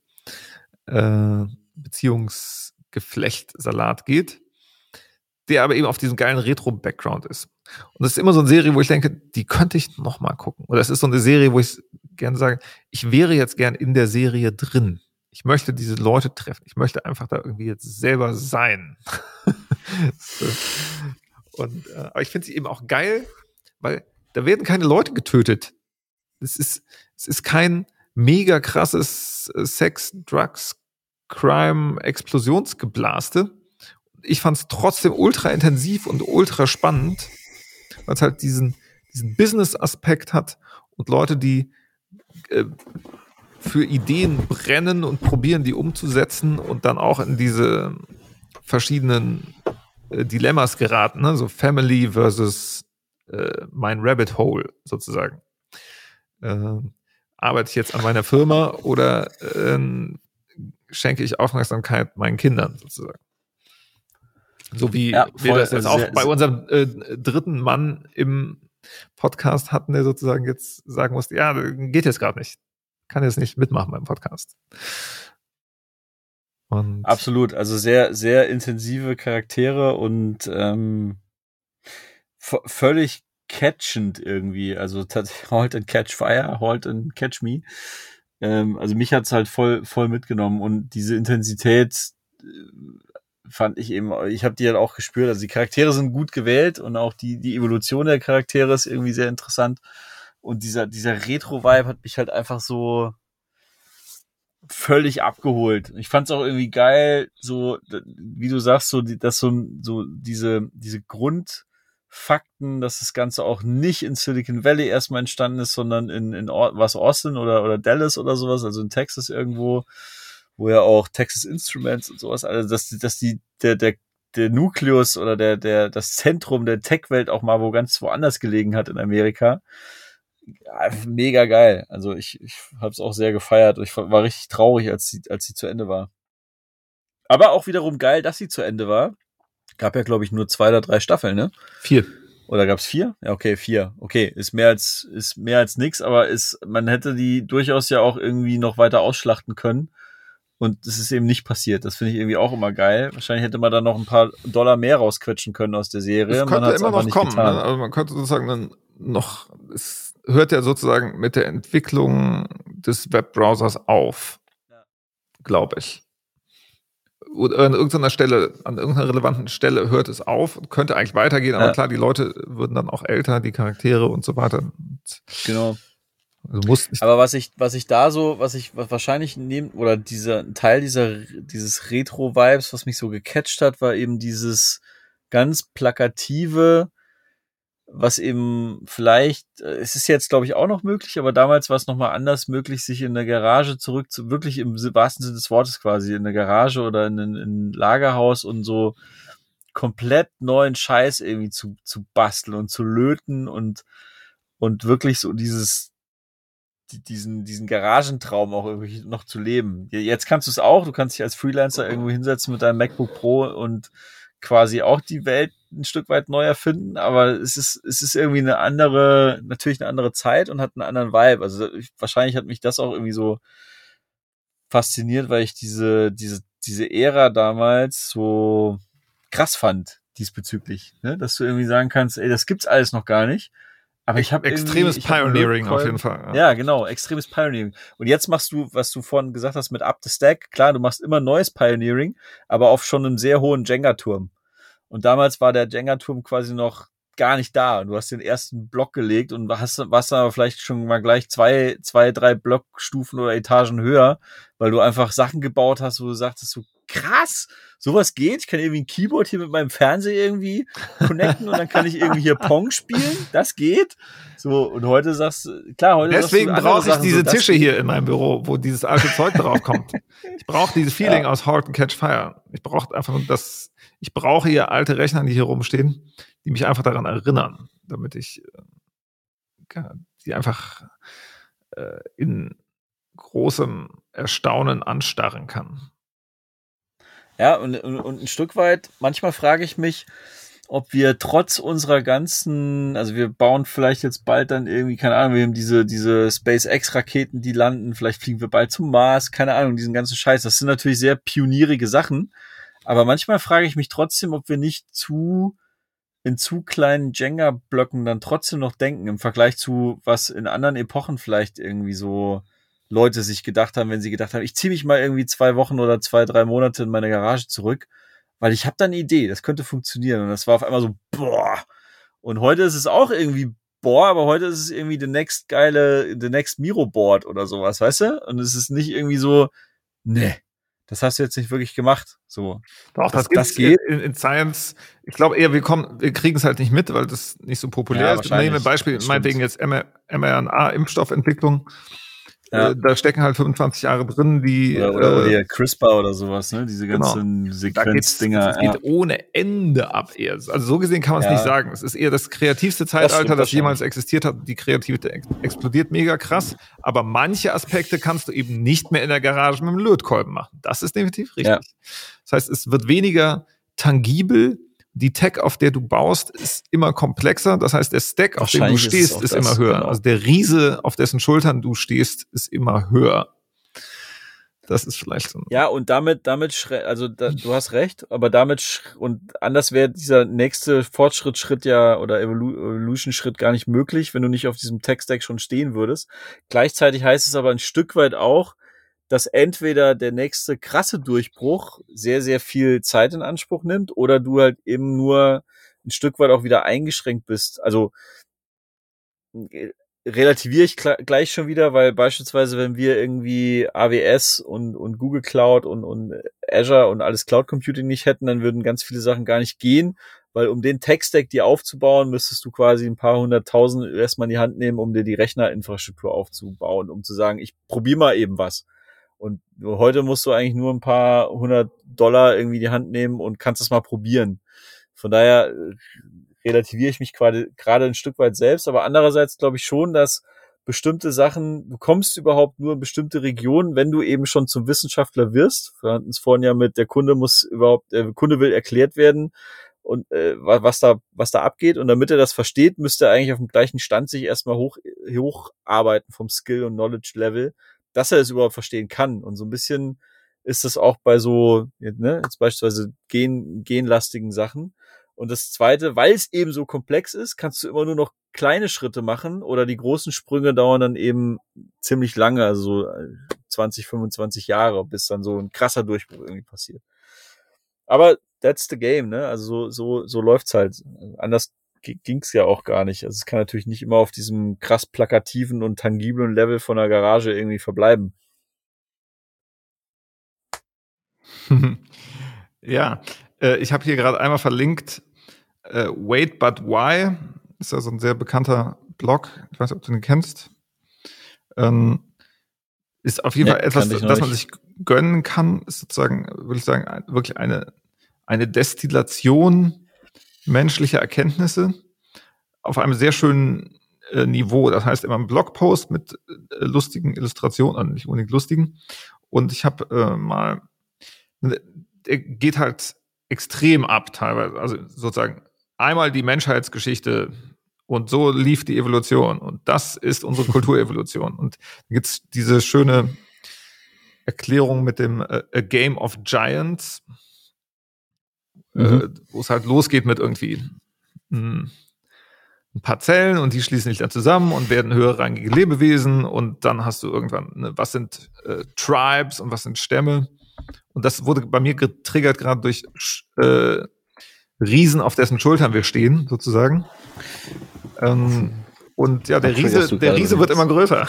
Beziehungsgeflecht-Salat geht, der aber eben auf diesem geilen Retro-Background ist. Und das ist immer so eine Serie, wo ich denke, die könnte ich noch mal gucken. Oder es ist so eine Serie, wo ich gerne sage, ich wäre jetzt gern in der Serie drin. Ich möchte diese Leute treffen. Ich möchte einfach da irgendwie jetzt selber sein. Aber ich finde sie eben auch geil, weil da werden keine Leute getötet. es ist kein mega krasses Sex, Drugs, Crime, Explosionsgeblaste. Ich fand es trotzdem ultra intensiv und ultra spannend, weil es halt diesen Business-Aspekt hat und Leute, die für Ideen brennen und probieren, die umzusetzen und dann auch in diese verschiedenen Dilemmas geraten, ne? So Family versus mein Rabbit Hole sozusagen. Arbeite ich jetzt an meiner Firma oder schenke ich Aufmerksamkeit meinen Kindern sozusagen? So wie wir das jetzt auch bei unserem dritten Mann im Podcast hatten, der sozusagen jetzt sagen musste, ja, geht jetzt gerade nicht. Kann jetzt nicht mitmachen beim Podcast. Und absolut, also sehr, sehr intensive Charaktere und völlig catchend irgendwie, also Halt and Catch Fire, Halt and Catch Me. Also mich hat's halt voll mitgenommen und diese Intensität fand ich eben, ich habe die halt auch gespürt, also die Charaktere sind gut gewählt und auch die Evolution der Charaktere ist irgendwie sehr interessant und dieser Retro-Vibe hat mich halt einfach so völlig abgeholt. Ich fand's auch irgendwie geil, so wie du sagst, so diese Grundfakten, dass das Ganze auch nicht in Silicon Valley erstmal entstanden ist, sondern in was Austin oder Dallas oder sowas, also in Texas irgendwo, wo ja auch Texas Instruments und sowas, also dass der Nukleus oder das Zentrum der Tech-Welt auch mal ganz woanders gelegen hat in Amerika. Ja, mega geil. Also ich habe es auch sehr gefeiert. Ich war richtig traurig, als sie zu Ende war. Aber auch wiederum geil, dass sie zu Ende war. Gab ja, glaube ich, nur 2 oder 3 Staffeln, ne? 4. Oder gab's 4? Ja, okay, 4. Okay, ist mehr als nix, aber man hätte die durchaus ja auch irgendwie noch weiter ausschlachten können. Und es ist eben nicht passiert. Das finde ich irgendwie auch immer geil. Wahrscheinlich hätte man da noch ein paar $, mehr rausquetschen können aus der Serie. Es könnte immer noch kommen. Ne? Also man könnte sozusagen dann noch, es hört ja sozusagen mit der Entwicklung des Webbrowsers auf, glaube ich. Oder an irgendeiner relevanten Stelle hört es auf und könnte eigentlich weitergehen, aber klar, die Leute würden dann auch älter, die Charaktere und so weiter. Genau. Also aber was ich wahrscheinlich nehme, oder dieser Teil dieses Retro-Vibes, was mich so gecatcht hat, war eben dieses ganz plakative, was eben vielleicht, es ist jetzt glaube ich auch noch möglich, aber damals war es nochmal anders möglich, sich in der Garage wirklich im wahrsten Sinne des Wortes quasi, in der Garage oder in ein Lagerhaus und so komplett neuen Scheiß irgendwie zu basteln und zu löten und wirklich so diesen Garagentraum auch irgendwie noch zu leben. Jetzt kannst du es auch, du kannst dich als Freelancer irgendwo hinsetzen mit deinem MacBook Pro und quasi auch die Welt ein Stück weit neu erfinden, aber es ist irgendwie natürlich eine andere Zeit und hat einen anderen Vibe. Also wahrscheinlich hat mich das auch irgendwie so fasziniert, weil ich diese Ära damals so krass fand diesbezüglich, ne? Dass du irgendwie sagen kannst, ey, das gibt's alles noch gar nicht. Aber ich habe extremes Pioneering auf jeden Fall. Ja, genau, extremes Pioneering. Und jetzt machst du, was du vorhin gesagt hast mit Up the Stack, klar, du machst immer neues Pioneering, aber auf schon einem sehr hohen Jenga-Turm. Und damals war der Jenga-Turm quasi noch gar nicht da. Du hast den ersten Block gelegt und warst aber vielleicht schon mal gleich 2, 3 Blockstufen oder Etagen höher, weil du einfach Sachen gebaut hast, wo du sagtest so, krass, sowas geht. Ich kann irgendwie ein Keyboard hier mit meinem Fernseher irgendwie connecten und dann kann ich irgendwie hier Pong spielen. Das geht. So, und heute sagst du, klar, heute deswegen brauche ich diese Tische hier in meinem Büro, wo dieses alte Zeug drauf kommt. Ich brauche dieses Feeling aus Halt and Catch Fire. Ich brauche einfach ich brauche hier alte Rechner, die hier rumstehen, die mich einfach daran erinnern, damit ich die einfach in großem Erstaunen anstarren kann. Ja, und ein Stück weit, manchmal frage ich mich, ob wir trotz unserer ganzen, also wir bauen vielleicht jetzt bald dann irgendwie, keine Ahnung, wir haben diese SpaceX-Raketen, die landen, vielleicht fliegen wir bald zum Mars, keine Ahnung, diesen ganzen Scheiß. Das sind natürlich sehr pionierige Sachen, aber manchmal frage ich mich trotzdem, ob wir nicht in zu kleinen Jenga-Blöcken dann trotzdem noch denken, im Vergleich zu, was in anderen Epochen vielleicht irgendwie so Leute sich gedacht haben, wenn sie gedacht haben, ich ziehe mich mal irgendwie 2 Wochen oder 2, 3 Monate in meine Garage zurück, weil ich habe da eine Idee, das könnte funktionieren. Und das war auf einmal so, boah. Und heute ist es auch irgendwie boah, aber heute ist es irgendwie the next Miro Board oder sowas, weißt du? Und es ist nicht irgendwie so, nee, das hast du jetzt nicht wirklich gemacht, so. Doch, das geht in Science. Ich glaube eher, wir kriegen es halt nicht mit, weil das nicht so populär ist. Nehmen wir Beispiel, meinetwegen jetzt mRNA-Impfstoffentwicklung. Ja. Da stecken halt 25 Jahre drin, oder CRISPR oder sowas, ne? Diese ganzen Sequenzdinger. Das geht ohne Ende ab eher. Also so gesehen kann man es nicht sagen. Es ist eher das kreativste Zeitalter, das jemals existiert hat. Die Kreativität explodiert mega krass. Aber manche Aspekte kannst du eben nicht mehr in der Garage mit dem Lötkolben machen. Das ist definitiv richtig. Ja. Das heißt, es wird weniger tangibel. Die Tech, auf der du baust, ist immer komplexer. Das heißt, der Stack, auf dem du stehst, ist immer höher. Genau. Also der Riese, auf dessen Schultern du stehst, ist immer höher. Das ist vielleicht so. Ja, und du hast recht, aber und anders wäre dieser nächste Fortschrittsschritt oder Evolution-Schritt gar nicht möglich, wenn du nicht auf diesem Tech-Stack schon stehen würdest. Gleichzeitig heißt es aber ein Stück weit auch, dass entweder der nächste krasse Durchbruch sehr, sehr viel Zeit in Anspruch nimmt oder du halt eben nur ein Stück weit auch wieder eingeschränkt bist. Also relativiere ich gleich schon wieder, weil beispielsweise, wenn wir irgendwie AWS und Google Cloud und Azure und alles Cloud Computing nicht hätten, dann würden ganz viele Sachen gar nicht gehen, weil um den Tech-Stack dir aufzubauen, müsstest du quasi ein paar 100.000 erstmal in die Hand nehmen, um dir die Rechnerinfrastruktur aufzubauen, um zu sagen, ich probiere mal eben was. Und heute musst du eigentlich nur ein paar $100 irgendwie in die Hand nehmen und kannst es mal probieren. Von daher relativiere ich mich gerade ein Stück weit selbst, aber andererseits glaube ich schon, dass bestimmte Sachen, du kommst überhaupt nur in bestimmte Regionen, wenn du eben schon zum Wissenschaftler wirst. Wir hatten es vorhin ja mit, der Kunde will erklärt werden und was da abgeht. Und damit er das versteht, müsste er eigentlich auf dem gleichen Stand sich erstmal hocharbeiten vom Skill und Knowledge Level, dass er es überhaupt verstehen kann. Und so ein bisschen ist das auch bei so, ne, jetzt beispielsweise genlastigen Sachen. Und das Zweite, weil es eben so komplex ist, kannst du immer nur noch kleine Schritte machen oder die großen Sprünge dauern dann eben ziemlich lange, also so 20, 25 Jahre, bis dann so ein krasser Durchbruch irgendwie passiert. Aber that's the game, ne? Also so läuft's halt. Anders ging's ja auch gar nicht. Also es kann natürlich nicht immer auf diesem krass plakativen und tangiblen Level von der Garage irgendwie verbleiben. Ja, ich habe hier gerade einmal verlinkt, Wait But Why, ist ja so ein sehr bekannter Blog, ich weiß nicht, ob du den kennst. Ist auf jeden Fall etwas, das man sich gönnen kann, ist sozusagen, würde ich sagen, wirklich eine Destillation menschlicher Erkenntnisse auf einem sehr schönen Niveau. Das heißt immer ein Blogpost mit lustigen Illustrationen, nicht unbedingt lustigen. Und ich habe der geht halt extrem ab teilweise. Also sozusagen einmal die Menschheitsgeschichte und so lief die Evolution und das ist unsere Kulturevolution. Und da gibt's diese schöne Erklärung mit dem A Game of Giants, wo es halt losgeht mit irgendwie ein paar Zellen und die schließen sich dann zusammen und werden höherrangige Lebewesen und dann hast du irgendwann, ne, was sind Tribes und was sind Stämme. Und das wurde bei mir getriggert gerade durch Riesen, auf dessen Schultern wir stehen, sozusagen. Und ja, der Riese wird immer größer.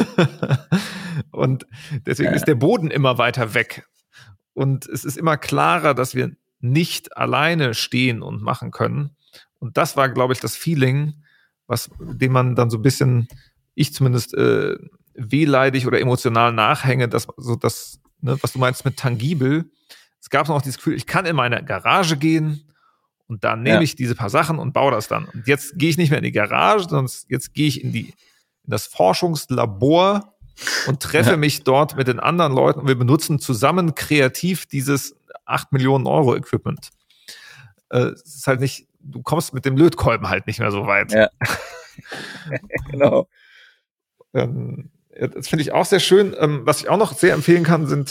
Und deswegen ist der Boden immer weiter weg. Und es ist immer klarer, dass wir nicht alleine stehen und machen können. Und das war, glaube ich, das Feeling, dem man dann so ein bisschen, ich zumindest, wehleidig oder emotional nachhänge, dass so das, ne, was du meinst mit tangibel. Es gab noch dieses Gefühl, ich kann in meine Garage gehen und da nehme ich diese paar Sachen und baue das dann. Und jetzt gehe ich nicht mehr in die Garage, sondern jetzt gehe ich in das Forschungslabor und treffe mich dort mit den anderen Leuten und wir benutzen zusammen kreativ dieses 8 Millionen Euro Equipment. Es ist halt nicht, du kommst mit dem Lötkolben halt nicht mehr so weit. Ja. Genau. Das finde ich auch sehr schön. Was ich auch noch sehr empfehlen kann, sind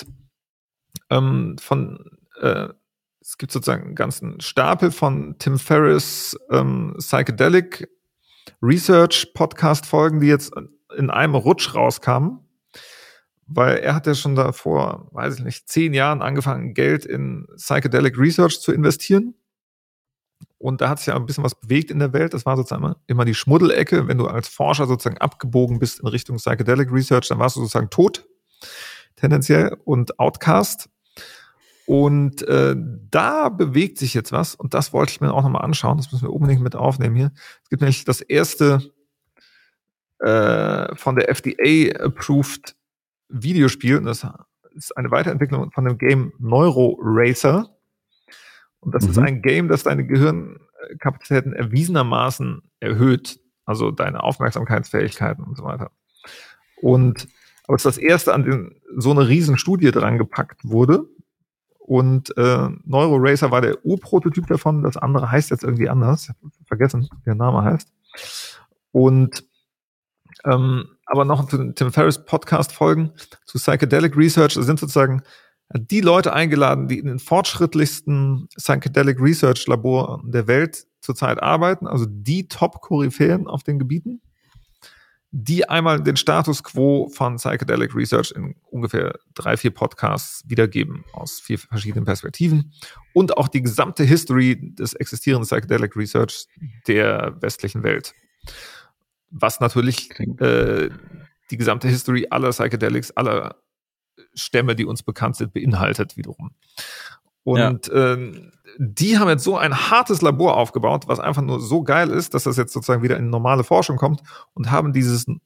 es gibt sozusagen einen ganzen Stapel von Tim Ferriss Psychedelic Research Podcast Folgen, die jetzt in einem Rutsch rauskamen, weil er hat ja schon davor, weiß ich nicht, 10 Jahren angefangen, Geld in Psychedelic Research zu investieren Und da hat sich ja ein bisschen was bewegt in der Welt. Das war sozusagen immer die Schmuddelecke. Wenn du als Forscher sozusagen abgebogen bist in Richtung Psychedelic Research, dann warst du sozusagen tot, tendenziell, und Outcast. Und da bewegt sich jetzt was. Und das wollte ich mir auch nochmal anschauen. Das müssen wir unbedingt mit aufnehmen hier. Es gibt nämlich das erste von der FDA-approved Videospiel. Und das ist eine Weiterentwicklung von dem Game Neuro Racer. Und das ist ein Game, das deine Gehirnkapazitäten erwiesenermaßen erhöht. Also deine Aufmerksamkeitsfähigkeiten und so weiter. Aber es ist das erste, an dem so eine Riesenstudie dran gepackt wurde. Und Neuro Racer war der Urprototyp davon. Das andere heißt jetzt irgendwie anders. Ich habe vergessen, wie der Name heißt. Und aber noch zu den Tim Ferriss Podcast-Folgen zu Psychedelic Research. Da sind sozusagen die Leute eingeladen, die in den fortschrittlichsten Psychedelic Research Laboren der Welt zurzeit arbeiten, also die Top-Koryphäen auf den Gebieten, die einmal den Status quo von Psychedelic Research in ungefähr 3-4 Podcasts wiedergeben aus 4 verschiedenen Perspektiven und auch die gesamte History des existierenden Psychedelic Research der westlichen Welt. Was natürlich die gesamte History aller Psychedelics, aller Stämme, die uns bekannt sind, beinhaltet wiederum. Und die haben jetzt so ein hartes Labor aufgebaut, was einfach nur so geil ist, dass das jetzt sozusagen wieder in normale Forschung kommt und haben diesen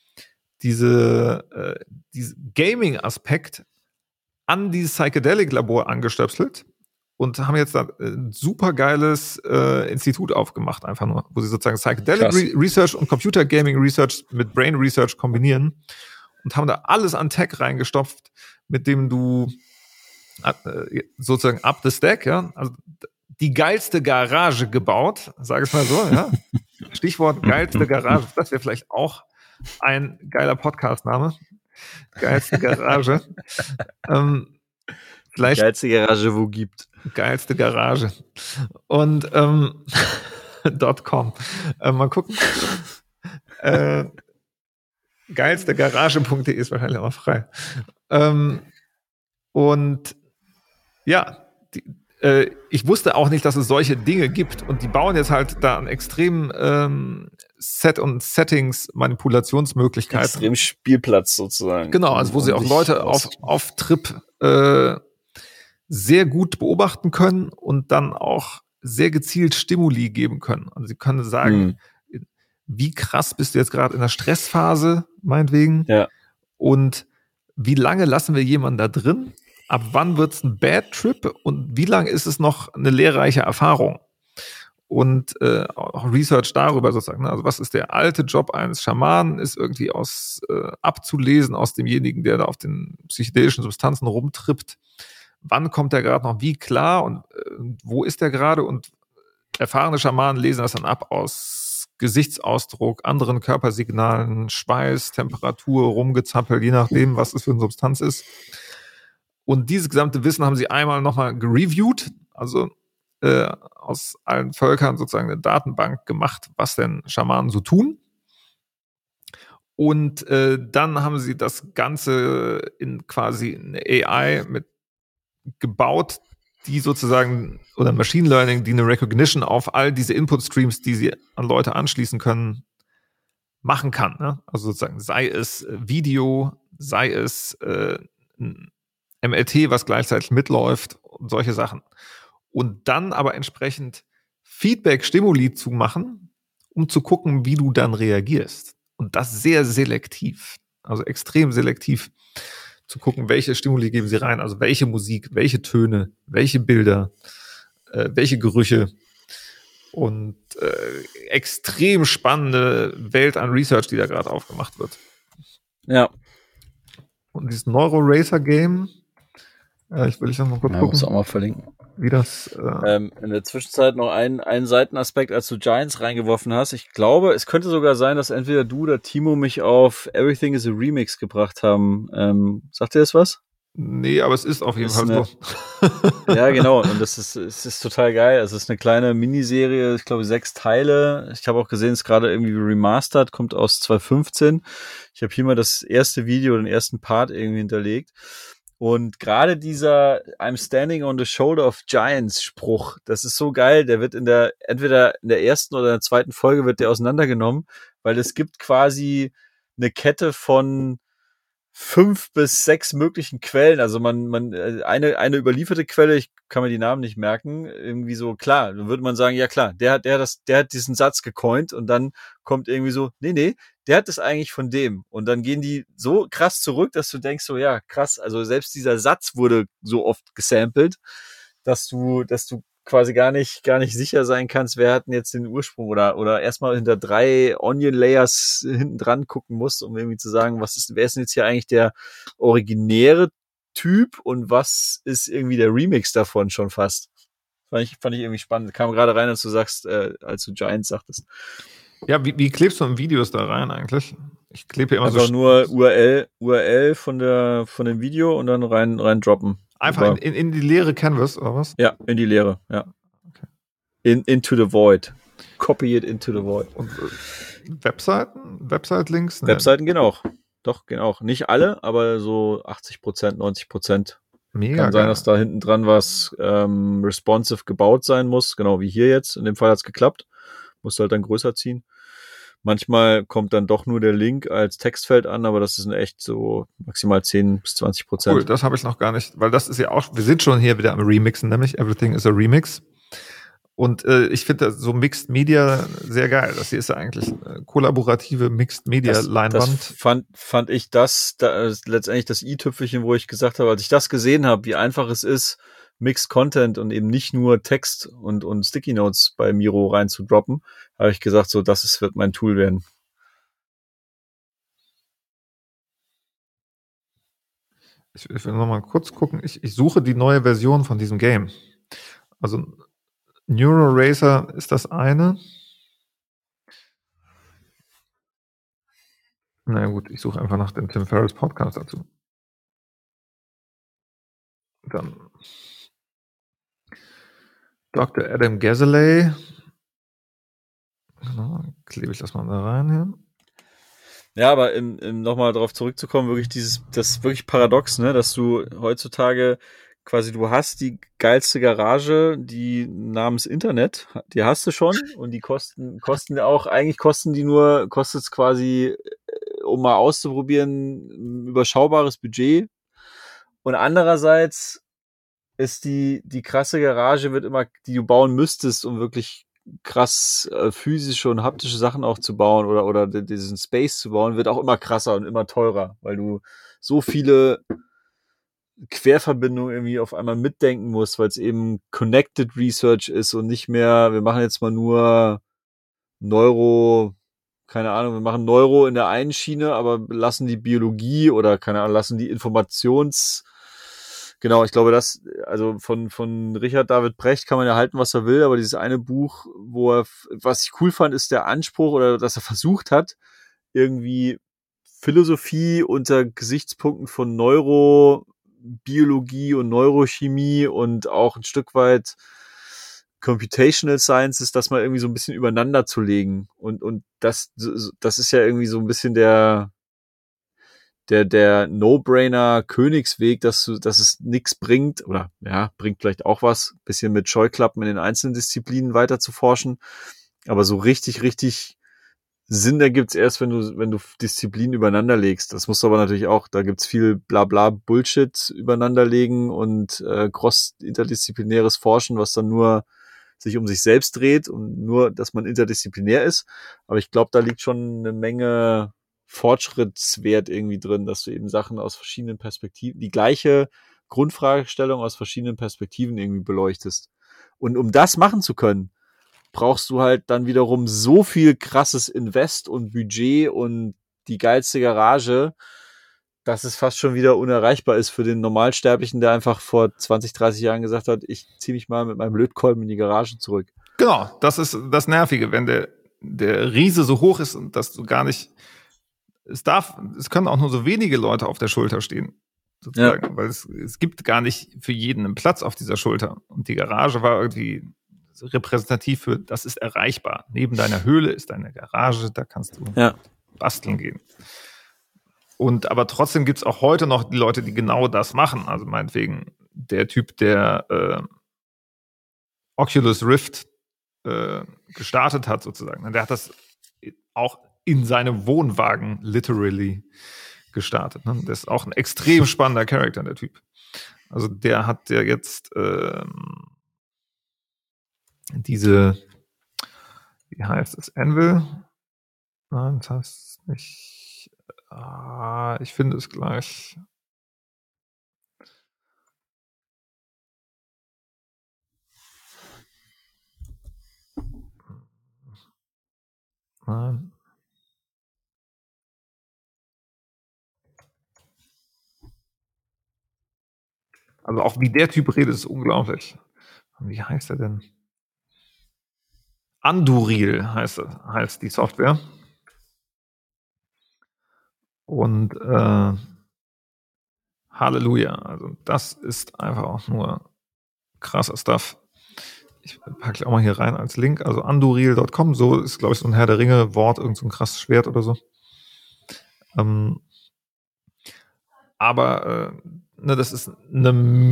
Gaming-Aspekt an dieses Psychedelic-Labor angestöpselt und haben jetzt da ein super geiles Institut aufgemacht, einfach nur, wo sie sozusagen Psychedelic Research und Computer Gaming Research mit Brain Research kombinieren und haben da alles an Tech reingestopft, mit dem du sozusagen up the stack, ja, also die geilste Garage gebaut, sage ich mal so, ja. Stichwort geilste Garage, das wäre vielleicht auch ein geiler Podcast-Name. Geilste Garage. Vielleicht geilste Garage, wo gibt. Geilste Garage. Und .com. Mal gucken. Geilstegarage.de ist wahrscheinlich auch frei. Und ja, ich wusste auch nicht, dass es solche Dinge gibt. Und die bauen jetzt halt da an extremen Set- und Settings-Manipulationsmöglichkeiten. Extrem Spielplatz sozusagen. Genau, also wo sie auch Leute auf Trip sehr gut beobachten können und dann auch sehr gezielt Stimuli geben können. Also sie können sagen, wie krass bist du jetzt gerade in der Stressphase, meinetwegen. Ja. Und wie lange lassen wir jemanden da drin? Ab wann wird's ein Bad Trip? Und wie lange ist es noch eine lehrreiche Erfahrung? Und auch Research darüber sozusagen. Ne? Also was ist der alte Job eines Schamanen? Ist irgendwie abzulesen aus demjenigen, der da auf den psychedelischen Substanzen rumtrippt. Wann kommt der gerade noch wie klar und wo ist der gerade? Und erfahrene Schamanen lesen das dann ab aus Gesichtsausdruck, anderen Körpersignalen, Schweiß, Temperatur, Rumgezappel, je nachdem, was es für eine Substanz ist. Und dieses gesamte Wissen haben sie einmal nochmal gereviewt, also aus allen Völkern sozusagen eine Datenbank gemacht, was denn Schamanen so tun. Und dann haben sie das Ganze in quasi eine AI mit gebaut, die sozusagen, oder Machine Learning, die eine Recognition auf all diese Input-Streams, die sie an Leute anschließen können, machen kann. Ne? Also sozusagen, sei es Video, sei es MLT, was gleichzeitig mitläuft und solche Sachen. Und dann aber entsprechend Feedback-Stimuli zu machen, um zu gucken, wie du dann reagierst. Und das sehr selektiv, also extrem selektiv zu gucken, welche Stimuli geben sie rein, also welche Musik, welche Töne, welche Bilder, welche Gerüche und extrem spannende Welt an Research, die da gerade aufgemacht wird. Ja. Und dieses Neuro Racer Game, ich will noch mal kurz gucken. Muss auch mal verlinken. Wie das in der Zwischenzeit noch ein Seitenaspekt, als du Giants reingeworfen hast. Ich glaube, es könnte sogar sein, dass entweder du oder Timo mich auf Everything is a Remix gebracht haben. Sagt dir das was? Nee, aber es ist auf jeden Fall so. Ja, genau. Und es ist total geil. Es ist eine kleine Miniserie, ich glaube 6 Teile. Ich habe auch gesehen, es ist gerade irgendwie remastered, kommt aus 2015. Ich habe hier mal das erste Video, den ersten Part irgendwie hinterlegt. Und gerade dieser I'm standing on the shoulder of giants Spruch, das ist so geil, der wird entweder in der ersten oder in der zweiten Folge wird der auseinandergenommen, weil es gibt quasi eine Kette von 5 bis 6 möglichen Quellen. Also eine überlieferte Quelle, ich kann mir die Namen nicht merken, irgendwie so, klar, dann würde man sagen, ja klar, der hat diesen Satz gecoint und dann kommt irgendwie so, nee, der hat das eigentlich von dem. Und dann gehen die so krass zurück, dass du denkst so, ja, krass, also selbst dieser Satz wurde so oft gesampelt, dass du quasi gar nicht sicher sein kannst, wer hat denn jetzt den Ursprung oder erstmal hinter 3 Onion Layers hinten dran gucken musst, um irgendwie zu sagen, wer ist denn jetzt hier eigentlich der originäre Typ und was ist irgendwie der Remix davon schon fast. Fand ich irgendwie spannend. Kam gerade rein, als du sagst, als du Giants sagtest. Ja, wie klebst du in Videos da rein eigentlich? Ich klebe hier immer einfach so nur URL von dem Video und dann rein droppen. Einfach in die leere Canvas, oder was? Ja, in die Leere, ja. Okay. Into the void. Copy it into the void. Und Webseiten? Website-Links? Nee. Webseiten gehen auch. Doch, gehen auch. Nicht alle, aber so 80%, 90%. Mega Kann sein, dass da hinten dran was responsive gebaut sein muss. Genau wie hier jetzt. In dem Fall hat es geklappt. Musst halt dann größer ziehen. Manchmal kommt dann doch nur der Link als Textfeld an, aber das ist echt so maximal 10 bis 20%. Cool, das habe ich noch gar nicht, weil das ist ja auch, wir sind schon hier wieder am Remixen, nämlich Everything is a Remix. Und ich finde so Mixed Media sehr geil. Das hier ist ja eigentlich eine kollaborative Mixed Media Leinwand. Das fand ich letztendlich das i-Tüpfelchen, wo ich gesagt habe, als ich das gesehen habe, wie einfach es ist, Mixed Content und eben nicht nur Text und Sticky Notes bei Miro reinzudroppen, habe ich gesagt, so, wird mein Tool werden. Ich will noch mal kurz gucken. Ich suche die neue Version von diesem Game. Also NeuroRacer ist das eine. Na gut, ich suche einfach nach dem Tim Ferriss Podcast dazu. Dann Dr. Adam Gazeley. Genau, klebe ich das mal da rein hier. Ja, aber nochmal darauf zurückzukommen, wirklich das ist wirklich paradox, ne, dass du heutzutage quasi, du hast die geilste Garage, die namens Internet, die hast du schon und die kosten auch, eigentlich kostet es quasi, um mal auszuprobieren, ein überschaubares Budget. Und andererseits ist die krasse Garage die du bauen müsstest, um wirklich krass physische und haptische Sachen auch zu bauen oder diesen Space zu bauen, wird auch immer krasser und immer teurer, weil du so viele Querverbindungen irgendwie auf einmal mitdenken musst, weil es eben Connected Research ist und nicht mehr, wir machen jetzt mal nur keine Ahnung, wir machen Neuro in der einen Schiene, aber lassen die Biologie oder keine Ahnung, lassen die Genau, ich glaube, also von Richard David Brecht kann man ja halten, was er will, aber dieses eine Buch, was ich cool fand, ist der Anspruch oder dass er versucht hat, irgendwie Philosophie unter Gesichtspunkten von Neurobiologie und Neurochemie und auch ein Stück weit Computational Sciences, das mal irgendwie so ein bisschen übereinander zu legen. Und das ist ja irgendwie so ein bisschen der No-Brainer Königsweg, dass es nichts bringt, oder ja, bringt vielleicht auch was, bisschen mit Scheuklappen in den einzelnen Disziplinen weiter zu forschen. Aber so richtig Sinn ergibt's erst, wenn du Disziplinen übereinander legst. Das musst du aber natürlich auch, da gibt's viel Blabla Bullshit übereinanderlegen und cross-interdisziplinäres Forschen, was dann nur sich um sich selbst dreht und nur, dass man interdisziplinär ist. Aber ich glaube, da liegt schon eine Menge Fortschrittswert irgendwie drin, dass du eben Sachen aus verschiedenen Perspektiven, die gleiche Grundfragestellung aus verschiedenen Perspektiven irgendwie beleuchtest. Und um das machen zu können, brauchst du halt dann wiederum so viel krasses Invest und Budget und die geilste Garage, dass es fast schon wieder unerreichbar ist für den Normalsterblichen, der einfach vor 20, 30 Jahren gesagt hat, ich ziehe mich mal mit meinem Lötkolben in die Garage zurück. Genau, das ist das Nervige, wenn der Riese so hoch ist und dass du gar nicht, es können auch nur so wenige Leute auf der Schulter stehen, sozusagen, ja. Weil es gibt gar nicht für jeden einen Platz auf dieser Schulter. Und die Garage war irgendwie repräsentativ für, das ist erreichbar. Neben deiner Höhle ist deine Garage, da kannst du basteln gehen. aber trotzdem gibt es auch heute noch die Leute, die genau das machen. Also meinetwegen der Typ, der Oculus Rift gestartet hat sozusagen. Der hat das auch in seinem Wohnwagen literally gestartet. Ne? Der ist auch ein extrem spannender Charakter, der Typ. Also der hat ja jetzt diese, wie heißt es, Anvil? Nein, das heißt nicht. Ich finde es gleich. Nein. Also auch wie der Typ redet, ist unglaublich. Wie heißt er denn? Anduril heißt die Software. Und Halleluja. Also das ist einfach auch nur krasser Stuff. Ich packe auch mal hier rein als Link. Also anduril.com, so ist, glaube ich, so ein Herr der Ringe-Wort, irgend so ein krasses Schwert oder so. Aber das ist eine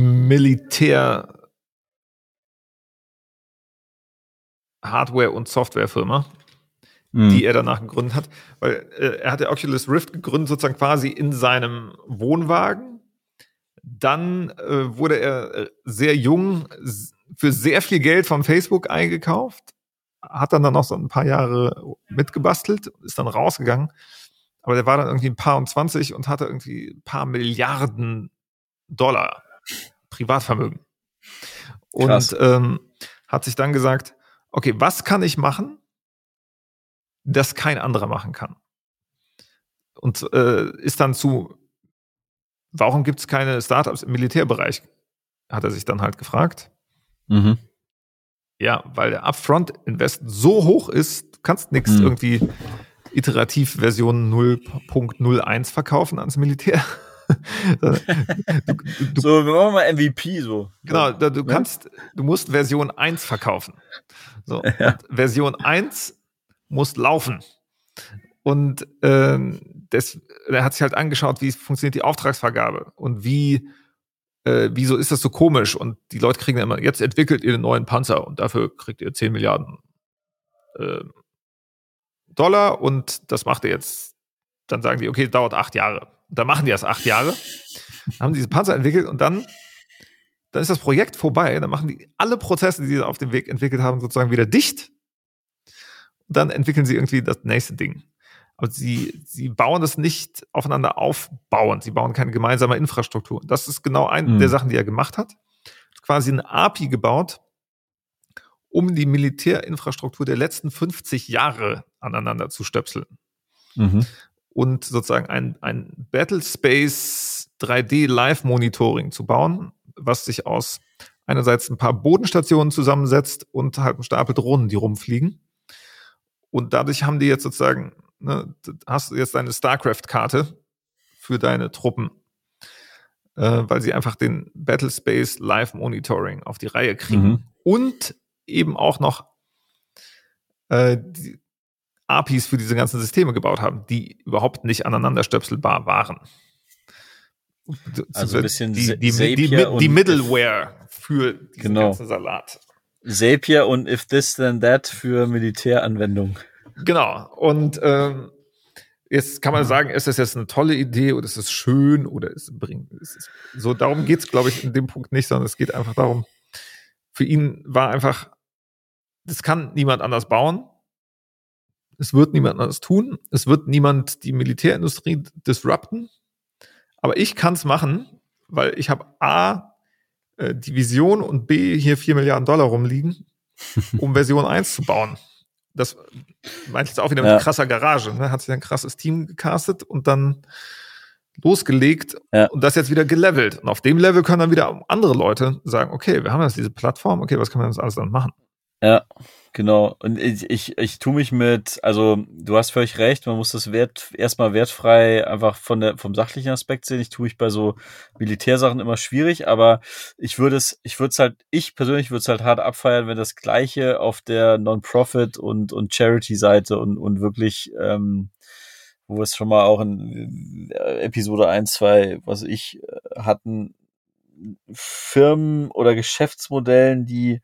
Militär-Hardware- und Softwarefirma, die er danach gegründet hat. Weil er hat ja Oculus Rift gegründet, sozusagen quasi in seinem Wohnwagen. Dann wurde er sehr jung für sehr viel Geld von Facebook eingekauft, hat dann noch so ein paar Jahre mitgebastelt, ist dann rausgegangen. Aber der war dann irgendwie ein paar und 20 und hatte irgendwie ein paar Milliarden Dollar Privatvermögen. Krass. Und hat sich dann gesagt, okay, was kann ich machen, das kein anderer machen kann? Und ist dann warum gibt es keine Startups im Militärbereich? Hat er sich dann halt gefragt. Mhm. Ja, weil der Upfront-Invest so hoch ist, du kannst nichts irgendwie iterativ Version 0.01 verkaufen ans Militär. So, wir machen mal MVP so. Genau, du musst Version 1 verkaufen. So, Ja. und Version 1 muss laufen. Und er hat sich halt angeschaut, wie funktioniert die Auftragsvergabe und wieso ist das so komisch? Und die Leute kriegen immer, jetzt entwickelt ihr den neuen Panzer und dafür kriegt ihr 10 Milliarden Dollar und das macht ihr jetzt. Dann sagen die, okay, dauert 8 Jahre. Und dann machen die das 8 Jahre, haben diese Panzer entwickelt und dann ist das Projekt vorbei. Dann machen die alle Prozesse, die sie auf dem Weg entwickelt haben, sozusagen wieder dicht. Und dann entwickeln sie irgendwie das nächste Ding. Aber sie bauen das nicht aufeinander aufbauend. Sie bauen keine gemeinsame Infrastruktur. Das ist genau eine der Sachen, die er gemacht hat. Quasi eine API gebaut, um die Militärinfrastruktur der letzten 50 Jahre aneinander zu stöpseln. Mhm. Und sozusagen ein Battlespace 3D Live-Monitoring zu bauen, was sich aus einerseits ein paar Bodenstationen zusammensetzt und halt ein Stapel Drohnen, die rumfliegen. Und dadurch haben die jetzt sozusagen, hast du jetzt deine StarCraft-Karte für deine Truppen, weil sie einfach den Battlespace Live-Monitoring auf die Reihe kriegen. Und eben auch noch die APIs für diese ganzen Systeme gebaut haben, die überhaupt nicht aneinander stöpselbar waren. Also ein bisschen die Middleware für diesen ganzen Salat. Zapier und If This Then That für Militäranwendung. Genau. Und jetzt kann man sagen, ist das jetzt eine tolle Idee oder ist es schön oder so, darum geht es, glaube ich, in dem Punkt nicht, sondern es geht einfach darum, für ihn war einfach, das kann niemand anders bauen. Es wird niemand anders tun. Es wird niemand die Militärindustrie disrupten. Aber ich kann es machen, weil ich habe A, die Vision und B, hier 4 Milliarden Dollar rumliegen, um Version 1 zu bauen. Das meinte ich jetzt auch wieder mit krasser Garage. Ne? Hat sich ein krasses Team gecastet und dann losgelegt und das jetzt wieder gelevelt. Und auf dem Level können dann wieder andere Leute sagen, okay, wir haben jetzt diese Plattform, okay, was können wir jetzt alles dann machen? Ja, genau. Und ich tue mich also du hast völlig recht, man muss das erstmal wertfrei einfach vom sachlichen Aspekt sehen. Ich tue mich bei so Militärsachen immer schwierig, aber ich persönlich würde es halt hart abfeiern, wenn das Gleiche auf der Non-Profit und Charity-Seite und wirklich wo wir es schon mal auch in Episode 1, 2, was ich hatten, Firmen oder Geschäftsmodellen, die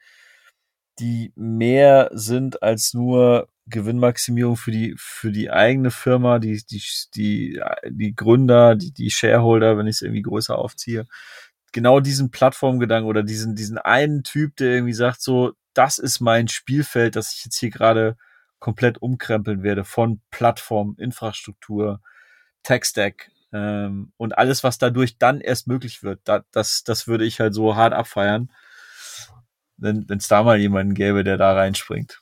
mehr sind als nur Gewinnmaximierung für die eigene Firma, die Gründer, die Shareholder, wenn ich es irgendwie größer aufziehe. Genau diesen Plattformgedanken oder diesen einen Typ, der irgendwie sagt so, das ist mein Spielfeld, das ich jetzt hier gerade komplett umkrempeln werde von Plattform, Infrastruktur, Tech-Stack, und alles, was dadurch dann erst möglich wird. Das würde ich halt so hart abfeiern, wenn es da mal jemanden gäbe, der da reinspringt.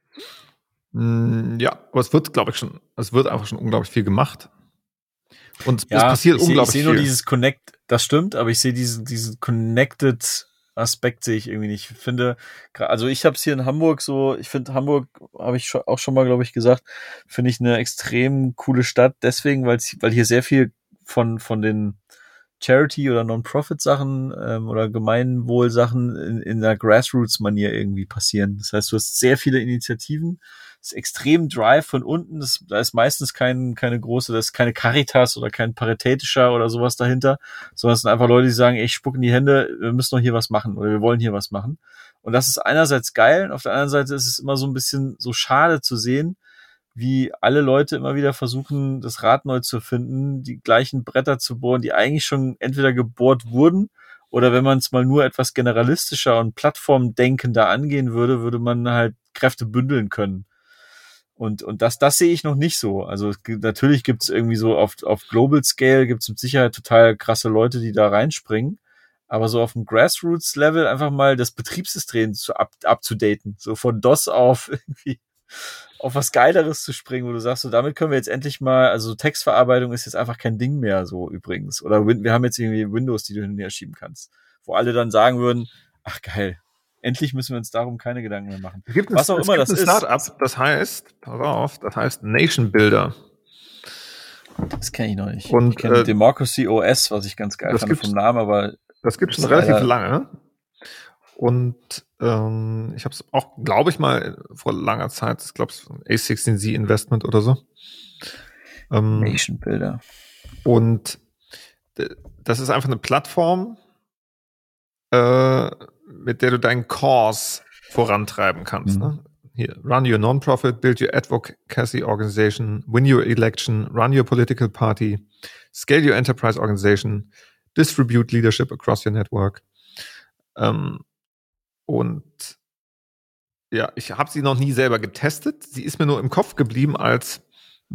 Ja, aber es wird, glaube ich, es wird einfach schon unglaublich viel gemacht. Und Ja, es passiert unglaublich viel. Ich sehe viel. nur dieses Connect, das stimmt, aber ich sehe diesen Connected Aspekt sehe ich irgendwie nicht. Ich finde, also ich habe es hier in Hamburg so, ich finde Hamburg, habe ich auch schon mal, glaube ich, gesagt, finde ich eine extrem coole Stadt, deswegen, weil hier sehr viel von den Charity- oder Non-Profit-Sachen oder Gemeinwohl-Sachen in der Grassroots-Manier irgendwie passieren. Das heißt, du hast sehr viele Initiativen, es ist extrem Drive von unten, da ist meistens keine große, da ist keine Caritas oder kein Paritätischer oder sowas dahinter, sondern es sind einfach Leute, die sagen, ey, ich spuck in die Hände, wir müssen doch hier was machen oder wir wollen hier was machen. Und das ist einerseits geil und auf der anderen Seite ist es immer so ein bisschen so schade zu sehen, wie alle Leute immer wieder versuchen, das Rad neu zu finden, die gleichen Bretter zu bohren, die eigentlich schon entweder gebohrt wurden oder wenn man es mal nur etwas generalistischer und plattformdenkender angehen würde, würde man halt Kräfte bündeln können. Und das sehe ich noch nicht so. Also natürlich gibt es irgendwie so auf Global Scale gibt es mit Sicherheit total krasse Leute, die da reinspringen. Aber so auf dem Grassroots-Level einfach mal das Betriebssystem abzudaten. So von DOS auf irgendwie auf was Geileres zu springen, wo du sagst, so damit können wir jetzt endlich mal, also Textverarbeitung ist jetzt einfach kein Ding mehr, so übrigens. Oder wir haben jetzt irgendwie Windows, die du hin und her schieben kannst. Wo alle dann sagen würden, ach geil, endlich müssen wir uns darum keine Gedanken mehr machen. Was auch immer das ist. Startup, das heißt Nation Builder. Das kenne ich noch nicht. Und, ich kenne Democracy OS, was ich ganz geil fand vom Namen, aber das gibt schon relativ lange. Und ich habe es auch, glaube ich, mal vor langer Zeit, ich glaube, A16Z Investment oder so. Nation Builder. Und das ist einfach eine Plattform, mit der du deinen Cause vorantreiben kannst. Ne? Hier, run your non-profit, build your advocacy organization, win your election, run your political party, scale your enterprise organization, distribute leadership across your network. Und ja, ich habe sie noch nie selber getestet. Sie ist mir nur im Kopf geblieben als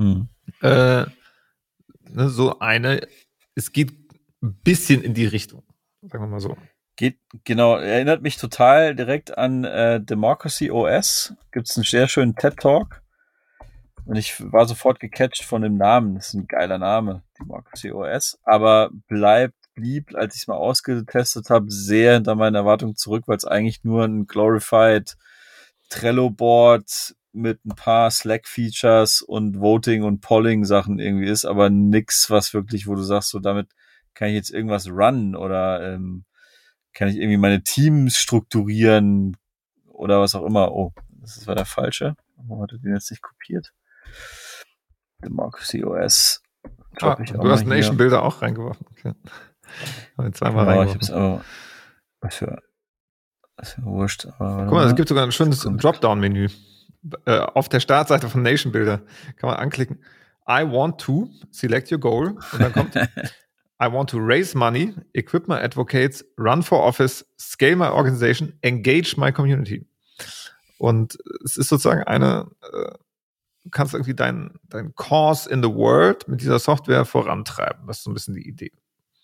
so eine, es geht ein bisschen in die Richtung, sagen wir mal so. Genau, erinnert mich total direkt an Democracy OS. Gibt es einen sehr schönen TED-Talk. Und ich war sofort gecatcht von dem Namen. Das ist ein geiler Name, Democracy OS. Aber blieb, als ich es mal ausgetestet habe, sehr hinter meinen Erwartungen zurück, weil es eigentlich nur ein glorified Trello-Board mit ein paar Slack-Features und Voting- und Polling-Sachen irgendwie ist, aber nix, was wirklich, wo du sagst, so damit kann ich jetzt irgendwas runnen oder kann ich irgendwie meine Teams strukturieren oder was auch immer. Oh, das war der falsche. Warum hat er den jetzt nicht kopiert? Democracy OS. Du hast Nation Builder auch reingeworfen. Okay. Zweimal reingeworfen. Ich hab's aber, das ist ja wurscht. Aber guck mal, es gibt sogar ein schönes Dropdown-Menü. Auf der Startseite von Nation Builder kann man anklicken, I want to, select your goal, und dann kommt I want to raise money, equip my advocates, run for office, scale my organization, engage my community. Und es ist sozusagen du kannst irgendwie dein Cause in the world mit dieser Software vorantreiben. Das ist so ein bisschen die Idee.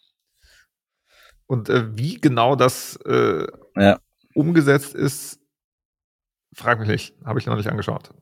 Und wie genau das umgesetzt ist, frag mich nicht. Habe ich noch nicht angeschaut.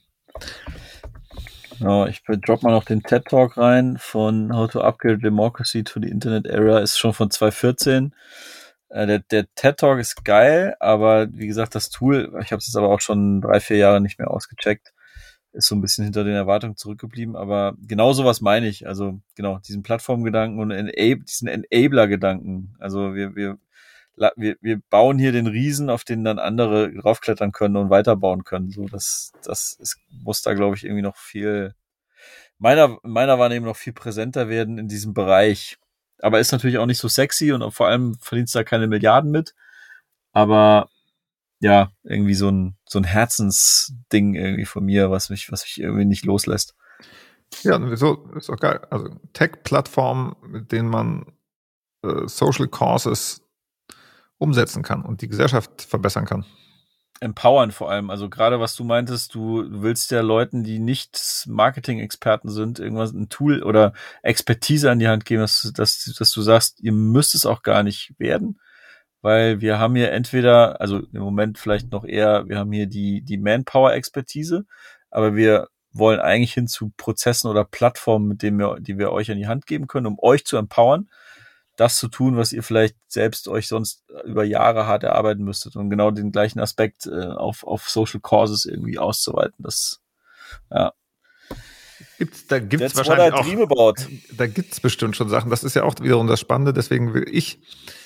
Ja, ich drop mal noch den TED-Talk rein von How to Upgrade Democracy to the Internet Era. Ist schon von 2014. Der TED-Talk ist geil, aber wie gesagt, das Tool, ich habe es jetzt aber auch schon 3-4 Jahre nicht mehr ausgecheckt, ist so ein bisschen hinter den Erwartungen zurückgeblieben, aber genau sowas meine ich. Also genau, diesen Plattformgedanken und diesen Enabler-Gedanken. Also wir bauen hier den Riesen, auf den dann andere draufklettern können und weiterbauen können. So, muss da, glaube ich, irgendwie noch viel meiner Wahrnehmung noch viel präsenter werden in diesem Bereich. Aber ist natürlich auch nicht so sexy und vor allem verdienst du da keine Milliarden mit. Aber ja, irgendwie so ein Herzensding irgendwie von mir, was mich irgendwie nicht loslässt. Ja, und wieso? Ist doch geil. Also Tech-Plattformen, mit denen man Social Causes umsetzen kann und die Gesellschaft verbessern kann. Empowern vor allem. Also gerade was du meintest, du willst ja Leuten, die nicht Marketing-Experten sind, irgendwas, ein Tool oder Expertise an die Hand geben, dass du sagst, ihr müsst es auch gar nicht werden, weil wir haben hier entweder, also im Moment vielleicht noch eher, wir haben hier die Manpower-Expertise, aber wir wollen eigentlich hin zu Prozessen oder Plattformen, die wir euch an die Hand geben können, um euch zu empowern, das zu tun, was ihr vielleicht selbst euch sonst über Jahre hart erarbeiten müsstet und genau den gleichen Aspekt auf Social Causes irgendwie auszuweiten. Das, ja. Da gibt's wahrscheinlich auch, da gibt's bestimmt schon Sachen. Das ist ja auch wiederum das Spannende. Deswegen will ich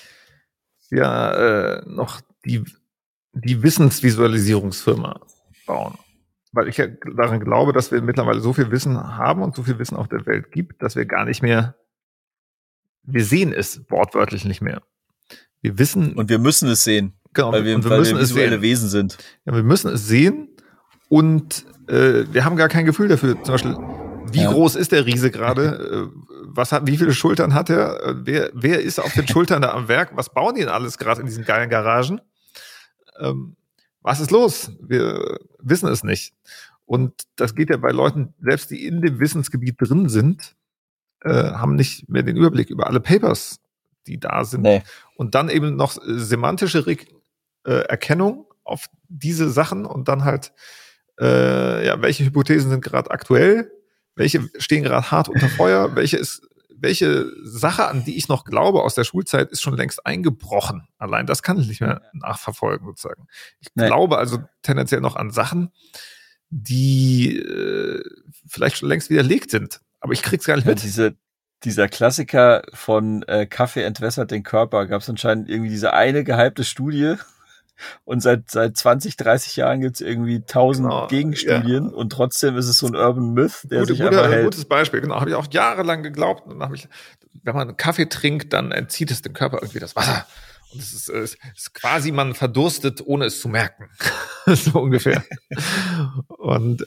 ja noch die Wissensvisualisierungsfirma bauen. Weil ich ja daran glaube, dass wir mittlerweile so viel Wissen haben und so viel Wissen auf der Welt gibt, dass wir gar nicht mehr, wir sehen es wortwörtlich nicht mehr. Wir wissen. Und wir müssen es sehen. Genau, weil wir visuelle Wesen sind. Ja, wir müssen es sehen und wir haben gar kein Gefühl dafür. Zum Beispiel, wie groß ist der Riese gerade? Wie viele Schultern hat er? Wer ist auf den Schultern da am Werk? Was bauen die denn alles gerade in diesen geilen Garagen? Was ist los? Wir wissen es nicht. Und das geht ja bei Leuten, selbst die in dem Wissensgebiet drin sind, haben nicht mehr den Überblick über alle Papers, die da sind. Nee. Und dann eben noch semantische Erkennung auf diese Sachen und dann halt, welche Hypothesen sind gerade aktuell, welche stehen gerade hart unter Feuer, welche Sache, an die ich noch glaube aus der Schulzeit, ist schon längst eingebrochen. Allein das kann ich nicht mehr nachverfolgen, sozusagen. Ich glaube also tendenziell noch an Sachen, die vielleicht schon längst widerlegt sind. Aber ich krieg's gar nicht mit. Dieser Klassiker von Kaffee entwässert den Körper, gab es anscheinend irgendwie diese eine gehypte Studie und seit 20, 30 Jahren gibt's irgendwie 1000 Gegenstudien und trotzdem ist es so ein Urban Myth, der sich einfach hält. Gutes Beispiel, genau. Habe ich auch jahrelang geglaubt. Und wenn man Kaffee trinkt, dann entzieht es dem Körper irgendwie das Wasser. Und es ist quasi, man verdurstet, ohne es zu merken. So ungefähr. Und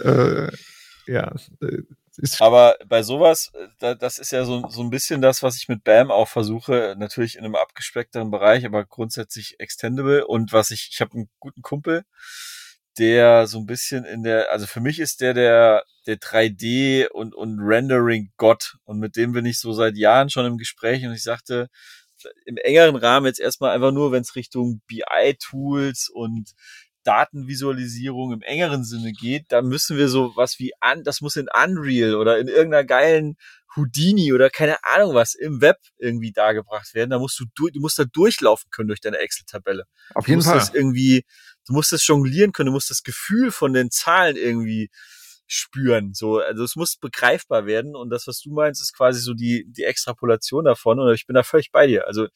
aber bei sowas, das ist ja so ein bisschen das, was ich mit BAM auch versuche, natürlich in einem abgespeckteren Bereich, aber grundsätzlich extendable. Und ich habe einen guten Kumpel, der so ein bisschen also für mich ist der 3D und Rendering-Gott. Und mit dem bin ich so seit Jahren schon im Gespräch und ich sagte, im engeren Rahmen jetzt erstmal einfach nur, wenn es Richtung BI-Tools und Datenvisualisierung im engeren Sinne geht, da müssen wir so was wie das muss in Unreal oder in irgendeiner geilen Houdini oder keine Ahnung was im Web irgendwie dargebracht werden. Da musst du musst da durchlaufen können durch deine Excel-Tabelle. Auf jeden Fall. Du musst das jonglieren können, du musst das Gefühl von den Zahlen irgendwie spüren. So, also es muss begreifbar werden und das, was du meinst, ist quasi so die Extrapolation davon und ich bin da völlig bei dir. Also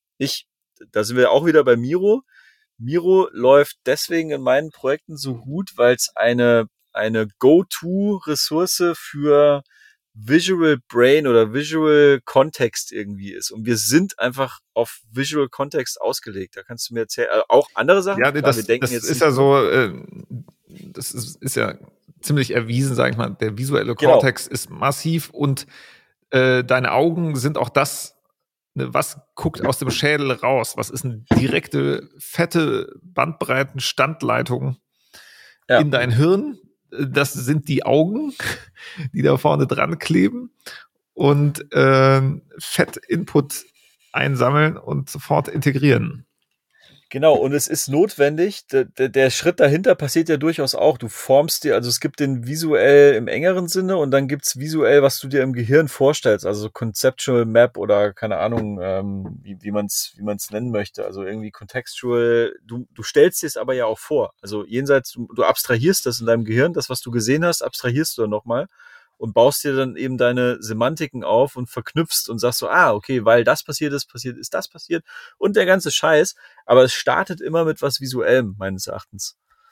da sind wir auch wieder bei Miro. Miro läuft deswegen in meinen Projekten so gut, weil es eine Go-To-Ressource für Visual Brain oder Visual Context irgendwie ist. Und wir sind einfach auf Visual Context ausgelegt. Da kannst du mir erzählen, auch andere Sachen? Ja, das ist ja so, das ist ja ziemlich erwiesen, sag ich mal. Der visuelle Kontext ist massiv und deine Augen sind auch das, was guckt aus dem Schädel raus? Was ist eine direkte, fette Bandbreiten-Standleitung in dein Hirn? Das sind die Augen, die da vorne dran kleben und Fett-Input einsammeln und sofort integrieren. Genau, und es ist notwendig, der Schritt dahinter passiert ja durchaus auch. Du formst dir, also es gibt den visuell im engeren Sinne und dann gibt's visuell, was du dir im Gehirn vorstellst, also Conceptual Map oder keine Ahnung, wie man's nennen möchte, also irgendwie Contextual. Du stellst dir es aber ja auch vor, also jenseits, du abstrahierst das in deinem Gehirn, das, was du gesehen hast, abstrahierst du dann nochmal und baust dir dann eben deine Semantiken auf und verknüpfst und sagst so, okay, weil das passiert ist das passiert und der ganze Scheiß, aber es startet immer mit was Visuellem, meines Erachtens.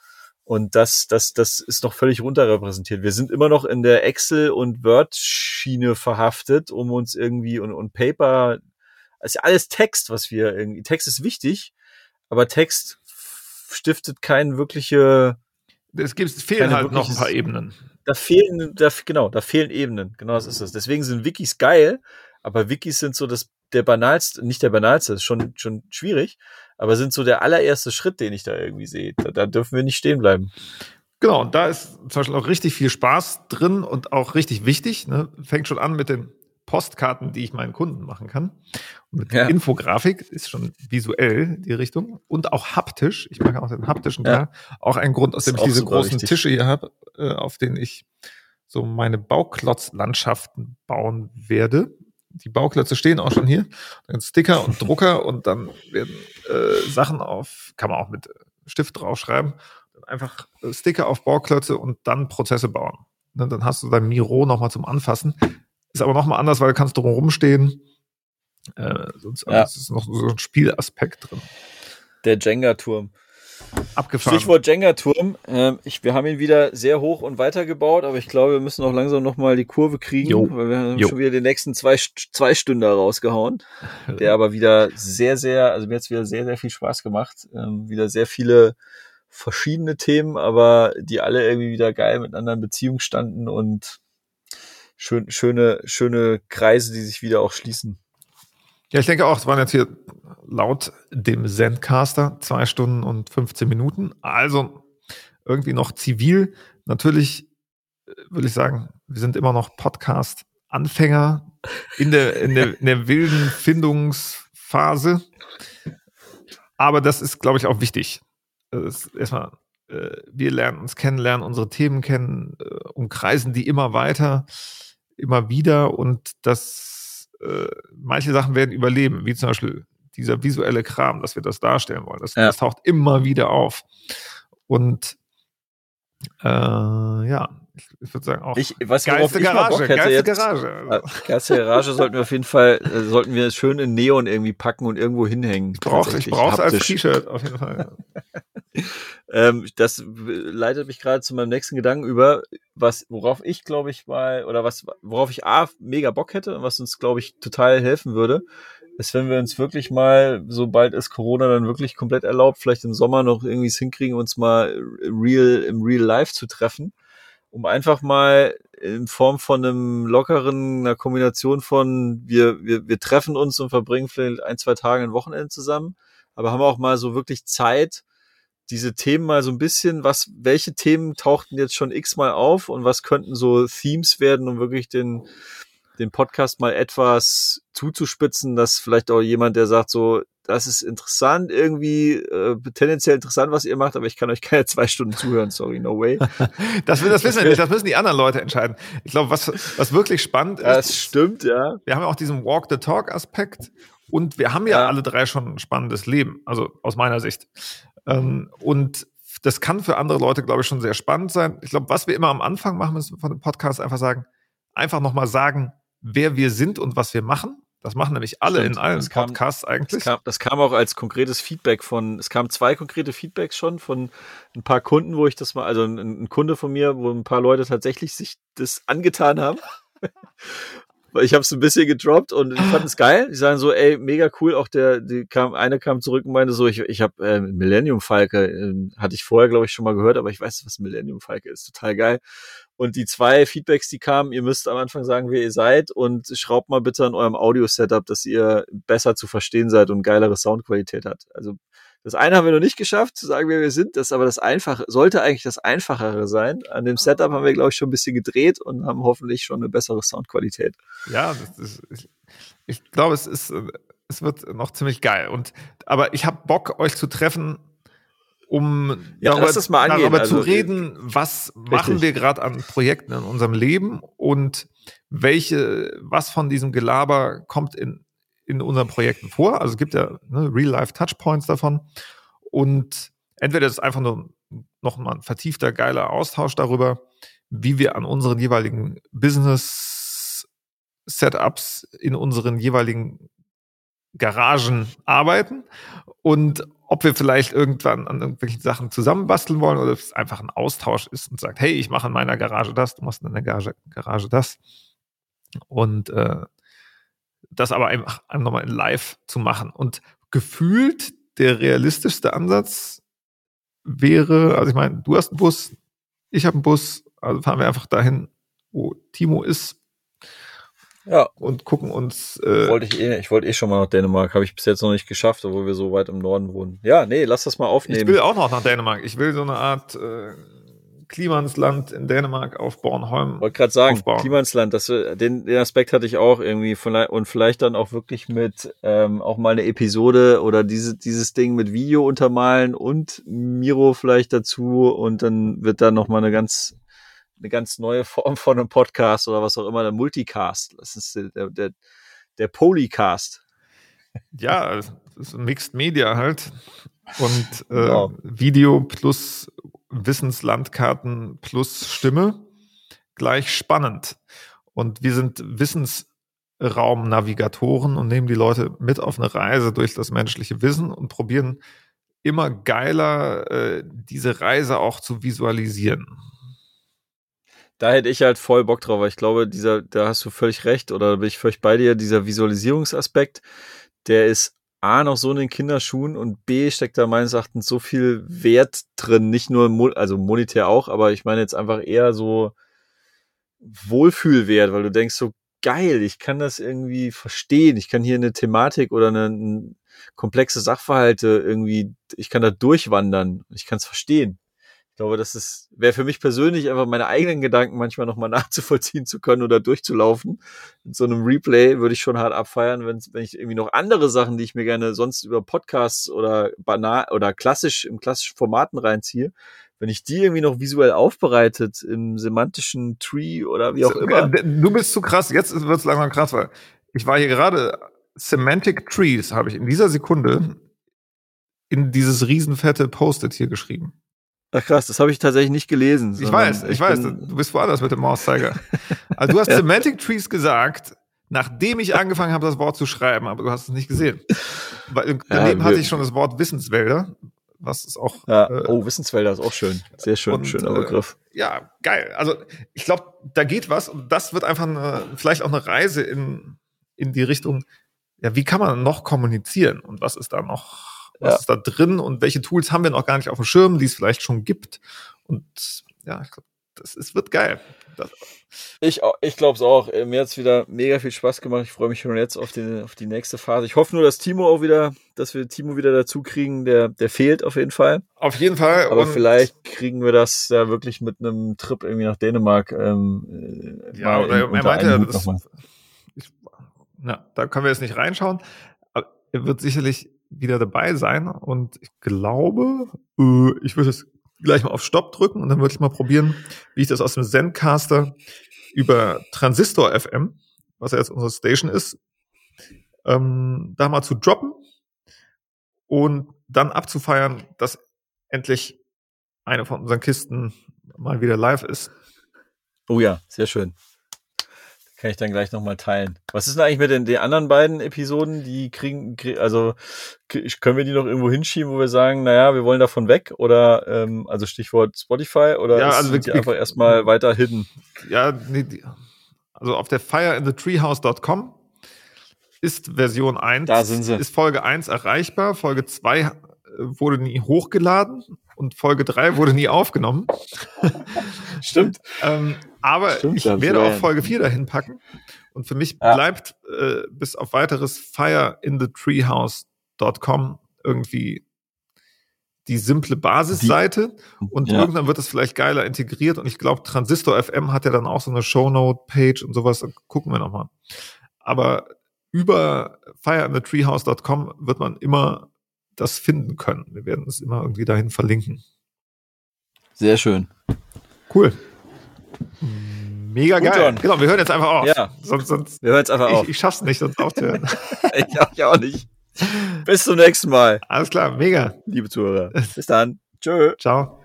Und das ist noch völlig runterrepräsentiert. Wir sind immer noch in der Excel- und Word-Schiene verhaftet, um uns irgendwie und Paper, ist ja alles Text, was wir irgendwie, Text ist wichtig, aber Text stiftet keine wirkliche, fehlen halt noch ein paar Ebenen. Da fehlen Ebenen. Genau, das ist es. Deswegen sind Wikis geil, aber Wikis sind so nicht der banalste, ist schon schwierig, aber sind so der allererste Schritt, den ich da irgendwie sehe. Da dürfen wir nicht stehen bleiben. Genau, und da ist zum Beispiel auch richtig viel Spaß drin und auch richtig wichtig. Ne? Fängt schon an mit den Postkarten, die ich meinen Kunden machen kann. Und mit Infografik ist schon visuell die Richtung und auch haptisch. Ich mag auch den haptischen Teil. Auch ein Grund, aus dem ich diese großen Tische hier habe, auf denen ich so meine Bauklotzlandschaften bauen werde. Die Bauklötze stehen auch schon hier. Dann Sticker und Drucker und dann werden Sachen kann man auch mit Stift draufschreiben. Dann einfach Sticker auf Bauklötze und dann Prozesse bauen. Dann hast du dein Miro nochmal zum Anfassen. Ist aber nochmal anders, weil du kannst drumherum stehen. Sonst ist noch so ein Spielaspekt drin. Der Jenga-Turm. Abgefahren. Stichwort Jenga-Turm. Wir haben ihn wieder sehr hoch und weiter gebaut, aber ich glaube, wir müssen auch langsam nochmal die Kurve kriegen, weil wir haben schon wieder den nächsten zwei Stunden rausgehauen. Der aber wieder sehr, sehr, also mir hat es wieder sehr, sehr viel Spaß gemacht. Wieder sehr viele verschiedene Themen, aber die alle irgendwie wieder geil miteinander in Beziehung standen und schöne Kreise, die sich wieder auch schließen. Ja, ich denke auch, es waren jetzt hier laut dem Zencaster 2 Stunden und 15 Minuten. Also irgendwie noch zivil. Natürlich würde ich sagen, wir sind immer noch Podcast-Anfänger in der wilden Findungsphase. Aber das ist, glaube ich, auch wichtig. Erstmal, wir lernen uns kennen, lernen unsere Themen kennen, umkreisen die immer weiter, immer wieder und manche Sachen werden überleben, wie zum Beispiel dieser visuelle Kram, dass wir das darstellen wollen. Das taucht immer wieder auf. Und ich würde sagen auch geilste Garage sollten wir auf jeden Fall, sollten wir schön in Neon irgendwie packen und irgendwo hinhängen. Ich brauche als T-Shirt auf jeden Fall. Das leitet mich gerade zu meinem nächsten Gedanken über, worauf ich mega Bock hätte und was uns, glaube ich, total helfen würde, ist, wenn wir uns wirklich mal, sobald es Corona dann wirklich komplett erlaubt, vielleicht im Sommer noch irgendwie es hinkriegen, uns mal im Real Life zu treffen, um einfach mal in Form von einer Kombination von wir treffen uns und verbringen vielleicht 1-2 Tage ein Wochenende zusammen, aber haben auch mal so wirklich Zeit, diese Themen mal so ein bisschen, welche Themen tauchten jetzt schon x-mal auf und was könnten so Themes werden, um wirklich den Podcast mal etwas zuzuspitzen, dass vielleicht auch jemand, der sagt so, das ist interessant, irgendwie tendenziell interessant, was ihr macht, aber ich kann euch keine 2 Stunden zuhören, sorry, no way. Das wissen wir nicht, das müssen die anderen Leute entscheiden. Ich glaube, was wirklich spannend ist. Das stimmt, ja. Wir haben ja auch diesen Walk-the-Talk-Aspekt und wir haben ja alle 3 schon ein spannendes Leben, also aus meiner Sicht. Und das kann für andere Leute, glaube ich, schon sehr spannend sein. Ich glaube, was wir immer am Anfang machen müssen von dem Podcast, einfach nochmal sagen, wer wir sind und was wir machen. Das machen nämlich alle in allen Podcasts eigentlich. Das kam auch als konkretes Feedback es kamen 2 konkrete Feedbacks schon von ein paar Kunden, wo ich das mal, also ein Kunde von mir, wo ein paar Leute tatsächlich sich das angetan haben. Weil ich habe es ein bisschen gedroppt und ich fand es geil. Die sagen so, ey, mega cool. Auch eine kam zurück und meinte so, ich habe Millennium Falke, hatte ich vorher, glaube ich, schon mal gehört, aber ich weiß, was Millennium Falke ist. Total geil. Und die 2 Feedbacks, die kamen, ihr müsst am Anfang sagen, wer ihr seid und schraubt mal bitte an eurem Audio-Setup, dass ihr besser zu verstehen seid und geilere Soundqualität habt. Also das eine haben wir noch nicht geschafft, zu sagen, wer wir sind. Sollte eigentlich das Einfachere sein. An dem Setup haben wir, glaube ich, schon ein bisschen gedreht und haben hoffentlich schon eine bessere Soundqualität. Ja, ich glaube, es wird noch ziemlich geil. Aber ich habe Bock, euch zu treffen, um darüber zu reden, was machen wir gerade an Projekten in unserem Leben und was von diesem Gelaber kommt in unseren Projekten vor. Also es gibt ja Real-Life-Touchpoints davon. Und entweder ist es einfach nur noch mal ein vertiefter, geiler Austausch darüber, wie wir an unseren jeweiligen Business-Setups in unseren jeweiligen Garagen arbeiten und ob wir vielleicht irgendwann an irgendwelchen Sachen zusammenbasteln wollen oder ob es einfach ein Austausch ist und sagt, hey, ich mache in meiner Garage das, du machst in deiner Garage das. Und das aber einfach nochmal in live zu machen. Und gefühlt der realistischste Ansatz wäre, also ich meine, du hast einen Bus, ich habe einen Bus, also fahren wir einfach dahin, wo Timo ist. Ja. Und gucken uns. Ich wollte schon mal nach Dänemark, habe ich bis jetzt noch nicht geschafft, obwohl wir so weit im Norden wohnen. Ja, nee, lass das mal aufnehmen. Ich will auch noch nach Dänemark. Ich will so eine Art Klimansland in Dänemark auf Bornholm. Wollte gerade sagen, aufbauen. Klimansland, den Aspekt hatte ich auch irgendwie und vielleicht dann auch wirklich mit auch mal eine Episode oder dieses Ding mit Video untermalen und Miro vielleicht dazu und dann wird da noch mal eine ganz neue Form von einem Podcast oder was auch immer, der Multicast. Das ist der Polycast. Ja, das ist Mixed Media halt. Und Genau. Video plus Wissenslandkarten plus Stimme gleich spannend. Und wir sind Wissensraumnavigatoren und nehmen die Leute mit auf eine Reise durch das menschliche Wissen und probieren immer geiler, diese Reise auch zu visualisieren. Da hätte ich halt voll Bock drauf, weil ich glaube, da hast du völlig recht oder da bin ich völlig bei dir, dieser Visualisierungsaspekt, der ist A, noch so in den Kinderschuhen und B, steckt da meines Erachtens so viel Wert drin, nicht nur, also monetär auch, aber ich meine jetzt einfach eher so Wohlfühlwert, weil du denkst so, geil, ich kann das irgendwie verstehen, ich kann hier eine Thematik oder eine komplexe Sachverhalte irgendwie, ich kann da durchwandern, ich kann es verstehen. Ich glaube, wäre für mich persönlich einfach meine eigenen Gedanken manchmal nochmal nachzuvollziehen zu können oder durchzulaufen. In so einem Replay würde ich schon hart abfeiern, wenn ich irgendwie noch andere Sachen, die ich mir gerne sonst über Podcasts oder im klassischen Formaten reinziehe, wenn ich die irgendwie noch visuell aufbereitet im semantischen Tree oder wie auch immer. Du bist zu krass, jetzt wird es langsam krass, weil ich war hier gerade, Semantic Trees habe ich in dieser Sekunde in dieses riesenfette Post-it hier geschrieben. Ach krass, das habe ich tatsächlich nicht gelesen. Ich weiß, du bist woanders mit dem Mauszeiger. Also du hast Semantic Trees gesagt, nachdem ich angefangen habe, das Wort zu schreiben, aber du hast es nicht gesehen. Weil daneben hatte ich schon das Wort Wissenswälder, was ist auch... Wissenswälder ist auch schön. Sehr schön, schöner Begriff. Ja, geil. Also ich glaube, da geht was und das wird einfach vielleicht auch eine Reise in die Richtung, ja, wie kann man noch kommunizieren und was ist da noch... Was ist da drin und welche Tools haben wir noch gar nicht auf dem Schirm, die es vielleicht schon gibt. Und ja, ich glaube, wird geil. Ich glaube es auch. Mir hat es wieder mega viel Spaß gemacht. Ich freue mich schon jetzt auf die nächste Phase. Ich hoffe nur, dass wir Timo wieder dazu kriegen. Der fehlt auf jeden Fall. Auf jeden Fall. Aber vielleicht kriegen wir das ja wirklich mit einem Trip irgendwie nach Dänemark. Er meinte ja, da können wir jetzt nicht reinschauen. Aber er wird sicherlich wieder dabei sein und ich glaube, ich würde es gleich mal auf Stopp drücken und dann würde ich mal probieren, wie ich das aus dem Zencaster über Transistor FM, was ja jetzt unsere Station ist, da mal zu droppen und dann abzufeiern, dass endlich eine von unseren Kisten mal wieder live ist. Oh ja, sehr schön. Kann ich dann gleich nochmal teilen. Was ist denn eigentlich mit den anderen beiden Episoden? Die können wir die noch irgendwo hinschieben, wo wir sagen, naja, wir wollen davon weg? Oder, also Stichwort Spotify? Oder ja, also sind die einfach erstmal weiter hidden? Ja, also auf der fireinthetreehouse.com ist Version 1. Da sind sie. Ist Folge 1 erreichbar. Folge 2 wurde nie hochgeladen und Folge 3 wurde nie aufgenommen. Stimmt. Aber ich werde auch Folge 4 dahin packen. Und für mich bleibt bis auf weiteres fireinTheTreehouse.com irgendwie die simple Basisseite. Und irgendwann wird es vielleicht geiler integriert. Und ich glaube, Transistor FM hat ja dann auch so eine Shownote-Page und sowas. Gucken wir nochmal. Aber über fireinTheTreehouse.com wird man immer das finden können. Wir werden es immer irgendwie dahin verlinken. Sehr schön. Cool. Mega geil. John. Genau, wir hören jetzt einfach auf. Ja, sonst wir hören jetzt einfach auf. Ich schaff's nicht, sonst aufzuhören. Ich auch nicht. Bis zum nächsten Mal. Alles klar, mega. Liebe Zuhörer. Bis dann. Tschö. Ciao.